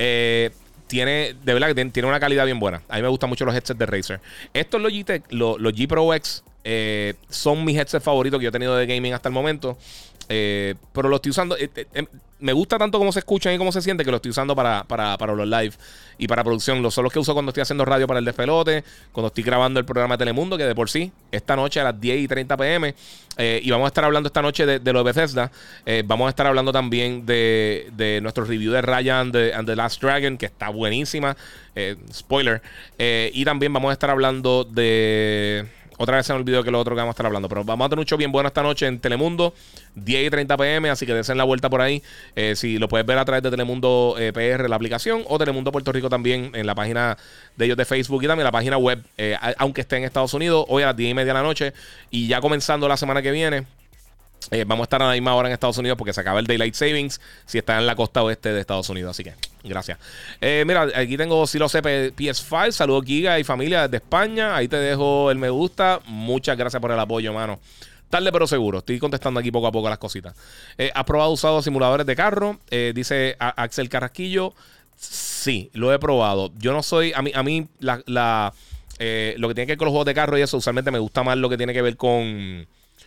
De verdad que tiene una calidad bien buena. A mí me gustan mucho los headsets de Razer. Estos Logitech, los G Pro X, son mis headsets favoritos que yo he tenido de gaming hasta el momento. Pero lo estoy usando. Me gusta tanto cómo se escuchan y cómo se siente, que lo estoy usando para los live y para producción. Son los que uso cuando estoy haciendo radio para el despelote, cuando estoy grabando el programa de Telemundo, que de por sí, esta noche a las 10:30 p.m. Y vamos a estar hablando esta noche de lo de Bethesda. Vamos a estar hablando también de nuestro review de Raya and the Last Dragon, que está buenísima. Spoiler. Y también vamos a estar hablando de Otra vez se me olvidó que lo otro que vamos a estar hablando. Pero vamos a tener un show bien bueno esta noche en Telemundo, 10:30 p.m. Así que desen la vuelta por ahí. Si lo puedes ver a través de Telemundo PR, la aplicación, o Telemundo Puerto Rico también en la página de ellos de Facebook y también la página web, aunque esté en Estados Unidos, hoy a las 10:30 de la noche. Y ya comenzando la semana que viene. Vamos a estar a la misma hora en Estados Unidos porque se acaba el Daylight Savings si está en la costa oeste de Estados Unidos. Así que, gracias. Mira, aquí tengo Silo CP PS5. Saludos, Giga y familia desde España. Ahí te dejo el me gusta. Muchas gracias por el apoyo, mano. Tarde pero seguro. Estoy contestando aquí poco a poco las cositas. ¿Has probado usado simuladores de carro? Dice Axel Carrasquillo. Sí, lo he probado. Yo no soy... A mí lo que tiene que ver con los juegos de carro y eso, usualmente me gusta más lo que tiene que ver con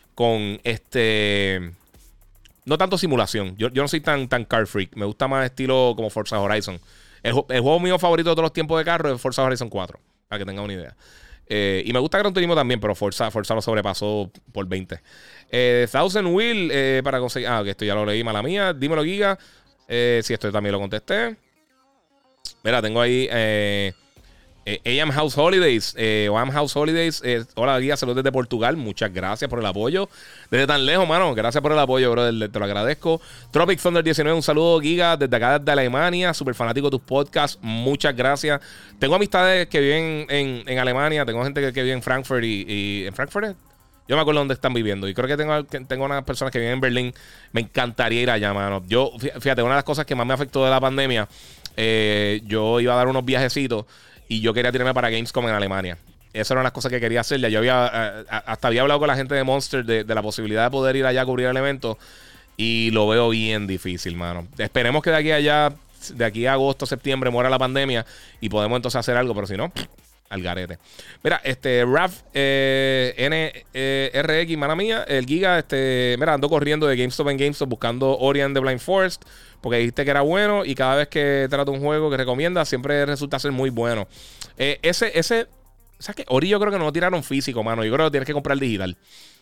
no tanto simulación. Yo no soy tan car freak. Me gusta más estilo como Forza Horizon. El juego mío favorito de todos los tiempos de carro es Forza Horizon 4, para que tengan una idea. Y me gusta Gran Turismo también, pero Forza lo sobrepasó por 20. Thousand Wheel para conseguir... ok, esto ya lo leí, mala mía. Dímelo, Giga. Si esto también lo contesté. Mira, tengo ahí... AM House Holidays, o AM House Holidays. Hola, Guía, saludos desde Portugal. Muchas gracias por el apoyo. Desde tan lejos, mano. Gracias por el apoyo, brother. Te lo agradezco. Tropic Thunder 19, un saludo, Giga, desde acá, desde Alemania. Súper fanático de tus podcasts. Muchas gracias. Tengo amistades que viven en Alemania. Tengo gente que vive en Frankfurt y ¿en Frankfurt? Yo me acuerdo dónde están viviendo. Y creo que tengo unas personas que viven en Berlín. Me encantaría ir allá, mano. Yo, fíjate, una de las cosas que más me afectó de la pandemia, yo iba a dar unos viajecitos y yo quería tirarme para Gamescom en Alemania. Esas eran las cosas que quería hacer. Ya yo hasta había hablado con la gente de Monster de la posibilidad de poder ir allá a cubrir el evento. Y lo veo bien difícil, mano. Esperemos que de aquí a agosto, septiembre, muera la pandemia y podemos entonces hacer algo. Pero si no, al garete. Mira, Raf NRX, mala mía. El Giga, mira, ando corriendo de GameStop en GameStop buscando Ori and the Blind Forest, porque dijiste que era bueno y cada vez que trato un juego que recomienda siempre resulta ser muy bueno. ¿Sabes qué? Ori yo creo que no lo tiraron físico, mano. Yo creo que lo tienes que comprar digital.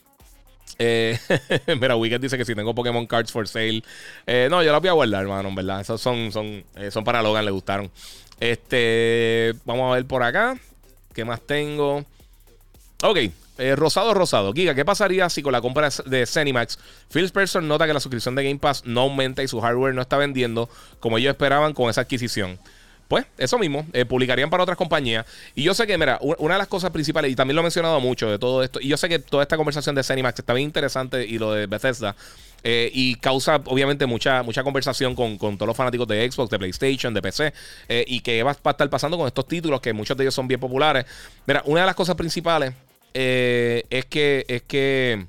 Mira, Wicked dice que si tengo Pokémon Cards for sale. No, yo las voy a guardar, mano, en verdad. Esos son para Logan, le gustaron. Vamos a ver por acá. ¿Qué más tengo? Ok. Rosado. Giga, ¿qué pasaría si con la compra de Zenimax, Phil Spencer nota que la suscripción de Game Pass no aumenta y su hardware no está vendiendo como ellos esperaban con esa adquisición? Pues eso mismo, publicarían para otras compañías. Y yo sé que, mira, una de las cosas principales, y también lo he mencionado mucho de todo esto, y yo sé que toda esta conversación de Zenimax está bien interesante, y lo de Bethesda, y causa obviamente mucha conversación con todos los fanáticos de Xbox, de PlayStation, de PC, y que va a estar pasando con estos títulos, que muchos de ellos son bien populares. Mira, una de las cosas principales es que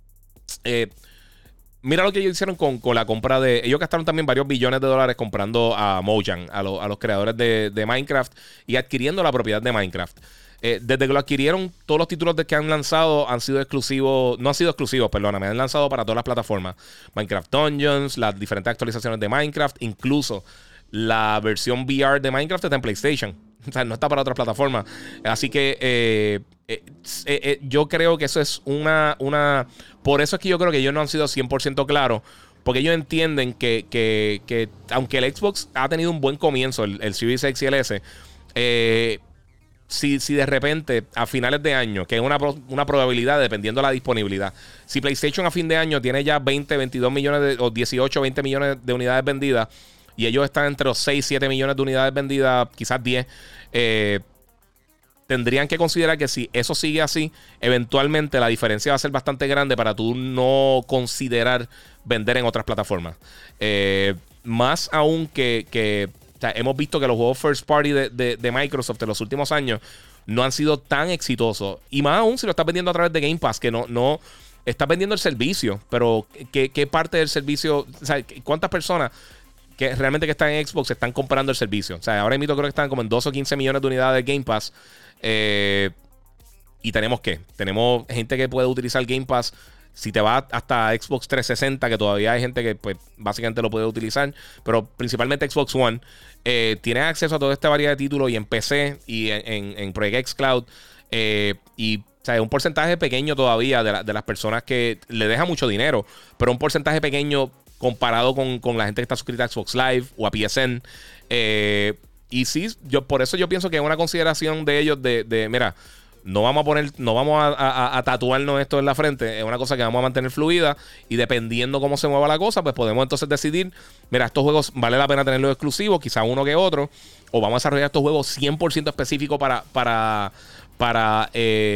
mira lo que ellos hicieron con la compra de... Ellos gastaron también varios billones de dólares comprando a Mojang, a los creadores de Minecraft, y adquiriendo la propiedad de Minecraft. Desde que lo adquirieron, todos los títulos que han lanzado han sido exclusivos. No han sido exclusivos, perdóname. Han lanzado para todas las plataformas. Minecraft Dungeons, las diferentes actualizaciones de Minecraft, incluso la versión VR de Minecraft está en PlayStation. O sea, no está para otras plataformas. Así que yo creo que eso es una... Por eso es que yo creo que ellos no han sido 100% claros. Porque ellos entienden que aunque el Xbox ha tenido un buen comienzo, el Series X y el S, si de repente a finales de año, que es una probabilidad dependiendo de la disponibilidad, si PlayStation a fin de año tiene ya 20, 22 millones o 18, 20 millones de unidades vendidas, y ellos están entre los 6, 7 millones de unidades vendidas, quizás 10, tendrían que considerar que si eso sigue así, eventualmente la diferencia va a ser bastante grande para tú no considerar vender en otras plataformas. Más aún que o sea, hemos visto que los juegos first party de Microsoft en los últimos años no han sido tan exitosos. Y más aún si lo estás vendiendo a través de Game Pass, que no estás vendiendo el servicio. Pero ¿qué parte del servicio? O sea, ¿cuántas personas que realmente que están en Xbox están comprando el servicio? O sea, ahora mismo creo que están como en 2 o 15 millones de unidades de Game Pass. Y tenemos gente que puede utilizar Game Pass. Si te vas hasta Xbox 360, que todavía hay gente que pues básicamente lo puede utilizar, pero principalmente Xbox One, tienes acceso a toda esta variedad de títulos y en PC y en Project X Cloud. Y o sea, un porcentaje pequeño todavía de las personas que le deja mucho dinero, pero un porcentaje pequeño comparado con la gente que está suscrita a Xbox Live o a PSN. Y sí, por eso yo pienso que es una consideración de ellos mira, No vamos a poner, no vamos a tatuarnos esto en la frente. Es una cosa que vamos a mantener fluida. Y dependiendo cómo se mueva la cosa, pues podemos entonces decidir, mira, estos juegos vale la pena tenerlos exclusivos, quizá uno que otro. O vamos a desarrollar estos juegos 100% específicos para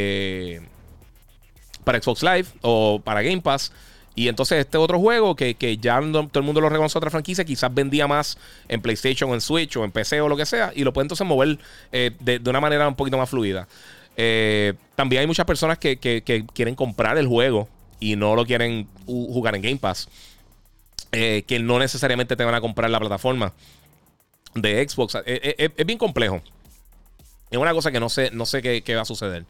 Xbox Live o para Game Pass. Y entonces este otro juego que ya todo el mundo lo reconoce, otra franquicia, quizás vendía más en PlayStation o en Switch o en PC o lo que sea, y lo puede entonces mover de una manera un poquito más fluida. También hay muchas personas que quieren comprar el juego y no lo quieren jugar en Game Pass, que no necesariamente te van a comprar la plataforma de Xbox. Es bien complejo. Es una cosa que no sé qué va a suceder.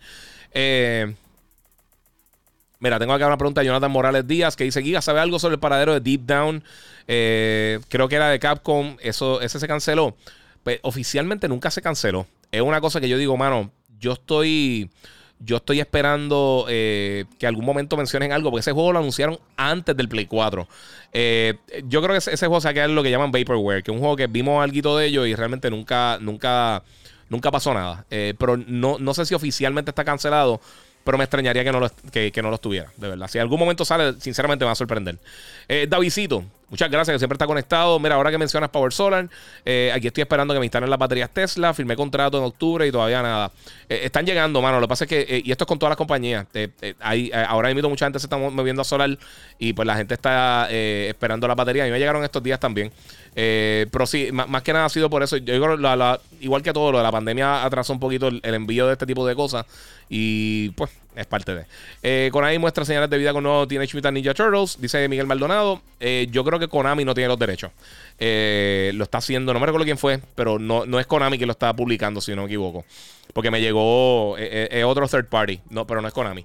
Mira, tengo acá una pregunta de Jonathan Morales Díaz que dice: Giga, ¿sabe algo sobre el paradero de Deep Down? Creo que era de Capcom. Ese se canceló. Pues oficialmente nunca se canceló. Es una cosa que yo digo, mano, yo estoy esperando que algún momento mencionen algo, porque ese juego lo anunciaron antes del Play 4. Yo creo que ese juego se va a quedar lo que llaman Vaporware, que es un juego que vimos algo de ello y realmente nunca pasó nada. Pero no sé si oficialmente está cancelado. Pero me extrañaría que no lo estuviera, de verdad. Si en algún momento sale, sinceramente me va a sorprender. Davidcito, muchas gracias, que siempre está conectado. Mira, ahora que mencionas Power Solar, aquí estoy esperando que me instalen las baterías Tesla. Firmé contrato en octubre y todavía nada. Están llegando, mano. Lo que pasa es que, y esto es con todas las compañías, ahora mismo mucha gente se está moviendo a solar y pues la gente está esperando las baterías. A mí me llegaron estos días también. Pero sí, más que nada ha sido por eso. Yo creo igual que todo, lo de la pandemia atrasó un poquito el envío de este tipo de cosas. Y pues es parte de. Konami muestra señales de vida con nuevo Teenage Mutant Ninja Turtles, dice Miguel Maldonado. Yo creo que Konami no tiene los derechos. Lo está haciendo, no me recuerdo quién fue, pero no es Konami quien lo está publicando, si no me equivoco. Porque me llegó otro third party, pero no es Konami.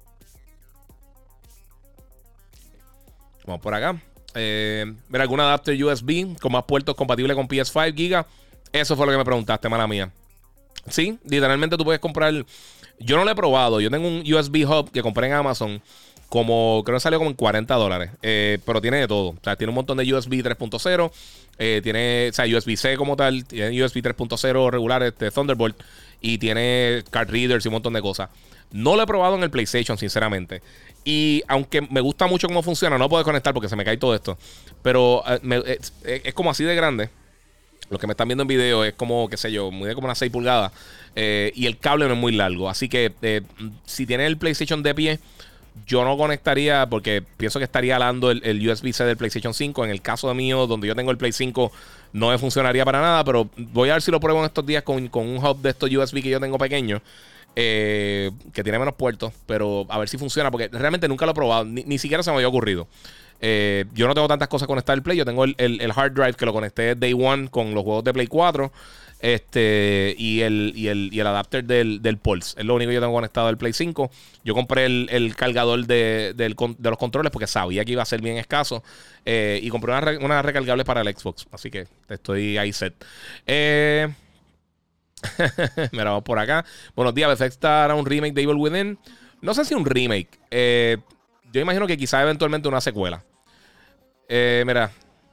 Vamos por acá. Ver algún adapter USB con más puertos compatible con PS5 Giga. Eso fue lo que me preguntaste, mala mía. Sí, literalmente tú puedes comprar. Yo no lo he probado. Yo tengo un USB hub que compré en Amazon. Creo que salió como en $40. Pero tiene de todo. O sea, tiene un montón de USB 3.0. Tiene, o sea, USB-C como tal. Tiene USB 3.0 regular, Thunderbolt. Y tiene card readers y un montón de cosas. No lo he probado en el PlayStation, sinceramente. Y aunque me gusta mucho cómo funciona, no puedo conectar porque se me cae todo esto. Pero es como así de grande. Los que me están viendo en video es como, qué sé yo, muy de como unas 6 pulgadas. Y el cable no es muy largo. Así que si tienes el PlayStation de pie, yo no conectaría porque pienso que estaría alando el USB-C del PlayStation 5. En el caso de mío, donde yo tengo el Play 5, no me funcionaría para nada. Pero voy a ver si lo pruebo en estos días con un hub de estos USB que yo tengo pequeño. Que tiene menos puertos. Pero a ver si funciona, porque realmente nunca lo he probado. Ni siquiera se me había ocurrido. Yo no tengo tantas cosas conectadas al Play. Yo tengo el hard drive que lo conecté Day One con los juegos de Play 4. Y el adapter del Pulse. Es lo único que yo tengo conectado al Play 5. Yo compré el cargador de los controles porque sabía que iba a ser bien escaso. Y compré unas recargables para el Xbox. Así que estoy ahí set. Mira, vamos por acá. Buenos días, Bethesda hará un remake de Evil Within. No sé si un remake. Yo imagino que quizá eventualmente una secuela. Mira.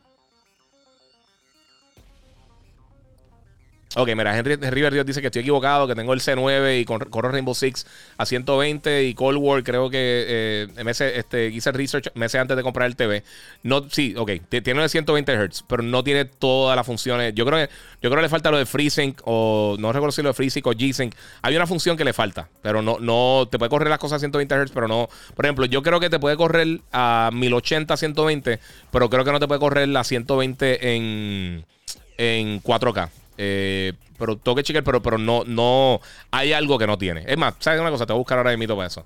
Ok, mira, Henry River dice que estoy equivocado, que tengo el C9 y corro Rainbow Six a 120 y Cold War creo que hice el research meses antes de comprar el TV. No, sí, ok, tiene de 120 Hz, pero no tiene todas las funciones. Yo creo que le falta lo de FreeSync o no recuerdo si lo de FreeSync o G-Sync. Hay una función que le falta, pero no te puede correr las cosas a 120 Hz, pero no. Por ejemplo, yo creo que te puede correr a 1080 120, pero creo que no te puede correr a 120 en 4K. Pero tengo que checar, pero no hay algo que no tiene. Es más, ¿sabes una cosa? Te voy a buscar ahora mismo para eso.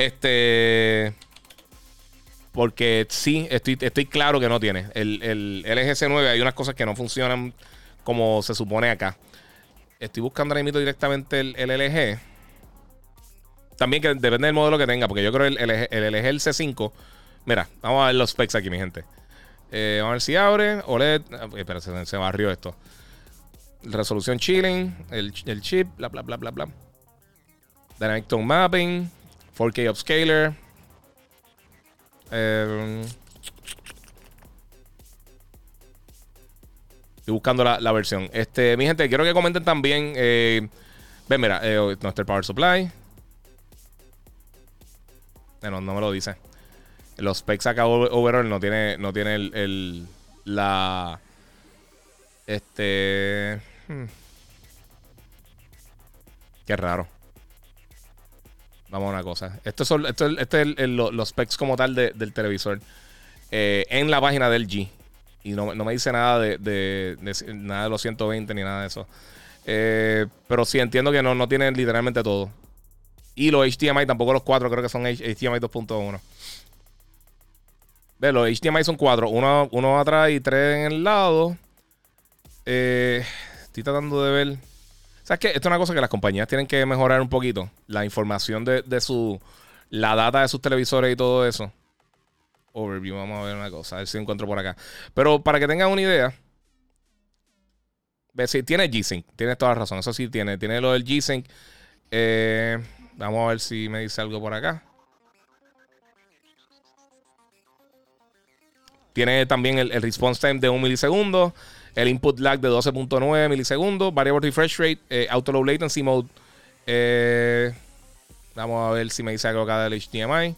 Porque sí, estoy claro que no tiene. El LG C9 hay unas cosas que no funcionan como se supone acá. Estoy buscando ahora mismo directamente el LG. También que depende del modelo que tenga, porque yo creo el LG el C5. Mira, vamos a ver los specs aquí, mi gente. Vamos a ver si abre. OLED. Espera, se barrió esto. Resolución chilling, el chip, bla, bla, bla, bla, bla. Dynamic Tone Mapping, 4K Upscaler. Estoy buscando la versión. Mi gente, quiero que comenten también. Ven, mira, nuestro Power Supply. No me lo dice. Los specs acá overall no tiene la... Qué raro. Vamos a una cosa. Este es los specs como tal del televisor. En la página del G. Y no me dice nada de nada de los 120 ni nada de eso. Pero sí entiendo que no tienen literalmente todo. Y los HDMI tampoco los 4, creo que son HDMI 2.1. Ve, los HDMI son 4. Uno atrás y 3 en el lado. Estoy tratando de ver. ¿Sabes qué? Esto es una cosa que las compañías tienen que mejorar un poquito. La información de la data de sus televisores y todo eso. Overview, vamos a ver una cosa. A ver si encuentro por acá. Pero para que tengan una idea. Ve, sí, tiene G-Sync. Tienes toda la razón. Eso sí tiene. Tiene lo del G-Sync. Vamos a ver si me dice algo por acá. Tiene también el response time de 1 milisegundo. El input lag de 12.9 milisegundos. Variable refresh rate. Auto low latency mode. Vamos a ver si me dice algo acá del HDMI.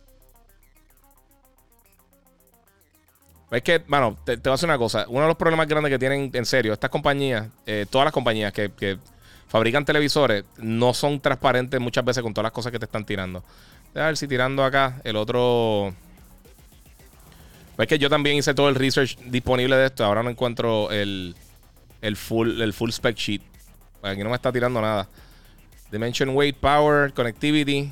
Es que, bueno, te voy a decir una cosa. Uno de los problemas grandes que tienen, en serio, estas compañías, todas las compañías que fabrican televisores, no son transparentes muchas veces con todas las cosas que te están tirando. A ver si tirando acá el otro... Es que yo también hice todo el research disponible de esto. Ahora no encuentro el full spec sheet. Aquí no me está tirando nada. Dimension, weight, power, connectivity.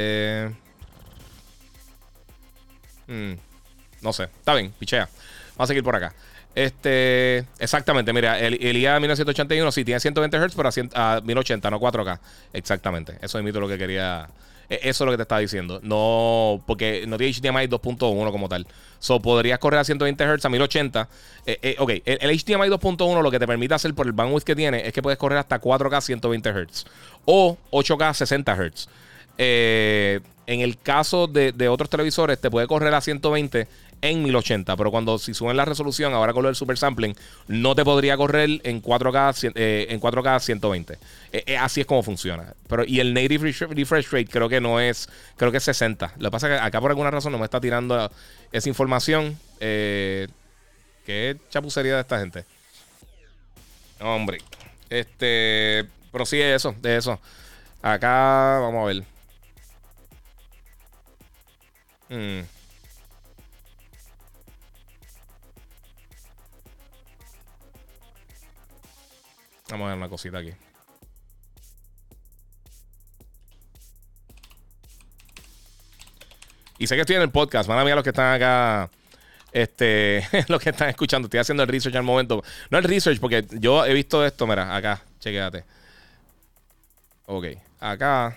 No sé. Está bien, pichea. Vamos a seguir por acá. Exactamente, mira, el IA 1981 sí tiene 120 Hz, pero a 1080, no 4K. Exactamente. Eso es lo que quería. Eso es lo que te estaba diciendo. No, porque no tiene HDMI 2.1 como tal. So, podrías correr a 120 Hz a 1080. Ok, el HDMI 2.1 lo que te permite hacer por el bandwidth que tiene es que puedes correr hasta 4K 120 Hz o 8K 60 Hz. En el caso de otros televisores, te puede correr a 120 en 1080, pero si suben la resolución, ahora con lo del super sampling, no te podría correr en 4K 120. Así es como funciona. Y el native refresh rate creo que es 60. Lo que pasa es que acá por alguna razón no me está tirando esa información. Qué chapucería de esta gente. Hombre. Pero sí, de eso. Acá, vamos a ver. Vamos a ver una cosita aquí. Y sé que estoy en el podcast. Van a ver los que están acá. Los que están escuchando. Estoy haciendo el research al momento. No el research, porque yo he visto esto. Mira, acá. Chequéate. Ok. Acá.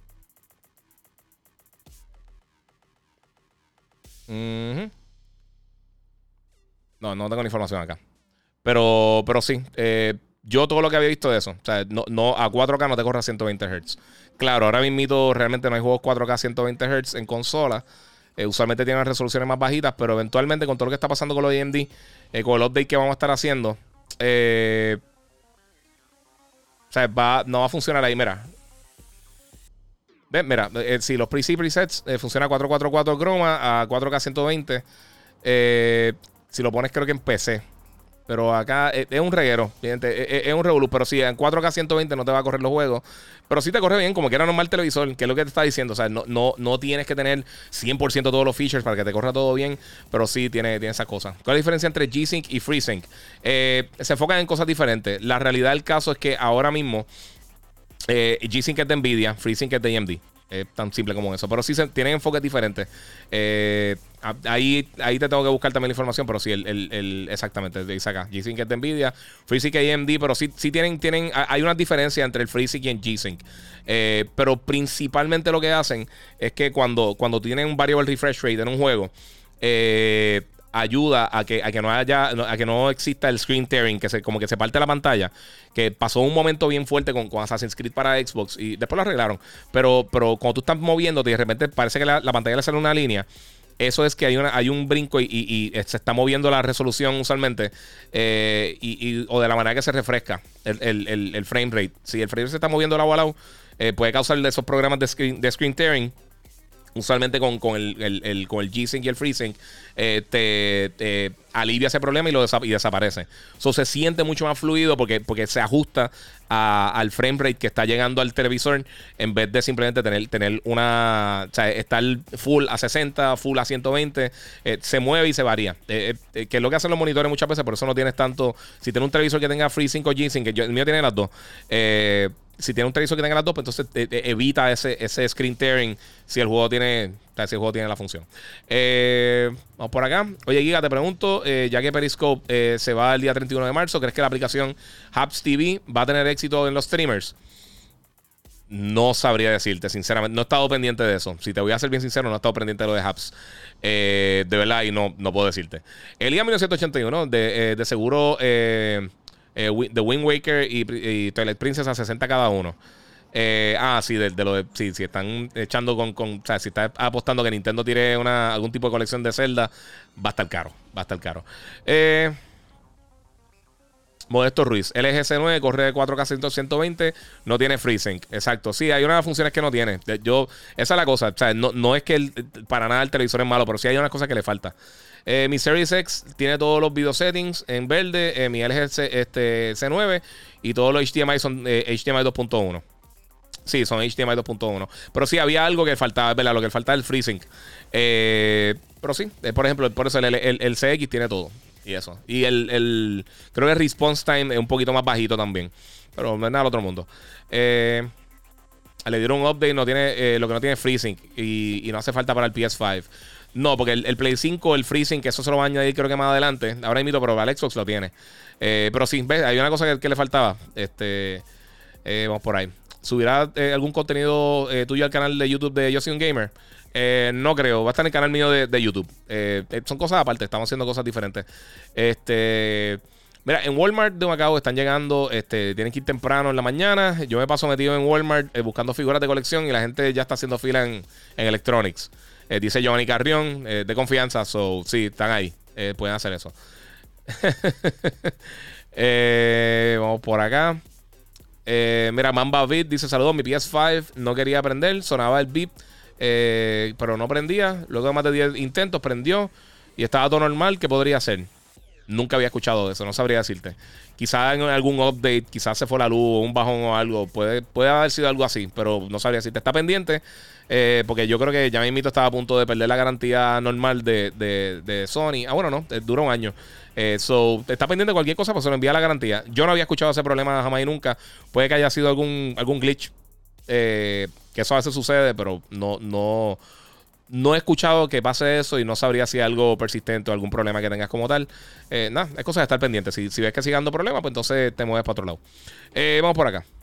No tengo la información acá. Pero sí. Yo todo lo que había visto de eso. O sea, no, a 4K no te corre a 120 Hz. Claro, ahora mismo realmente no hay juegos 4K 120 Hz en consola. Usualmente tienen resoluciones más bajitas, pero eventualmente con todo lo que está pasando con los AMD, con el update que vamos a estar haciendo, o sea, no va a funcionar ahí. Mira. Mira, si los presets funciona a 444 chroma, a 4K 120. Si lo pones creo que en PC. Pero acá es un reguero, fíjate, es un revolú. Pero sí, en 4K 120 no te va a correr los juegos. Pero sí te corre bien, como que era normal televisor, que es lo que te está diciendo. O sea, no tienes que tener 100% todos los features para que te corra todo bien. Pero sí tiene esas cosas. ¿Cuál es la diferencia entre G-Sync y FreeSync? Se enfocan en cosas diferentes. La realidad del caso es que ahora mismo G-Sync es de Nvidia, FreeSync es de AMD. Tan simple como eso. Pero sí tienen enfoques diferentes. Ahí te tengo que buscar también la información. Pero sí, exactamente, dice acá. G-Sync es de Nvidia, FreeSync es AMD. Pero sí tienen. Hay una diferencia entre el FreeSync y el G-Sync. Pero principalmente lo que hacen es que cuando tienen un variable refresh rate en un juego, ayuda a que no exista el screen tearing, como que se parte la pantalla, que pasó un momento bien fuerte con Assassin's Creed para Xbox y después lo arreglaron, pero cuando tú estás moviéndote y de repente parece que la pantalla le sale una línea, eso es que hay un brinco y se está moviendo la resolución usualmente, o de la manera que se refresca el frame rate. Si el frame rate se está moviendo lado a lado, puede causar esos programas de screen tearing. Usualmente con el G-Sync y el FreeSync te alivia ese problema y desaparece. Eso se siente mucho más fluido porque se ajusta al frame rate que está llegando al televisor, en vez de simplemente tener una... O sea, estar full a 60, full a 120. Se mueve y se varía. Que es lo que hacen los monitores muchas veces, por eso no tienes tanto... Si tienes un televisor que tenga FreeSync o G-Sync, el mío tiene las dos. Si tiene un televisor que tenga las dos, pues entonces evita ese screen tearing si el juego tiene la función. Vamos por acá. Oye, Giga, te pregunto, ya que Periscope se va el día 31 de marzo, ¿crees que la aplicación Hubs TV va a tener éxito en los streamers? No sabría decirte, sinceramente. No he estado pendiente de eso. Si te voy a ser bien sincero, no he estado pendiente de lo de Hubs. De verdad, y no puedo decirte. Elías 1981, de seguro... The Wind Waker y Twilight Princess a 60 cada uno. Sí, si están echando o sea, si estás apostando que Nintendo tire algún tipo de colección de Zelda, va a estar caro. Modesto Ruiz, LG C9 corre de 4K 120, no tiene FreeSync. Exacto, sí, hay unas funciones que no tiene. Esa es la cosa, o sea, no es que para nada el televisor es malo, pero sí hay unas cosas que le falta. Mi Series X tiene todos los video settings en verde. Mi LG C9 y todos los HDMI son HDMI 2.1. Sí, son HDMI 2.1. Pero sí, había algo que faltaba, es verdad, lo que faltaba es el FreeSync. Pero sí, por ejemplo, por eso el CX tiene todo. Y eso. Y creo que el response time es un poquito más bajito también. Pero no es nada del otro mundo. Le dieron un update, lo que no tiene FreeSync. Y no hace falta para el PS5. No, porque el Play 5, el FreeSync, eso se lo va a añadir creo que más adelante. Ahora invito, pero el Xbox lo tiene. Pero sí, ¿ves? Hay una cosa que le faltaba. Vamos por ahí. ¿Subirá algún contenido tuyo al canal de YouTube de Yo Soy un Gamer? No creo. Va a estar en el canal mío de YouTube. Son cosas aparte. Estamos haciendo cosas diferentes. Mira, en Walmart de Macao están llegando. Tienen que ir temprano en la mañana. Yo me paso metido en Walmart buscando figuras de colección y la gente ya está haciendo fila en Electronics. Dice Giovanni Carrión, de confianza. So, sí, están ahí. Pueden hacer eso. Vamos por acá. Mira, Mamba Beat dice: saludos, mi PS5 no quería prender, sonaba el beep, pero no prendía. Luego de más de 10 intentos prendió y estaba todo normal. ¿Qué podría hacer? Nunca había escuchado de eso, no sabría decirte. Quizás en algún update, quizás se fue la luz o un bajón o algo. Puede haber sido algo así, pero no sabría decirte. Está pendiente, porque yo creo que ya mismito estaba a punto de perder la garantía normal de Sony. Bueno, no, dura un año. So, está pendiente de cualquier cosa, pues se lo envía la garantía. Yo no había escuchado ese problema jamás y nunca. Puede que haya sido algún glitch, que eso a veces sucede, pero no he escuchado que pase eso y no sabría si hay algo persistente o algún problema que tengas como tal. Nada, es cosa de estar pendiente. Si ves que sigue dando problemas, pues entonces te mueves para otro lado. Vamos por acá.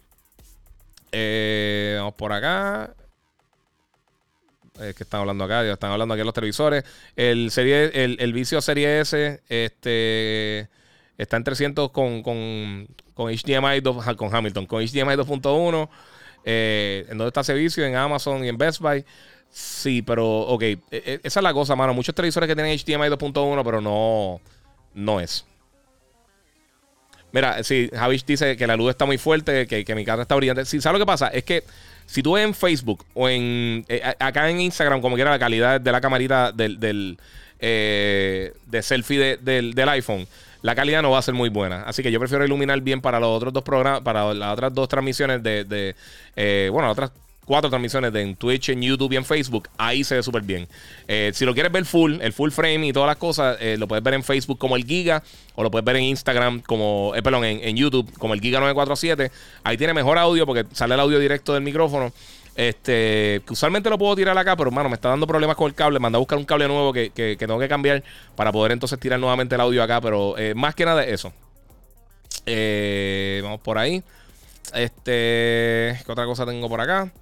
Que están hablando acá, ya están hablando aquí en los televisores. El vicio Serie S está en 300 con HDMI 2, con Hamilton, con HDMI 2.1. ¿En dónde está ese vicio? En Amazon y en Best Buy. Sí, pero ok, esa es la cosa, mano. Muchos televisores que tienen HDMI 2.1, pero no es. Mira, sí, Javish dice que la luz está muy fuerte, que mi casa está brillante. Sí, ¿sabes lo que pasa? Es que si tú ves en Facebook o acá en Instagram, como quiera, la calidad de la camarita de selfie del iPhone, la calidad no va a ser muy buena. Así que yo prefiero iluminar bien para los otros dos programas, para las otras dos transmisiones las otras 4 transmisiones en Twitch, en YouTube y en Facebook. Ahí se ve súper bien. Si lo quieres ver el full frame y todas las cosas, lo puedes ver en Facebook como el Giga, o lo puedes ver en Instagram como, en YouTube como el Giga 947. Ahí tiene mejor audio porque sale el audio directo del micrófono. Que usualmente lo puedo tirar acá, pero hermano, me está dando problemas con el cable. Mandé a buscar un cable nuevo que tengo que cambiar para poder entonces tirar nuevamente el audio acá. Pero más que nada eso. Vamos por ahí. ¿Qué otra cosa tengo por acá?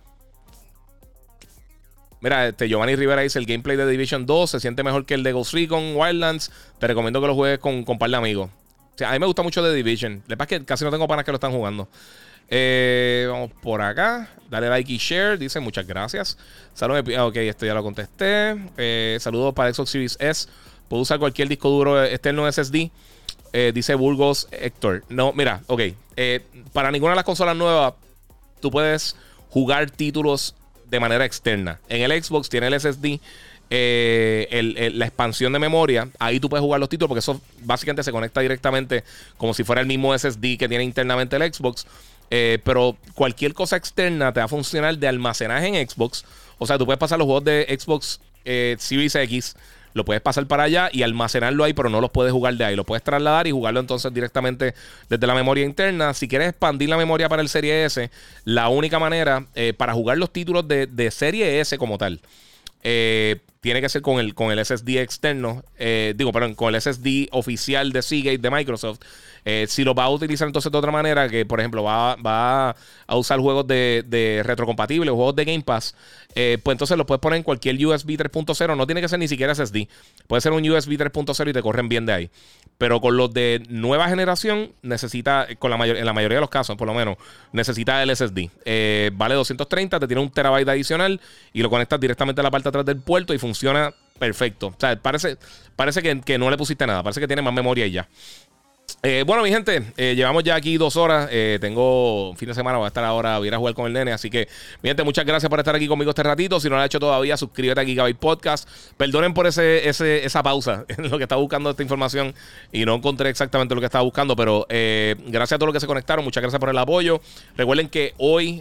Mira, Giovanni Rivera dice: el gameplay de Division 2 se siente mejor que el de Ghost Recon Wildlands. Te recomiendo que lo juegues con un par de amigos. O sea, a mí me gusta mucho The Division. Lo que pasa es que casi no tengo panas que lo están jugando. Vamos por acá. Dale like y share. Dice: muchas gracias. Saludos. Ok, esto ya lo contesté. Saludos para Xbox Series S. Puedo usar cualquier disco duro externo SSD. Dice Burgos Héctor. No, mira, ok. Para ninguna de las consolas nuevas tú puedes jugar títulos de manera externa. En el Xbox tiene el SSD, la expansión de memoria. Ahí tú puedes jugar los títulos porque eso básicamente se conecta directamente como si fuera el mismo SSD que tiene internamente el Xbox. Pero cualquier cosa externa te va a funcionar de almacenaje en Xbox. O sea, tú puedes pasar los juegos de Xbox Series X, lo puedes pasar para allá y almacenarlo ahí, pero no los puedes jugar de ahí. Lo puedes trasladar y jugarlo entonces directamente desde la memoria interna. Si quieres expandir la memoria para el Serie S, la única manera para jugar los títulos de Serie S como tal, tiene que ser con el SSD externo. Perdón, con el SSD oficial de Seagate de Microsoft. Si lo va a utilizar entonces de otra manera, que por ejemplo va a usar juegos de retrocompatibles, juegos de Game Pass, pues entonces los puedes poner en cualquier USB 3.0. No tiene que ser ni siquiera SSD. Puede ser un USB 3.0 y te corren bien de ahí. Pero con los de nueva generación, necesita, en la mayoría de los casos, por lo menos, necesita el SSD. Vale 230, te tiene 1 TB adicional y lo conectas directamente a la parte de atrás del puerto y funciona perfecto. O sea, parece que no le pusiste nada. Parece que tiene más memoria y ya. Bueno, mi gente, llevamos ya aquí 2 horas. Tengo fin de semana, voy a estar ahora, voy a ir a jugar con el nene. Así que, mi gente, muchas gracias por estar aquí conmigo este ratito. Si no lo has hecho todavía, suscríbete a Gigabyte Podcast. Perdonen por esa pausa en lo que estaba buscando esta información y no encontré exactamente lo que estaba buscando. Pero gracias a todos los que se conectaron. Muchas gracias por el apoyo. Recuerden que hoy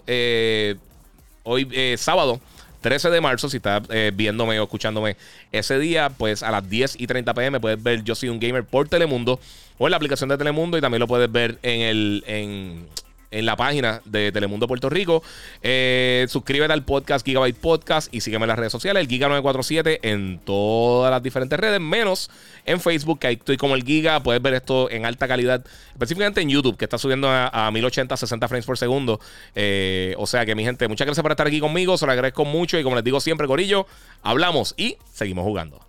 sábado 13 de marzo, si estás viéndome o escuchándome ese día, pues a las 10:30 p.m. puedes ver Yo Soy un Gamer por Telemundo o en la aplicación de Telemundo, y también lo puedes ver en la página de Telemundo Puerto Rico. Suscríbete al podcast Gigabyte Podcast y sígueme en las redes sociales, el Giga947, en todas las diferentes redes, menos en Facebook, que ahí estoy como el Giga. Puedes ver esto en alta calidad, específicamente en YouTube, que está subiendo a 1080, 60 frames por segundo. O sea que, mi gente, muchas gracias por estar aquí conmigo. Se lo agradezco mucho y, como les digo siempre, corillo, hablamos y seguimos jugando.